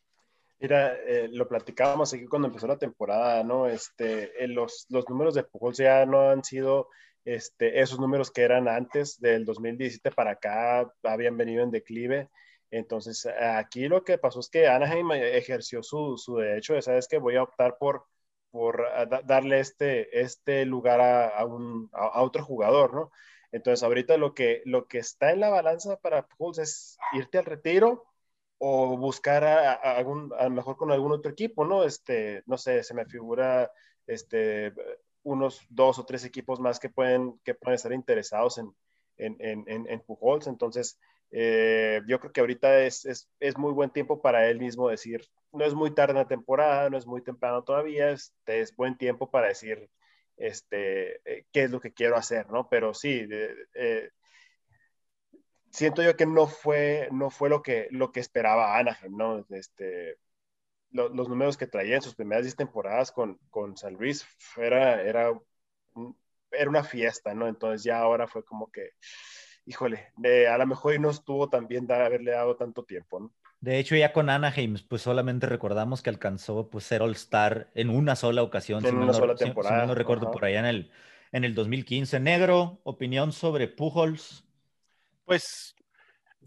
Mira, eh, lo platicábamos aquí cuando empezó la temporada, ¿no? Este, eh, los, los números de Pujols ya no han sido este, esos números que eran antes del dos mil diecisiete para acá, habían venido en declive. Entonces, aquí lo que pasó es que Anaheim ejerció su, su derecho de, ¿sabes qué? Voy a optar por, por da, darle este, este lugar a, a, un, a, a otro jugador, ¿no? Entonces, ahorita lo que, lo que está en la balanza para Pujols es irte al retiro o buscar a, a algún, a lo mejor con algún otro equipo, ¿no? Este, no sé, se me figura este, unos dos o tres equipos más que pueden, que pueden estar interesados en, en, en, en Pujols. Entonces, eh, yo creo que ahorita es, es, es, muy buen tiempo para él mismo decir, no es muy tarde en la temporada, no es muy temprano todavía, este, es buen tiempo para decir este, eh, qué es lo que quiero hacer, ¿no? Pero sí, eh, eh, siento yo que no fue, no fue lo, que, lo que esperaba Anaheim, ¿no? Este, lo, los números que traía en sus primeras diez temporadas con, con San Luis era, era, era una fiesta, ¿no? Entonces ya ahora fue como que, híjole, de, a lo mejor no estuvo tan bien dar, haberle dado tanto tiempo, ¿no? De hecho, ya con Anaheim, pues solamente recordamos que alcanzó pues, ser All-Star en una sola ocasión, si En mal una no, sola si, si mal no temporada. recuerdo, Ajá. por allá en el, en el dos mil quince. Negro, opinión sobre Pujols. Pues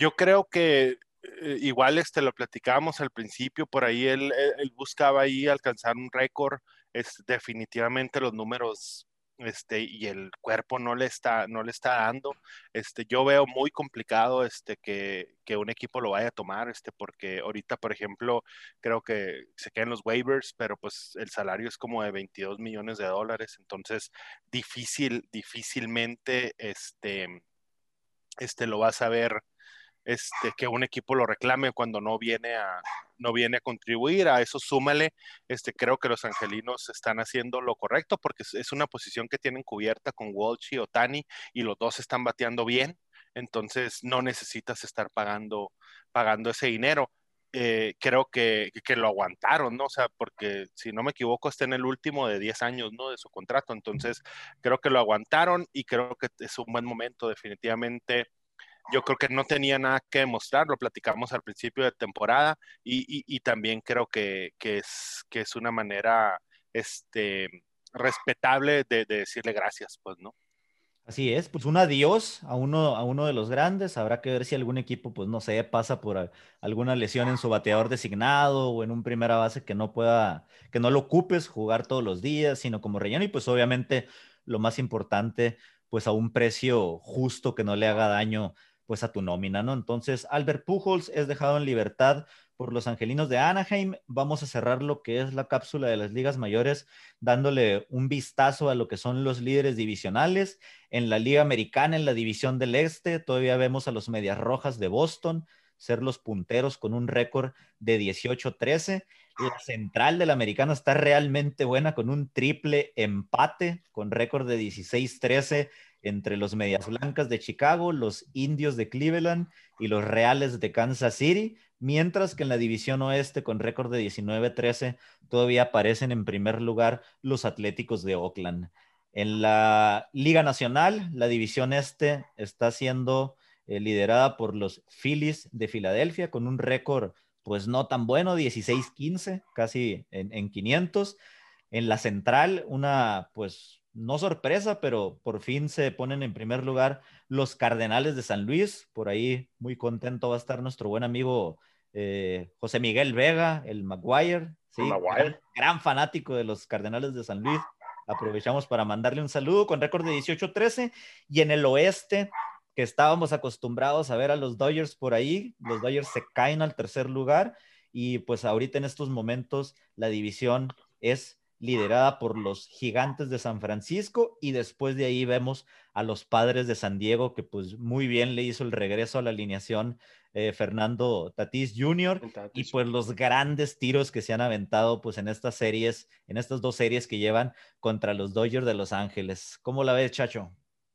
yo creo que eh, igual este, lo platicábamos al principio, por ahí él, él, él buscaba ahí alcanzar un récord, es, definitivamente los números este, y el cuerpo no le está, no le está dando. Este, yo veo muy complicado este, que, que un equipo lo vaya a tomar, este, porque ahorita, por ejemplo, creo que se quedan los waivers, pero pues el salario es como de veintidós millones de dólares, entonces difícil, difícilmente este, este, lo vas a ver este, que un equipo lo reclame cuando no viene a, no viene a contribuir. A eso súmale, este, creo que los angelinos están haciendo lo correcto porque es, es una posición que tienen cubierta con Walsh y Otani y los dos están bateando bien, entonces no necesitas estar pagando, pagando ese dinero. Eh, creo que, que lo aguantaron, ¿no? O sea, porque si no me equivoco está en el último de diez años, ¿no? De su contrato, entonces creo que lo aguantaron y creo que es un buen momento definitivamente. Yo creo que no tenía nada que demostrar, lo platicamos al principio de temporada y, y, y también creo que, que, es, que es una manera este, respetable de, de decirle gracias, pues, ¿no? Así es, pues un adiós a uno, a uno de los grandes. Habrá que ver si algún equipo, pues no sé, pasa por a- alguna lesión en su bateador designado o en un primera base que no pueda, que no lo ocupes jugar todos los días, sino como relleno. Y pues obviamente lo más importante, pues a un precio justo que no le haga daño pues a tu nómina, ¿no? Entonces, Albert Pujols es dejado en libertad por los Angelinos de Anaheim. Vamos a cerrar lo que es la cápsula de las ligas mayores, dándole un vistazo a lo que son los líderes divisionales. En la Liga Americana, en la División del Este, todavía vemos a los Medias Rojas de Boston ser los punteros con un récord de dieciocho trece. La central de la Americana está realmente buena con un triple empate con récord de dieciséis trece entre los Medias Blancas de Chicago, los Indios de Cleveland y los Reales de Kansas City, mientras que en la División Oeste con récord de diecinueve trece todavía aparecen en primer lugar los Atléticos de Oakland. En la Liga Nacional, la División Este está siendo eh, liderada por los Phillies de Filadelfia con un récord pues no tan bueno, dieciséis quince, casi en, en quinientos. En la Central, una pues no sorpresa, pero por fin se ponen en primer lugar los Cardenales de San Luis. Por ahí muy contento va a estar nuestro buen amigo eh, José Miguel Vega, el Maguire, ¿sí? Gran, Maguire. gran fanático de los Cardenales de San Luis. Aprovechamos para mandarle un saludo con récord de dieciocho trece. Y en el oeste, que estábamos acostumbrados a ver a los Dodgers por ahí, los Dodgers se caen al tercer lugar y pues ahorita en estos momentos la división es liderada por los Gigantes de San Francisco y después de ahí vemos a los Padres de San Diego que pues muy bien le hizo el regreso a la alineación eh, Fernando Tatís junior y pues los grandes tiros que se han aventado pues en estas series, en estas dos series que llevan contra los Dodgers de Los Ángeles. ¿Cómo la ves, Chacho?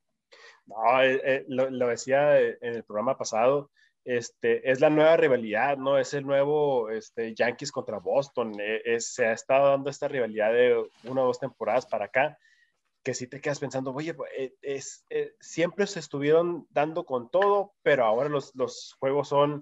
No, eh, eh, lo, lo decía en el programa pasado, este, es la nueva rivalidad, ¿no? Es el nuevo este, Yankees contra Boston. Eh, es, se ha estado dando esta rivalidad de una o dos temporadas para acá, que sí te quedas pensando, oye, eh, es, eh, siempre se estuvieron dando con todo, pero ahora los, los juegos son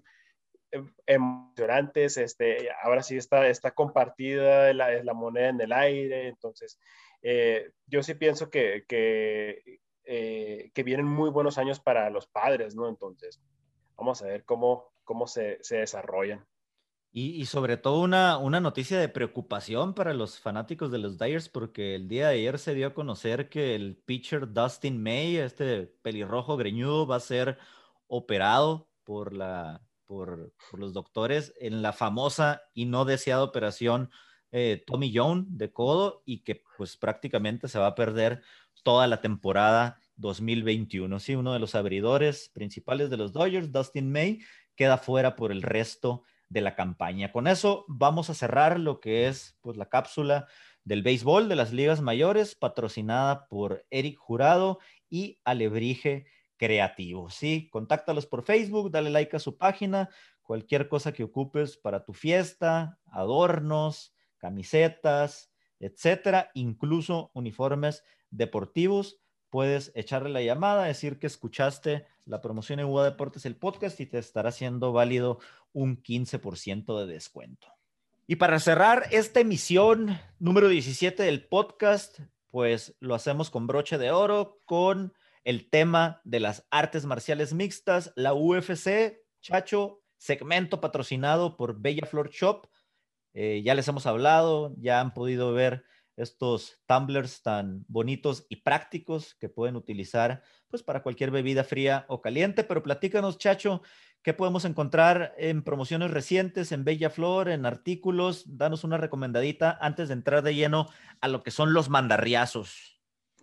emocionantes, este, ahora sí está, está compartida la, la moneda en el aire, entonces eh, yo sí pienso que, que, eh, que vienen muy buenos años para los Padres, ¿no? Entonces, vamos a ver cómo, cómo se, se desarrollan. Y, y sobre todo una, una noticia de preocupación para los fanáticos de los Dyers, porque el día de ayer se dio a conocer que el pitcher Dustin May, este pelirrojo greñudo, va a ser operado por, la, por, por los doctores en la famosa y no deseada operación eh, Tommy John de codo y que pues prácticamente se va a perder toda la temporada dos mil veintiuno. Sí, uno de los abridores principales de los Dodgers, Dustin May, queda fuera por el resto de la campaña. Con eso vamos a cerrar lo que es pues la cápsula del béisbol de las ligas mayores, patrocinada por Eric Jurado y Alebrije Creativo. Sí, contáctalos por Facebook, dale like a su página, cualquier cosa que ocupes para tu fiesta, adornos, camisetas, etcétera, incluso uniformes deportivos. Puedes echarle la llamada, decir que escuchaste la promoción en U A Deportes, el podcast, y te estará haciendo válido un quince por ciento de descuento. Y para cerrar esta emisión número diecisiete del podcast, pues lo hacemos con broche de oro, con el tema de las artes marciales mixtas, la U F C. Chacho, segmento patrocinado por Bella Flor Shop. Eh, ya les hemos hablado, ya han podido ver estos tumblers tan bonitos y prácticos que pueden utilizar pues para cualquier bebida fría o caliente, pero platícanos, Chacho, ¿qué podemos encontrar en promociones recientes, en Bella Flor, en artículos? Danos una recomendadita antes de entrar de lleno a lo que son los mandarriazos.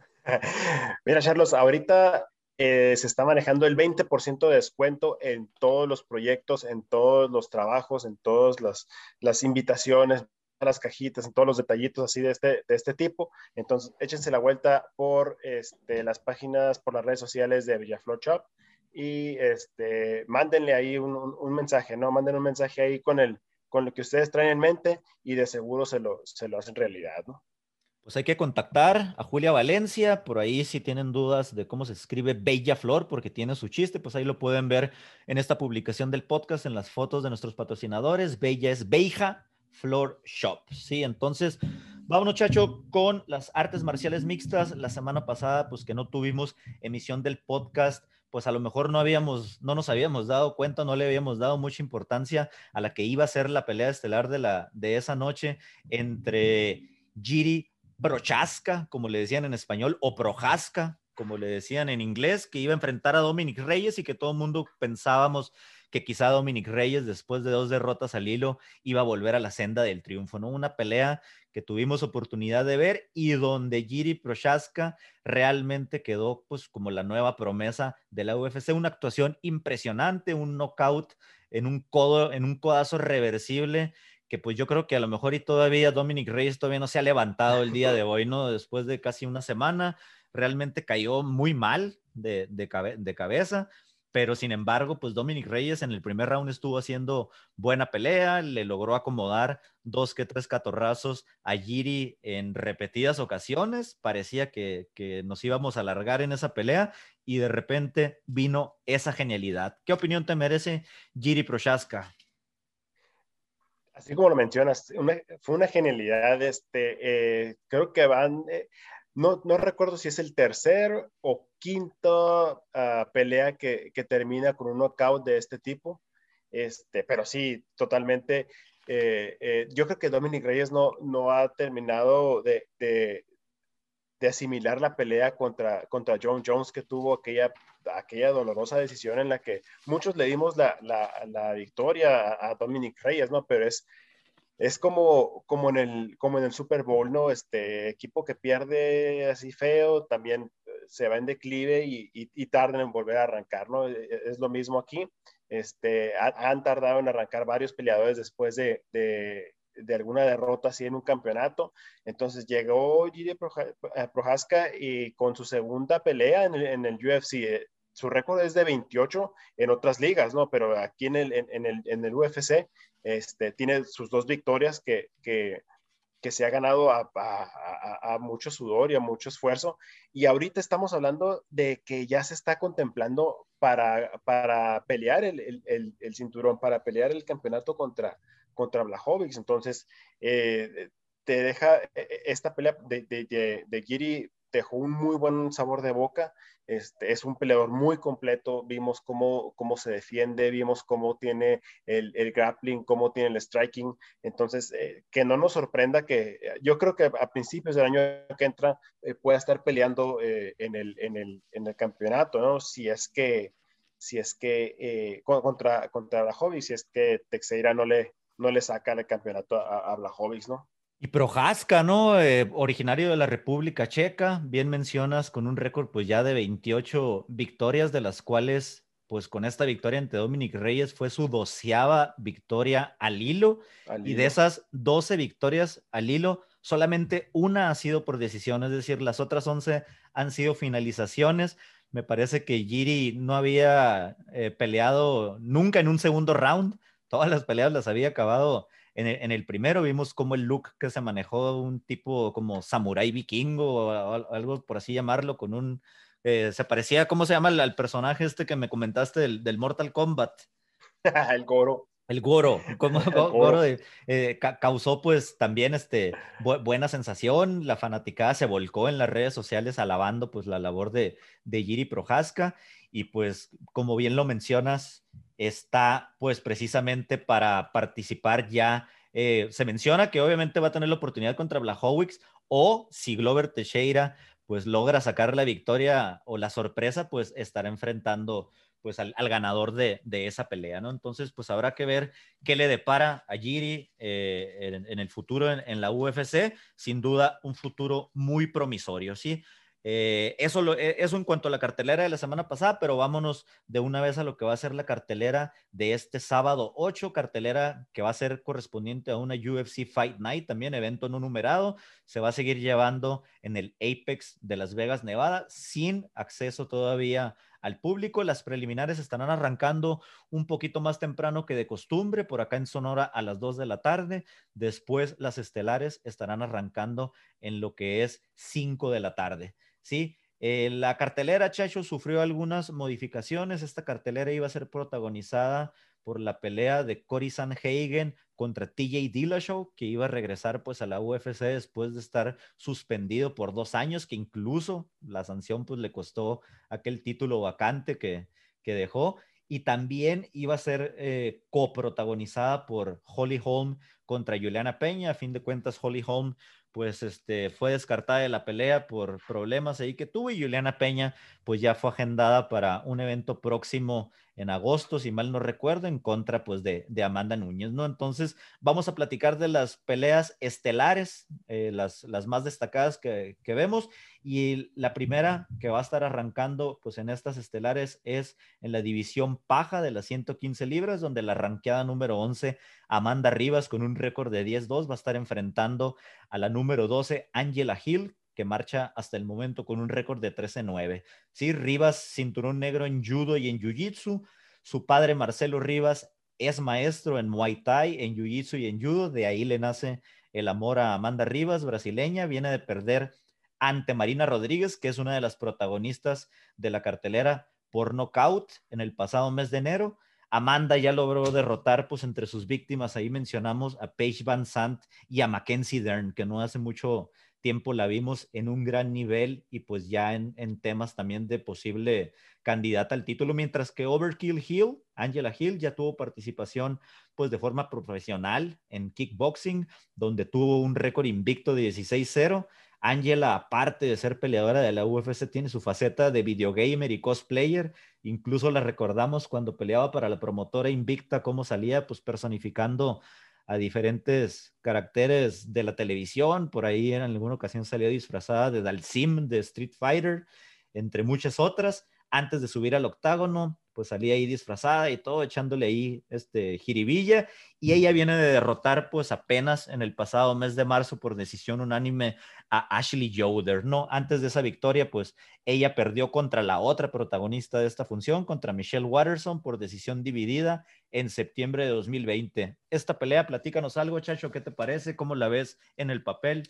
Mira, Carlos, ahorita eh, se está manejando el veinte por ciento de descuento en todos los proyectos, en todos los trabajos, en todas las, las invitaciones, las cajitas, en todos los detallitos así de este, de este tipo. Entonces, échense la vuelta por este, las páginas, por las redes sociales de Bella Flor Shop y este, mándenle ahí un, un, un mensaje, ¿no? Manden un mensaje ahí con, el, con lo que ustedes traen en mente y de seguro se lo, se lo hacen realidad, ¿no? Pues hay que contactar a Julia Valencia, por ahí si tienen dudas de cómo se escribe Bella Flor, porque tiene su chiste, pues ahí lo pueden ver en esta publicación del podcast, en las fotos de nuestros patrocinadores. Bella es Beija Flor Shop, ¿sí? Entonces, vámonos, Chacho, con las artes marciales mixtas. La semana pasada, pues que no tuvimos emisión del podcast, pues a lo mejor no habíamos, no nos habíamos dado cuenta, no le habíamos dado mucha importancia a la que iba a ser la pelea estelar de, la, de esa noche entre Jiri Prochazka, como le decían en español, o Prochazka, como le decían en inglés, que iba a enfrentar a Dominic Reyes y que todo el mundo pensábamos que quizá Dominic Reyes, después de dos derrotas al hilo, iba a volver a la senda del triunfo, ¿no? Una pelea que tuvimos oportunidad de ver y donde Jiri Prochazka realmente quedó pues como la nueva promesa de la U F C, una actuación impresionante, un knockout en un codo, en un codazo reversible, que pues yo creo que a lo mejor y todavía Dominic Reyes todavía no se ha levantado el día de hoy, ¿no? Después de casi una semana, realmente cayó muy mal de, de, cabe de cabeza, pero sin embargo, pues Dominic Reyes en el primer round estuvo haciendo buena pelea, le logró acomodar dos que tres catorrazos a Jiri en repetidas ocasiones, parecía que, que nos íbamos a alargar en esa pelea y de repente vino esa genialidad. ¿Qué opinión te merece Jiri Prochazka? Así como lo mencionas, una, fue una genialidad. Este, eh, creo que van, eh, no, no recuerdo si es el tercer o quinto uh, pelea que, que termina con un knockout de este tipo, este, pero sí, totalmente. Eh, eh, yo creo que Dominic Reyes no, no ha terminado de, de, de asimilar la pelea contra, contra Jon Jones, que tuvo aquella, aquella dolorosa decisión en la que muchos le dimos la, la, la victoria a, a Dominic Reyes, ¿no? Pero es, es como, como, en el, como en el Super Bowl, ¿no? Este equipo que pierde así feo, también se va en declive y, y, y tardan en volver a arrancar, ¿no? Es lo mismo aquí. Este, han tardado en arrancar varios peleadores después de, de de alguna derrota así en un campeonato. Entonces llegó Jiri Prochazka y con su segunda pelea en el, en el U F C, eh, su récord es de veintiocho en otras ligas, ¿no? Pero aquí en el, en, en el, en el U F C este, tiene sus dos victorias que, que, que se ha ganado a, a, a, a mucho sudor y a mucho esfuerzo. Y ahorita estamos hablando de que ya se está contemplando para, para pelear el, el, el, el cinturón, para pelear el campeonato contra contra Blachowicz. Entonces, eh, te deja, esta pelea de, de, de, de Jiri dejó un muy buen sabor de boca. Este, es un peleador muy completo. Vimos cómo, cómo se defiende, vimos cómo tiene el, el grappling, cómo tiene el striking. Entonces, eh, que no nos sorprenda que yo creo que a principios del año que entra eh, pueda estar peleando eh, en, el, en, el, en el campeonato, ¿no? Si es que, si es que eh, contra, contra Blachowicz, si es que Teixeira no le no le saca el campeonato a, a Blachowicz, ¿no? Y Prochazka, ¿no? Eh, originario de la República Checa, bien mencionas, con un récord pues ya de veintiocho victorias, de las cuales pues con esta victoria ante Dominic Reyes fue su doceava victoria al hilo, al y hilo. De esas doce victorias al hilo, solamente una ha sido por decisión, es decir, las otras once han sido finalizaciones. Me parece que Jiri no había eh, peleado nunca en un segundo round, todas las peleas las había acabado en el, en el primero. Vimos como el look que se manejó, un tipo como samurái vikingo o algo por así llamarlo, con un, eh, se parecía, ¿cómo se llama al, al personaje este que me comentaste del, del Mortal Kombat? El Goro. El Goro, como el Goro, Goro eh, eh, ca causó pues también este, bu buena sensación. La fanaticada se volcó en las redes sociales alabando pues la labor de, de Jiri Prochazka, y pues como bien lo mencionas, está pues precisamente para participar ya. Eh, se menciona que obviamente va a tener la oportunidad contra Blachowicz, o si Glover Teixeira pues logra sacar la victoria o la sorpresa, pues estará enfrentando pues al, al ganador de, de esa pelea, ¿no? Entonces pues habrá que ver qué le depara a Jiri eh, en, en el futuro en, en la U F C. Sin duda un futuro muy promisorio, ¿sí? Eh, eso, lo, eso en cuanto a la cartelera de la semana pasada, pero vámonos de una vez a lo que va a ser la cartelera de este sábado ocho, cartelera que va a ser correspondiente a una U F C Fight Night, también evento no numerado. Se va a seguir llevando en el Apex de Las Vegas, Nevada, sin acceso todavía al público. Las preliminares estarán arrancando un poquito más temprano que de costumbre, por acá en Sonora a las dos de la tarde. Después las estelares estarán arrancando en lo que es cinco de la tarde. Sí, eh, la cartelera, Chacho, sufrió algunas modificaciones. Esta cartelera iba a ser protagonizada por la pelea de Cory Sandhagen contra T J Dillashaw, que iba a regresar pues a la U F C después de estar suspendido por dos años, que incluso la sanción pues le costó aquel título vacante que, que dejó. Y también iba a ser eh, coprotagonizada por Holly Holm contra Juliana Peña. A fin de cuentas, Holly Holm pues este, fue descartada de la pelea por problemas ahí que tuvo, y Juliana Peña pues ya fue agendada para un evento próximo en agosto, si mal no recuerdo, en contra pues de, de Amanda Núñez, ¿no? Entonces vamos a platicar de las peleas estelares, eh, las, las más destacadas que, que vemos, y la primera que va a estar arrancando pues en estas estelares es en la división paja de las ciento quince libras, donde la ranqueada número once, Amanda Ribas, con un récord de diez dos, va a estar enfrentando a la número doce, Angela Hill, que marcha hasta el momento con un récord de trece nueve. Sí, Ribas, cinturón negro en judo y en jiu-jitsu. Su padre, Marcelo Ribas, es maestro en Muay Thai, en jiu-jitsu y en judo. De ahí le nace el amor a Amanda Ribas, brasileña. Viene de perder ante Marina Rodríguez, que es una de las protagonistas de la cartelera, por nocaut en el pasado mes de enero. Amanda ya logró derrotar, pues entre sus víctimas, ahí mencionamos a Paige Van Zandt y a Mackenzie Dern, que no hace mucho tiempo la vimos en un gran nivel y pues ya en, en temas también de posible candidata al título, mientras que Overkill Hill, Angela Hill, ya tuvo participación pues de forma profesional en kickboxing, donde tuvo un récord invicto de dieciséis cero. Angela, aparte de ser peleadora de la U F C, tiene su faceta de videogamer y cosplayer. Incluso la recordamos cuando peleaba para la promotora Invicta, cómo salía pues personificando a diferentes caracteres de la televisión. Por ahí en alguna ocasión salió disfrazada de Dalsim de Street Fighter, entre muchas otras. Antes de subir al octágono, pues salía ahí disfrazada y todo, echándole ahí este, jiribilla, y ella viene de derrotar pues apenas en el pasado mes de marzo por decisión unánime a Ashley Yoder, ¿no? Antes de esa victoria, pues ella perdió contra la otra protagonista de esta función, contra Michelle Watterson, por decisión dividida en septiembre de dos mil veinte. Esta pelea, platícanos algo, Chacho, ¿qué te parece? ¿Cómo la ves en el papel?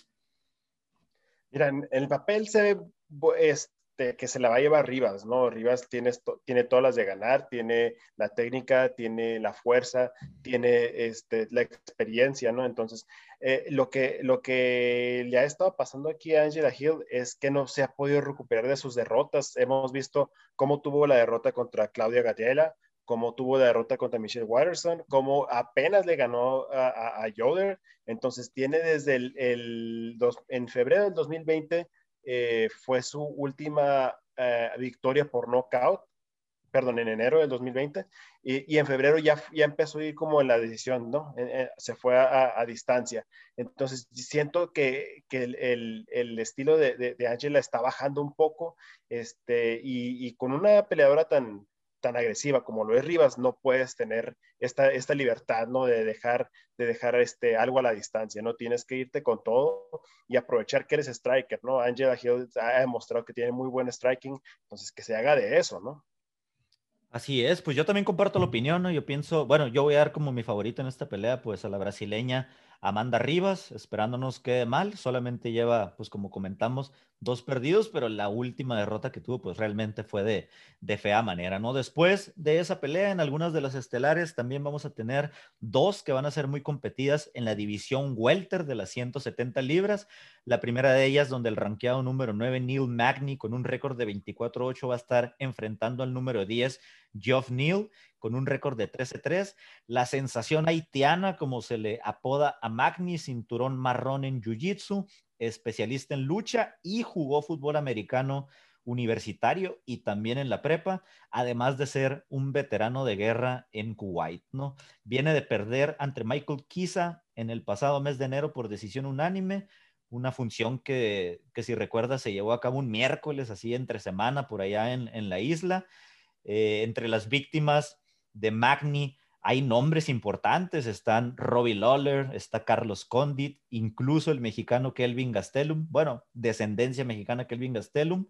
Mira, en el papel se ve este, que se la va a llevar Ribas, ¿no? Ribas tiene, tiene todas las de ganar, tiene la técnica, tiene la fuerza, tiene este, la experiencia, ¿no? Entonces, eh, lo, que, lo que le ha estado pasando aquí a Angela Hill es que no se ha podido recuperar de sus derrotas. Hemos visto cómo tuvo la derrota contra Claudia Gadelha, cómo tuvo la derrota contra Michelle Watterson, cómo apenas le ganó a, a, a Yoder. Entonces tiene desde el, el dos, en febrero del dos mil veinte eh, fue su última eh, victoria por knockout, perdón, en enero del dos mil veinte, y, y en febrero ya, ya empezó a ir como en la decisión, ¿no? Eh, eh, se fue a, a distancia. Entonces siento que, que el, el, el estilo de, de, de Angela está bajando un poco, este, y, y con una peleadora tan tan agresiva como lo es Ribas, no puedes tener esta, esta libertad, ¿no? De dejar, de dejar este, algo a la distancia, ¿no? Tienes que irte con todo y aprovechar que eres striker, ¿no? Angela Hill ha demostrado que tiene muy buen striking, entonces que se haga de eso, ¿no? Así es, pues yo también comparto la opinión, ¿no? Yo pienso, bueno, yo voy a dar como mi favorito en esta pelea, pues a la brasileña Amanda Ribas, esperándonos que mal, solamente lleva, pues como comentamos, dos perdidos, pero la última derrota que tuvo, pues realmente fue de, de fea manera, ¿no? Después de esa pelea, en algunas de las estelares, también vamos a tener dos que van a ser muy competidas en la división welter de las ciento setenta libras. La primera de ellas, donde el rankeado número nueve, Neil Magny, con un récord de veinticuatro ocho, va a estar enfrentando al número diez, Geoff Neal, con un récord de trece tres. La sensación haitiana, como se le apoda a Magny, cinturón marrón en Jiu-Jitsu, especialista en lucha y jugó fútbol americano universitario y también en la prepa, además de ser un veterano de guerra en Kuwait, ¿no? Viene de perder ante Michael Chiesa en el pasado mes de enero por decisión unánime, una función que, que si recuerdas se llevó a cabo un miércoles, así entre semana, por allá en, en la isla. Eh, entre las víctimas de Magny hay nombres importantes, están Robbie Lawler, está Carlos Condit, incluso el mexicano Kelvin Gastelum, bueno, descendencia mexicana Kelvin Gastelum,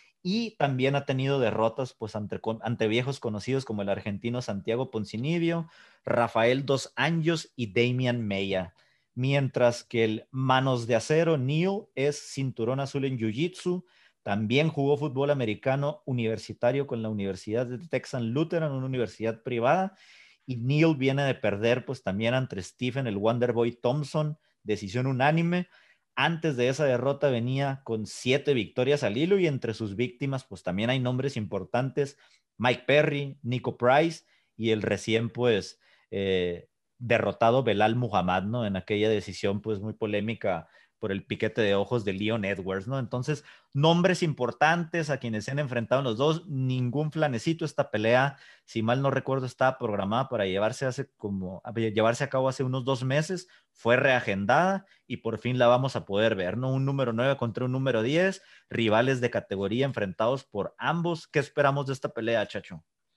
y también ha tenido derrotas pues ante, ante viejos conocidos como el argentino Santiago Poncinibio, Rafael Dos Anjos y Damian Maia. Mientras que el Manos de Acero, Neal, es cinturón azul en Jiu-Jitsu, también jugó fútbol americano universitario con la Universidad de Texas Lutheran, una universidad privada, y Neal viene de perder pues también ante Stephen el Wonderboy Thompson, decisión unánime. Antes de esa derrota venía con siete victorias al hilo y entre sus víctimas pues también hay nombres importantes, Mike Perry, Nico Price y el recién pues eh, derrotado Belal Muhammad, ¿no? En aquella decisión pues muy polémica por el piquete de ojos de Leon Edwards, ¿no? Entonces, nombres importantes a quienes se han enfrentado los dos, ningún flanecito. Esta pelea, si mal no recuerdo, estaba programada para llevarse, hace como, llevarse a cabo hace unos dos meses, fue reagendada y por fin la vamos a poder ver, ¿no? Un número nueve contra un número diez, rivales de categoría enfrentados por ambos. ¿Qué esperamos de esta pelea, Chacho?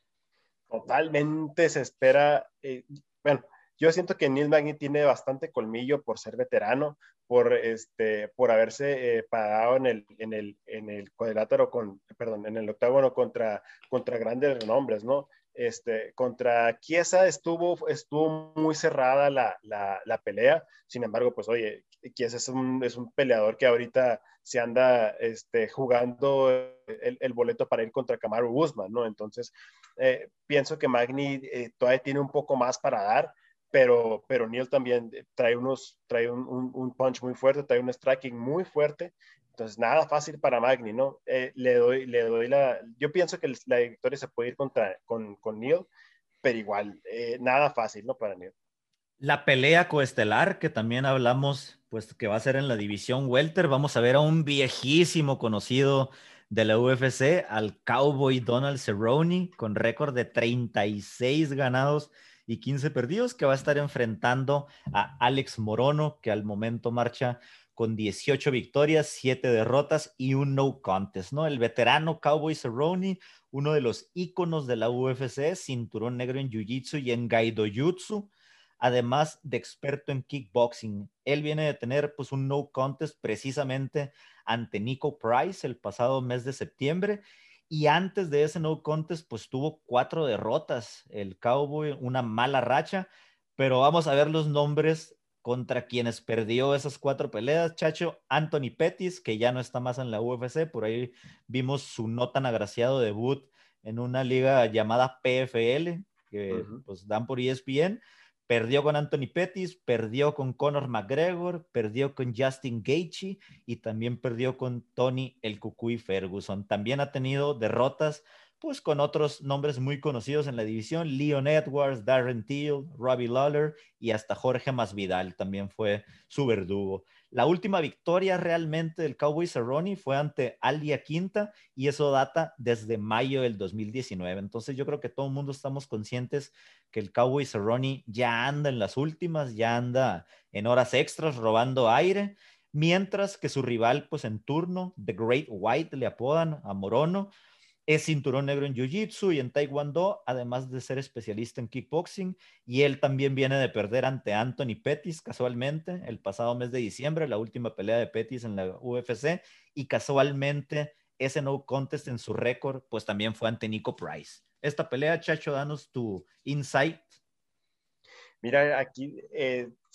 Totalmente se espera, eh, bueno, yo siento que Neil Magny tiene bastante colmillo por ser veterano, por, este, por haberse eh, parado en el, en, el, en el cuadrilátero, con, perdón, en el octágono contra, contra grandes renombres, ¿no? Este, contra Chiesa estuvo, estuvo muy cerrada la, la, la pelea, sin embargo, pues oye, Chiesa es un, es un peleador que ahorita se anda este, jugando el, el boleto para ir contra Kamaru Usman, ¿no? Entonces, eh, pienso que Magny eh, todavía tiene un poco más para dar, pero, pero Neal también trae, unos, trae un, un, un punch muy fuerte, trae un striking muy fuerte, entonces nada fácil para Magny, ¿no? Eh, le doy, le doy la, yo pienso que la victoria se puede ir contra, con, con Neal, pero igual, eh, nada fácil, ¿no? Para Neal. La pelea coestelar, que también hablamos, pues que va a ser en la división welter. Vamos a ver a un viejísimo conocido de la U F C, al Cowboy Donald Cerrone, con récord de treinta y seis ganados y quince perdidos, que va a estar enfrentando a Alex Morono, que al momento marcha con dieciocho victorias, siete derrotas y un no contest, ¿no? El veterano Cowboy Cerrone, uno de los íconos de la U F C, cinturón negro en Jiu-Jitsu y en Gaidojutsu, además de experto en kickboxing. Él viene de tener pues un no contest precisamente ante Nico Price el pasado mes de septiembre, y antes de ese no contest pues tuvo cuatro derrotas el Cowboy, una mala racha, pero vamos a ver los nombres contra quienes perdió esas cuatro peleas, Chacho. Anthony Pettis, que ya no está más en la U F C, por ahí vimos su no tan agraciado debut en una liga llamada P F L, que uh-huh. pues dan por E S P N. Perdió con Anthony Pettis, perdió con Conor McGregor, perdió con Justin Gaethje y también perdió con Tony el Cucuy Ferguson. También ha tenido derrotas pues con otros nombres muy conocidos en la división, Leon Edwards, Darren Till, Robbie Lawler y hasta Jorge Masvidal también fue su verdugo. La última victoria realmente del Cowboy Cerrone fue ante Ali Quinta y eso data desde mayo del dos mil diecinueve. Entonces yo creo que todo el mundo estamos conscientes que el Cowboy Cerrone ya anda en las últimas, ya anda en horas extras robando aire, mientras que su rival pues en turno, The Great White le apodan a Morono, es cinturón negro en Jiu-Jitsu y en Taekwondo, además de ser especialista en kickboxing, y él también viene de perder ante Anthony Pettis, casualmente, el pasado mes de diciembre, la última pelea de Pettis en la U F C, y casualmente ese no contest en su récord, pues también fue ante Nico Price. Esta pelea, Chacho, danos tu insight. Mira, aquí, eh,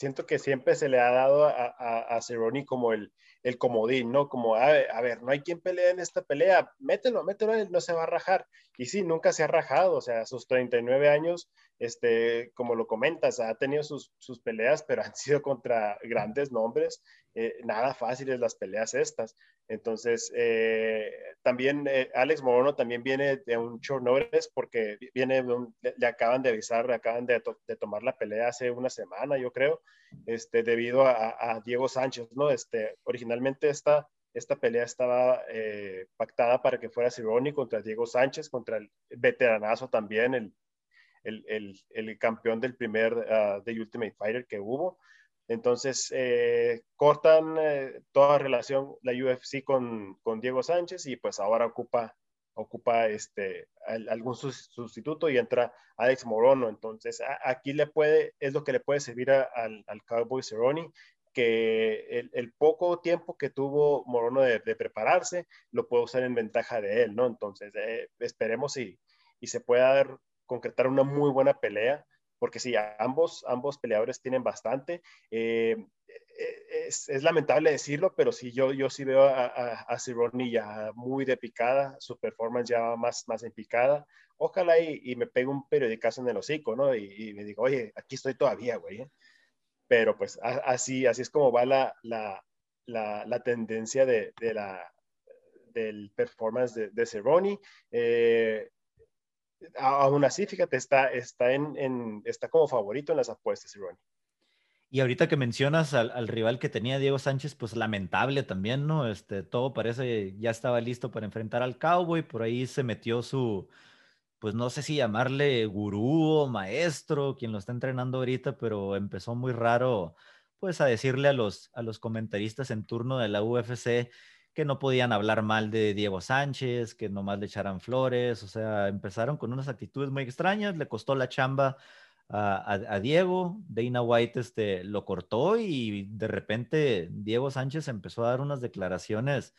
siento que siempre se le ha dado a, a, a Cerrone como el, el comodín, ¿no? Como, a ver, a ver, no hay quien pelee en esta pelea, mételo, mételo, él no se va a rajar. Y sí, nunca se ha rajado, o sea, a sus treinta y nueve años, este, como lo comentas, ha tenido sus, sus peleas, pero han sido contra grandes nombres, eh, nada fáciles las peleas estas. Entonces, eh, también eh, Alex Morono también viene de un short notice porque viene de un, le, le acaban de avisar, le acaban de, to, de tomar la pelea hace una semana, yo creo, este, debido a, a Diego Sánchez, ¿no? Este, originalmente esta, esta pelea estaba eh, pactada para que fuera Cerrone contra Diego Sánchez, contra el veteranazo también, el, el, el, el campeón del primer uh, The Ultimate Fighter que hubo. Entonces, eh, cortan eh, toda relación la U F C con, con Diego Sánchez y pues ahora ocupa, ocupa este, algún sustituto y entra Alex Morono. Entonces, a, aquí le puede, es lo que le puede servir a, al, al Cowboy Cerrone, que el, el poco tiempo que tuvo Morono de, de prepararse lo puede usar en ventaja de él, ¿no? Entonces, eh, esperemos y, y se pueda dar, concretar una muy buena pelea, porque sí, ambos, ambos peleadores tienen bastante. Eh, es, es lamentable decirlo, pero sí, yo, yo sí veo a, a, a Cerrone ya muy de picada, su performance ya más, más en picada. Ojalá y, y me pegue un periodicazo en el hocico, ¿no? Y, y me digo, oye, aquí estoy todavía, güey. Pero pues a, así, así es como va la, la, la, la tendencia de, de la, del performance de, de Cerrone. Eh, aún así, fíjate, está, está, en, en, está como favorito en las apuestas, Cerrone. Y ahorita que mencionas al, al rival que tenía Diego Sánchez, pues lamentable también, ¿no? Este, todo parece ya estaba listo para enfrentar al Cowboy, por ahí se metió su, pues no sé si llamarle gurú o maestro, quien lo está entrenando ahorita, pero empezó muy raro, pues a decirle a los, a los comentaristas en turno de la U F C que no podían hablar mal de Diego Sánchez, que nomás le echaran flores, o sea, empezaron con unas actitudes muy extrañas, le costó la chamba a, a, a Diego. Dana White este, lo cortó y de repente Diego Sánchez empezó a dar unas declaraciones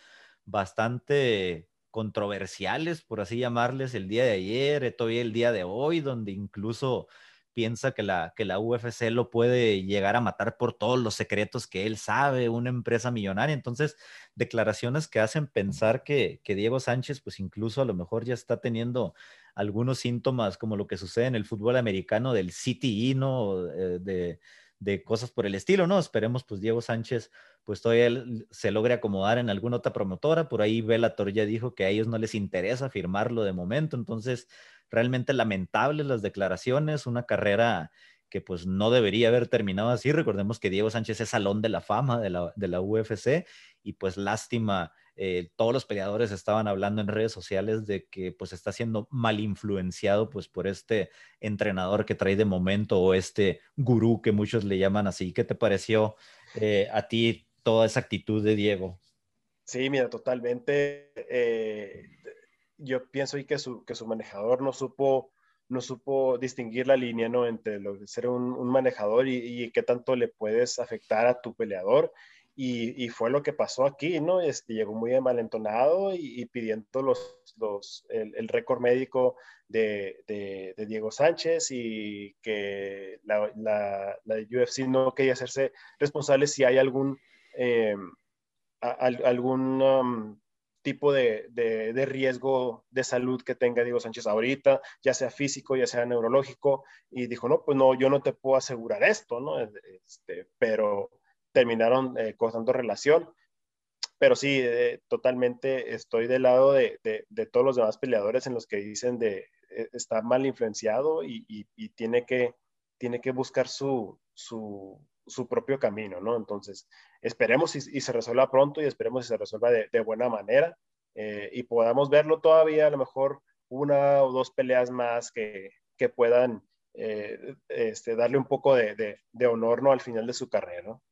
bastante controversiales, por así llamarles, el día de ayer, todavía el día de hoy, donde incluso piensa que la, que la U F C lo puede llegar a matar por todos los secretos que él sabe, una empresa millonaria. Entonces, declaraciones que hacen pensar que, que Diego Sánchez, pues incluso a lo mejor ya está teniendo algunos síntomas como lo que sucede en el fútbol americano del C T E, ¿no? Eh, de, de cosas por el estilo, ¿no? Esperemos, pues Diego Sánchez, pues todavía se logre acomodar en alguna otra promotora. Por ahí Bellator ya dijo que a ellos no les interesa firmarlo de momento. Entonces, realmente lamentables las declaraciones, una carrera que pues no debería haber terminado así. Recordemos que Diego Sánchez es salón de la fama de la, de la U F C y pues lástima, eh, todos los peleadores estaban hablando en redes sociales de que pues está siendo mal influenciado pues por este entrenador que trae de momento o este gurú que muchos le llaman así. ¿Qué te pareció eh, a ti toda esa actitud de Diego? Sí, mira, totalmente. Eh, yo pienso ahí que su, que su manejador no supo, no supo distinguir la línea, ¿no? Entre lo de ser un, un manejador y, y qué tanto le puedes afectar a tu peleador. Y, y fue lo que pasó aquí, ¿no? Este, llegó muy envalentonado y, y pidiendo los, los, el, el récord médico de, de, de Diego Sánchez y que la, la, la U F C no quería hacerse responsable si hay algún... Eh, a, a, algún um, tipo de, de, de riesgo de salud que tenga Diego Sánchez ahorita, ya sea físico, ya sea neurológico, y dijo, no, pues no, yo no te puedo asegurar esto, ¿no? Este, pero terminaron eh, cortando relación. Pero sí, eh, totalmente estoy del lado de, de, de, todos los demás peleadores en los que dicen de eh, está mal influenciado y, y, y tiene, que, tiene que buscar su, su, su propio camino, ¿no? Entonces, esperemos y, y se resuelva pronto y esperemos y se resuelva de, de buena manera eh, y podamos verlo todavía, a lo mejor una o dos peleas más que, que puedan eh, este, darle un poco de, de, de honor, ¿no? Al final de su carrera, ¿no?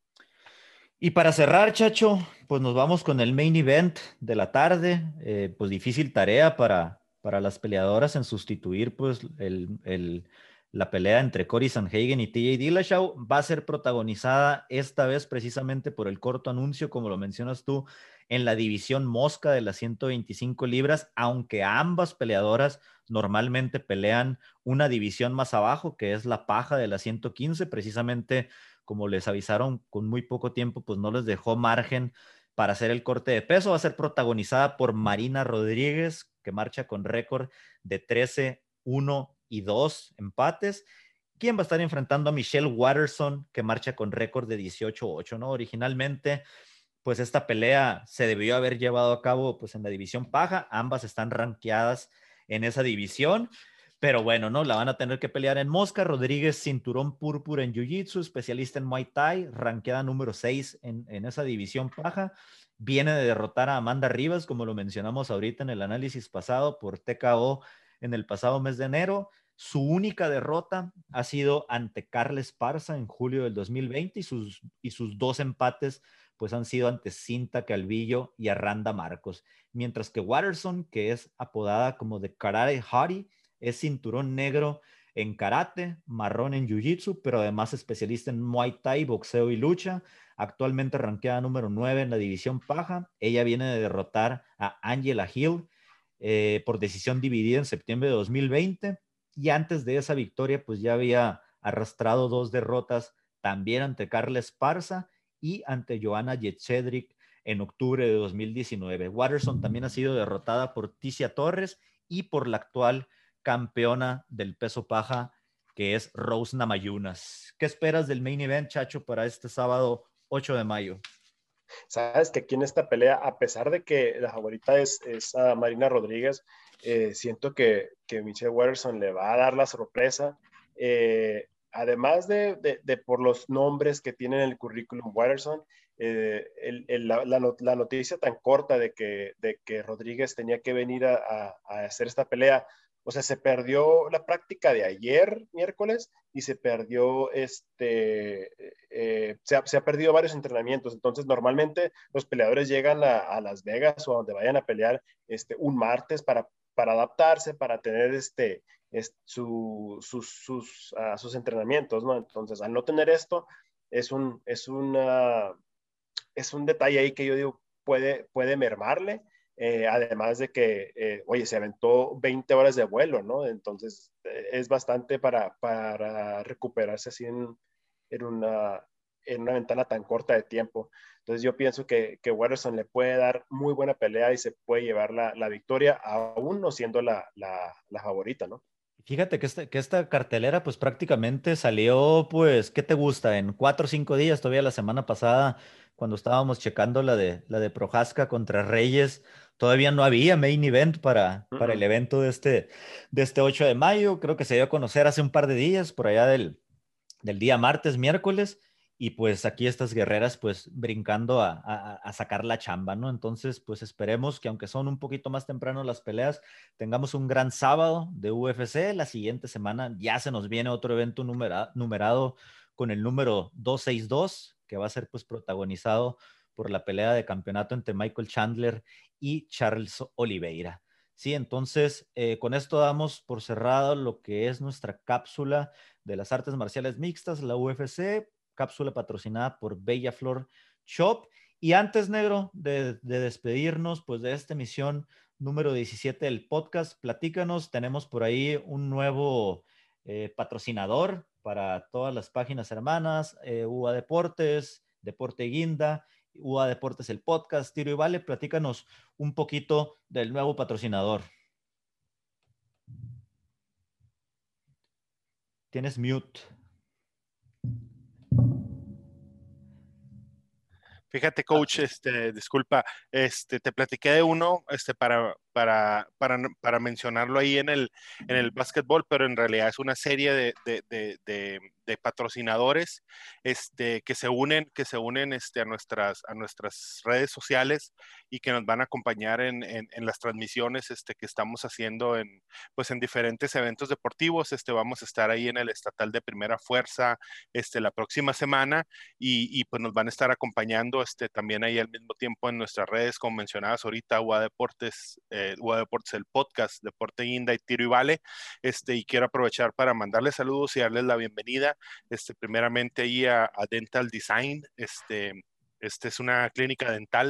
Y para cerrar, Chacho, pues nos vamos con el main event de la tarde. Eh, pues difícil tarea para, para las peleadoras en sustituir pues el, el, la pelea entre Cory Sandhagen y T J Dillashaw. Va a ser protagonizada esta vez precisamente por el corto anuncio, como lo mencionas tú, en la división mosca de las ciento veinticinco libras, aunque ambas peleadoras normalmente pelean una división más abajo, que es la paja de las ciento quince, precisamente como les avisaron con muy poco tiempo, pues no les dejó margen para hacer el corte de peso. Va a ser protagonizada por Marina Rodríguez, que marcha con récord de trece, uno y dos empates. ¿Quién va a estar enfrentando a Michelle Waterson, que marcha con récord de dieciocho ocho, ¿no? Originalmente, pues esta pelea se debió haber llevado a cabo pues en la división paja. Ambas están rankeadas en esa división, pero bueno, ¿no? La van a tener que pelear en mosca. Rodríguez, cinturón púrpura en Jiu-Jitsu, especialista en Muay Thai, rankeada número seis en, en esa división paja. Viene de derrotar a Amanda Rivas, como lo mencionamos ahorita en el análisis pasado, por T K O en el pasado mes de enero. Su única derrota ha sido ante Carla Esparza en julio del dos mil veinte y sus, y sus dos empates pues han sido ante Cinta Calvillo y Arranda Marcos. Mientras que Waterson, que es apodada como de Karate Hottie, es cinturón negro en karate, marrón en jiu-jitsu, pero además especialista en Muay Thai, boxeo y lucha. Actualmente rankeada número nueve en la división paja. Ella viene de derrotar a Angela Hill eh, por decisión dividida en septiembre de dos mil veinte. Y antes de esa victoria, pues ya había arrastrado dos derrotas también ante Carla Esparza y ante Joanna Jędrzejczyk en octubre de dos mil diecinueve. Waterson también ha sido derrotada por Ticia Torres y por la actual campeona del peso paja, que es Rose Namajunas. ¿Qué esperas del main event, Chacho, para este sábado ocho de mayo? Sabes que aquí en esta pelea, a pesar de que la favorita es, es a Marina Rodríguez, eh, siento que, que Michelle Waterson le va a dar la sorpresa. Eh, además de, de, de por los nombres que tiene en el currículum Waterson, eh, el, el, la, la, la noticia tan corta de que, de que Rodríguez tenía que venir a, a, a hacer esta pelea, o sea, se perdió la práctica de ayer, miércoles, y se perdió, este, eh, se, ha, se ha perdido varios entrenamientos. Entonces, normalmente los peleadores llegan a, a Las Vegas o a donde vayan a pelear este, un martes para, para adaptarse, para tener este, este, su, sus, sus, uh, sus entrenamientos, ¿no? Entonces, al no tener esto, es un, es una, es un detalle ahí que yo digo puede, puede mermarle. Eh, además de que, eh, oye, se aventó veinte horas de vuelo, ¿no? Entonces, eh, es bastante para, para recuperarse así en, en, una, en una ventana tan corta de tiempo. Entonces, yo pienso que, que Waterson le puede dar muy buena pelea y se puede llevar la, la victoria, aún no siendo la, la, la favorita, ¿no? Fíjate que, este, que esta cartelera pues prácticamente salió, pues, ¿qué te gusta? En cuatro o cinco días, todavía la semana pasada, cuando estábamos checando la de, la de Prohaska contra Reyes, todavía no había main event para, Uh para el -uh. evento de este, de este ocho de mayo. Creo que se dio a conocer hace un par de días, por allá del, del día martes, miércoles, y pues aquí estas guerreras pues brincando a, a, a, sacar la chamba, ¿no? Entonces pues esperemos que aunque son un poquito más temprano las peleas, tengamos un gran sábado de U F C. La siguiente semana ya se nos viene otro evento numera, numerado con el número doscientos sesenta y dos, que va a ser pues protagonizado por la pelea de campeonato entre Michael Chandler y Charles Oliveira. Sí, entonces eh, con esto damos por cerrado lo que es nuestra cápsula de las artes marciales mixtas, la U F C, cápsula patrocinada por Bella Flor Shop. Y antes, negro, de, de despedirnos pues de esta emisión número diecisiete del podcast, platícanos, tenemos por ahí un nuevo eh, patrocinador para todas las páginas hermanas, eh, U A Deportes, Deporte Guinda, U A Deportes el podcast, Tiro y Vale. Platícanos un poquito del nuevo patrocinador. Tienes mute. Fíjate, coach, este, disculpa, este, te platiqué de uno, este, para, para, para, para mencionarlo ahí en el, en el básquetbol, pero en realidad es una serie de, de, de, de, de patrocinadores, este, que se unen, que se unen, este, a nuestras, a nuestras redes sociales y que nos van a acompañar en, en, en las transmisiones, este, que estamos haciendo en, pues, en diferentes eventos deportivos. Este, vamos a estar ahí en el estatal de Primera Fuerza, este, la próxima semana y, y pues nos van a estar acompañando. Este, también ahí al mismo tiempo en nuestras redes, como mencionabas ahorita, U A Deportes, eh, U A Deportes, el podcast, Deporte Guinda y Tiro y Vale. Este, y quiero aprovechar para mandarles saludos y darles la bienvenida, este, primeramente ahí a, a Dental Design. Este, este es una clínica dental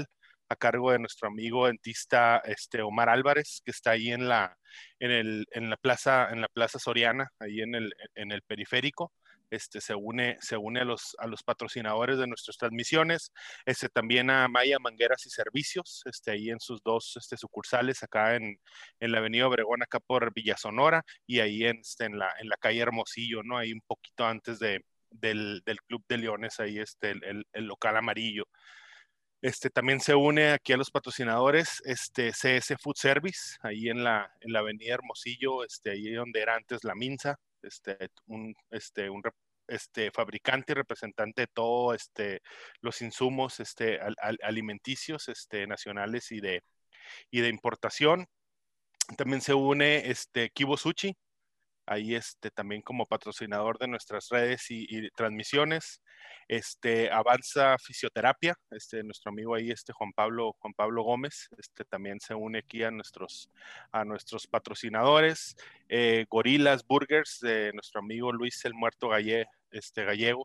a cargo de nuestro amigo dentista este, Omar Álvarez, que está ahí en la, en el, en la plaza, en la plaza Soriana, ahí en el, en el periférico. Este, se une, se une a, los, a los patrocinadores de nuestras transmisiones, este, también a Maya Mangueras y Servicios, este, ahí en sus dos este, sucursales, acá en, en la avenida Obregón, acá por Villa Sonora, y ahí en, este, en, la, en la calle Hermosillo, ¿no? Ahí un poquito antes de, del, del Club de Leones, ahí este, el, el, el local amarillo. Este, también se une aquí a los patrocinadores este, C S Food Service, ahí en la, en la avenida Hermosillo, este, ahí donde era antes la Minza, este, un, este, un este, fabricante y representante de todos este, los insumos este, al, al, alimenticios este, nacionales y de, y de importación. También se une este, Kibo Sushi, ahí este, también como patrocinador de nuestras redes y, y transmisiones. Este, Avanza Fisioterapia, este, nuestro amigo ahí, este, Juan Pablo, Juan Pablo Gómez, este, también se une aquí a nuestros, a nuestros patrocinadores. Eh, Gorilas Burgers, de nuestro amigo Luis el Muerto Galle, este, Gallego,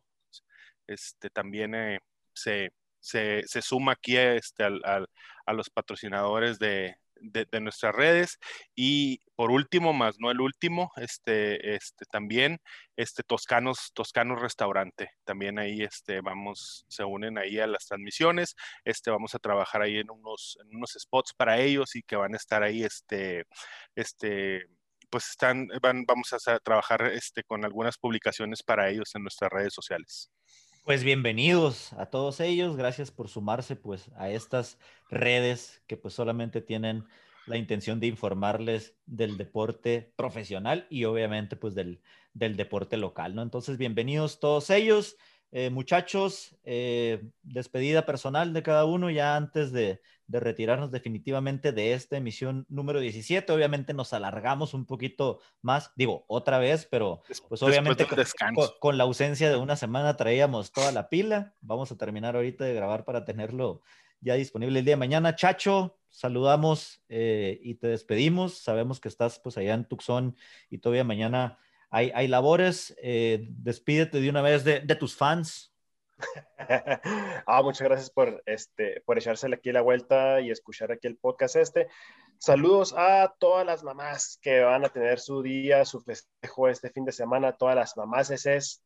este, también eh, se, se, se suma aquí este, al, al, a los patrocinadores de, de, de nuestras redes. Y por último, más no el último, este, este, también este, Toscanos, Toscanos Restaurante, también ahí este, vamos, se unen ahí a las transmisiones, este, vamos a trabajar ahí en unos, en unos spots para ellos y que van a estar ahí, este, este, pues están, van, vamos a trabajar este, con algunas publicaciones para ellos en nuestras redes sociales. Pues bienvenidos a todos ellos, gracias por sumarse pues a estas redes que pues solamente tienen la intención de informarles del deporte profesional y obviamente pues del, del deporte local, ¿no? Entonces bienvenidos todos ellos, eh, muchachos, eh, despedida personal de cada uno ya antes de, de retirarnos definitivamente de esta emisión número diecisiete. Obviamente nos alargamos un poquito más, digo, otra vez, pero pues obviamente con, con, con la ausencia de una semana traíamos toda la pila. Vamos a terminar ahorita de grabar para tenerlo ya disponible el día de mañana. Chacho, saludamos eh, y te despedimos. Sabemos que estás pues allá en Tucson y todavía mañana hay, hay labores. Eh, despídete de una vez de, de tus fans. Ah, muchas gracias por, este, por echársele aquí la vuelta y escuchar aquí el podcast este. Saludos a todas las mamás que van a tener su día, su festejo este fin de semana, todas las mamás es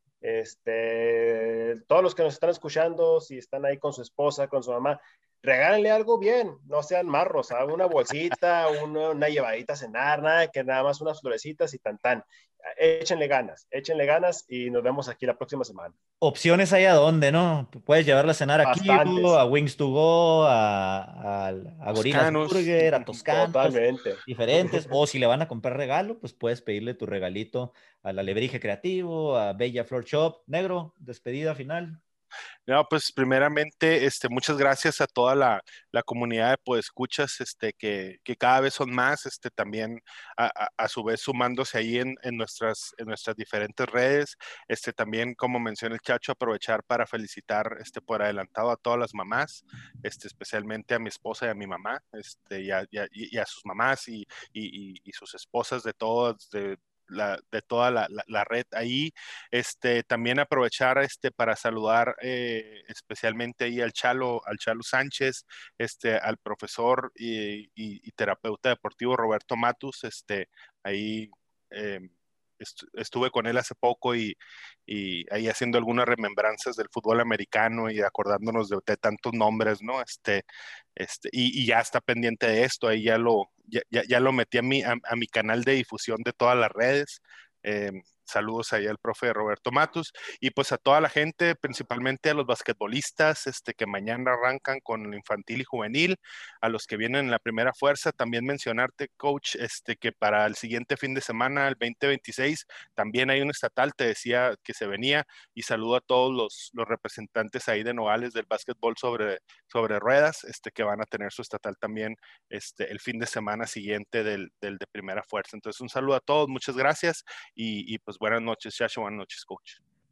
este, todos los que nos están escuchando, si están ahí con su esposa, con su mamá, regálenle algo bien, no sean marros, ¿ah? Una bolsita, una, una llevadita a cenar, nada, que nada más unas florecitas y tan tan. Échenle ganas, échenle ganas y nos vemos aquí la próxima semana. Opciones hay a dónde, ¿no? Puedes llevarla a cenar a Kibo, a Wings to Go, a, a, a Gorilas Burger, a Toscanos. Totalmente. Diferentes. O si le van a comprar regalo, pues puedes pedirle tu regalito al Alebrije Creativo, a Bella Flor Shop. Negro, despedida final. No, pues primeramente, este, muchas gracias a toda la, la comunidad de podescuchas, este, que, que cada vez son más, este, también a, a, a su vez sumándose ahí en, en, nuestras, en nuestras diferentes redes, este, también como menciona el Chacho, aprovechar para felicitar, este, por adelantado a todas las mamás, este, especialmente a mi esposa y a mi mamá, este, y a, y a, y a sus mamás y, y, y sus esposas de todas, de, La, de toda la, la, la red ahí. Este, también aprovechar este, para saludar eh, especialmente ahí al Chalo, al Chalo Sánchez, este, al profesor y, y, y terapeuta deportivo Roberto Matus, este, ahí eh, est estuve con él hace poco y, y ahí haciendo algunas remembranzas del fútbol americano y acordándonos de, de tantos nombres, ¿no? Este, este, y, y ya está pendiente de esto, ahí ya lo, ya, ya, ya lo metí a mi, a, a mi canal de difusión de todas las redes. Eh, saludos ahí al profe Roberto Matus y pues a toda la gente, principalmente a los basquetbolistas este, que mañana arrancan con el infantil y juvenil, a los que vienen en la primera fuerza, también mencionarte, coach, este, que para el siguiente fin de semana, el veinte veintiséis, también hay un estatal, te decía que se venía, y saludo a todos los, los representantes ahí de Nogales del básquetbol sobre, sobre ruedas, este, que van a tener su estatal también este, el fin de semana siguiente del, del de primera fuerza. Entonces un saludo a todos, muchas gracias y, y pues buenas noches, Chacho, buenas noches, coach.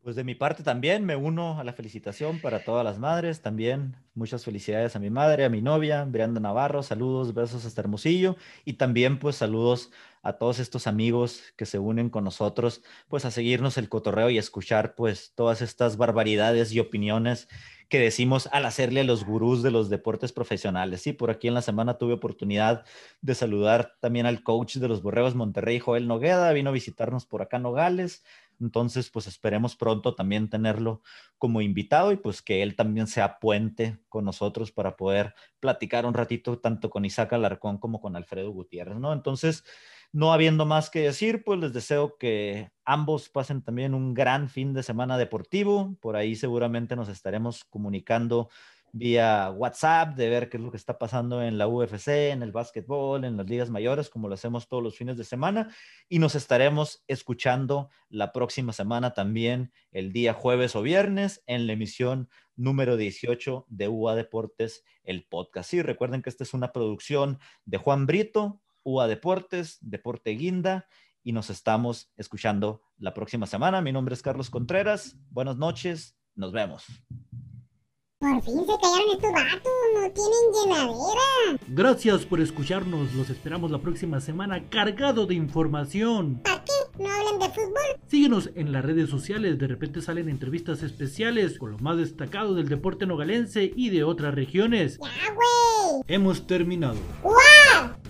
Pues de mi parte también me uno a la felicitación para todas las madres. También muchas felicidades a mi madre, a mi novia, Brianda Navarro. Saludos, besos hasta Hermosillo. Y también pues saludos a todos estos amigos que se unen con nosotros pues a seguirnos el cotorreo y escuchar pues todas estas barbaridades y opiniones que decimos al hacerle a los gurús de los deportes profesionales. Sí, por aquí en la semana tuve oportunidad de saludar también al coach de los Borregos Monterrey, Joel Nogueda. Vino a visitarnos por acá Nogales. Entonces, pues esperemos pronto también tenerlo como invitado y pues que él también sea puente con nosotros para poder platicar un ratito tanto con Isaac Alarcón como con Alfredo Gutiérrez, ¿no? Entonces, no habiendo más que decir, pues les deseo que ambos pasen también un gran fin de semana deportivo. Por ahí seguramente nos estaremos comunicando vía WhatsApp, de ver qué es lo que está pasando en la U F C, en el básquetbol, en las ligas mayores, como lo hacemos todos los fines de semana, y nos estaremos escuchando la próxima semana también, el día jueves o viernes, en la emisión número dieciocho de U A Deportes, el podcast. Sí, recuerden que esta es una producción de Juan Brito, U A Deportes, Deporte Guinda, y nos estamos escuchando la próxima semana. Mi nombre es Carlos Contreras, buenas noches, nos vemos. Por fin se callaron estos vatos, no tienen llenadera. Gracias por escucharnos, los esperamos la próxima semana cargado de información. ¿Para qué? ¿No hablan de fútbol? Síguenos en las redes sociales, de repente salen entrevistas especiales con lo más destacado del deporte nogalense y de otras regiones. Ya, güey. Hemos terminado. ¡Guau!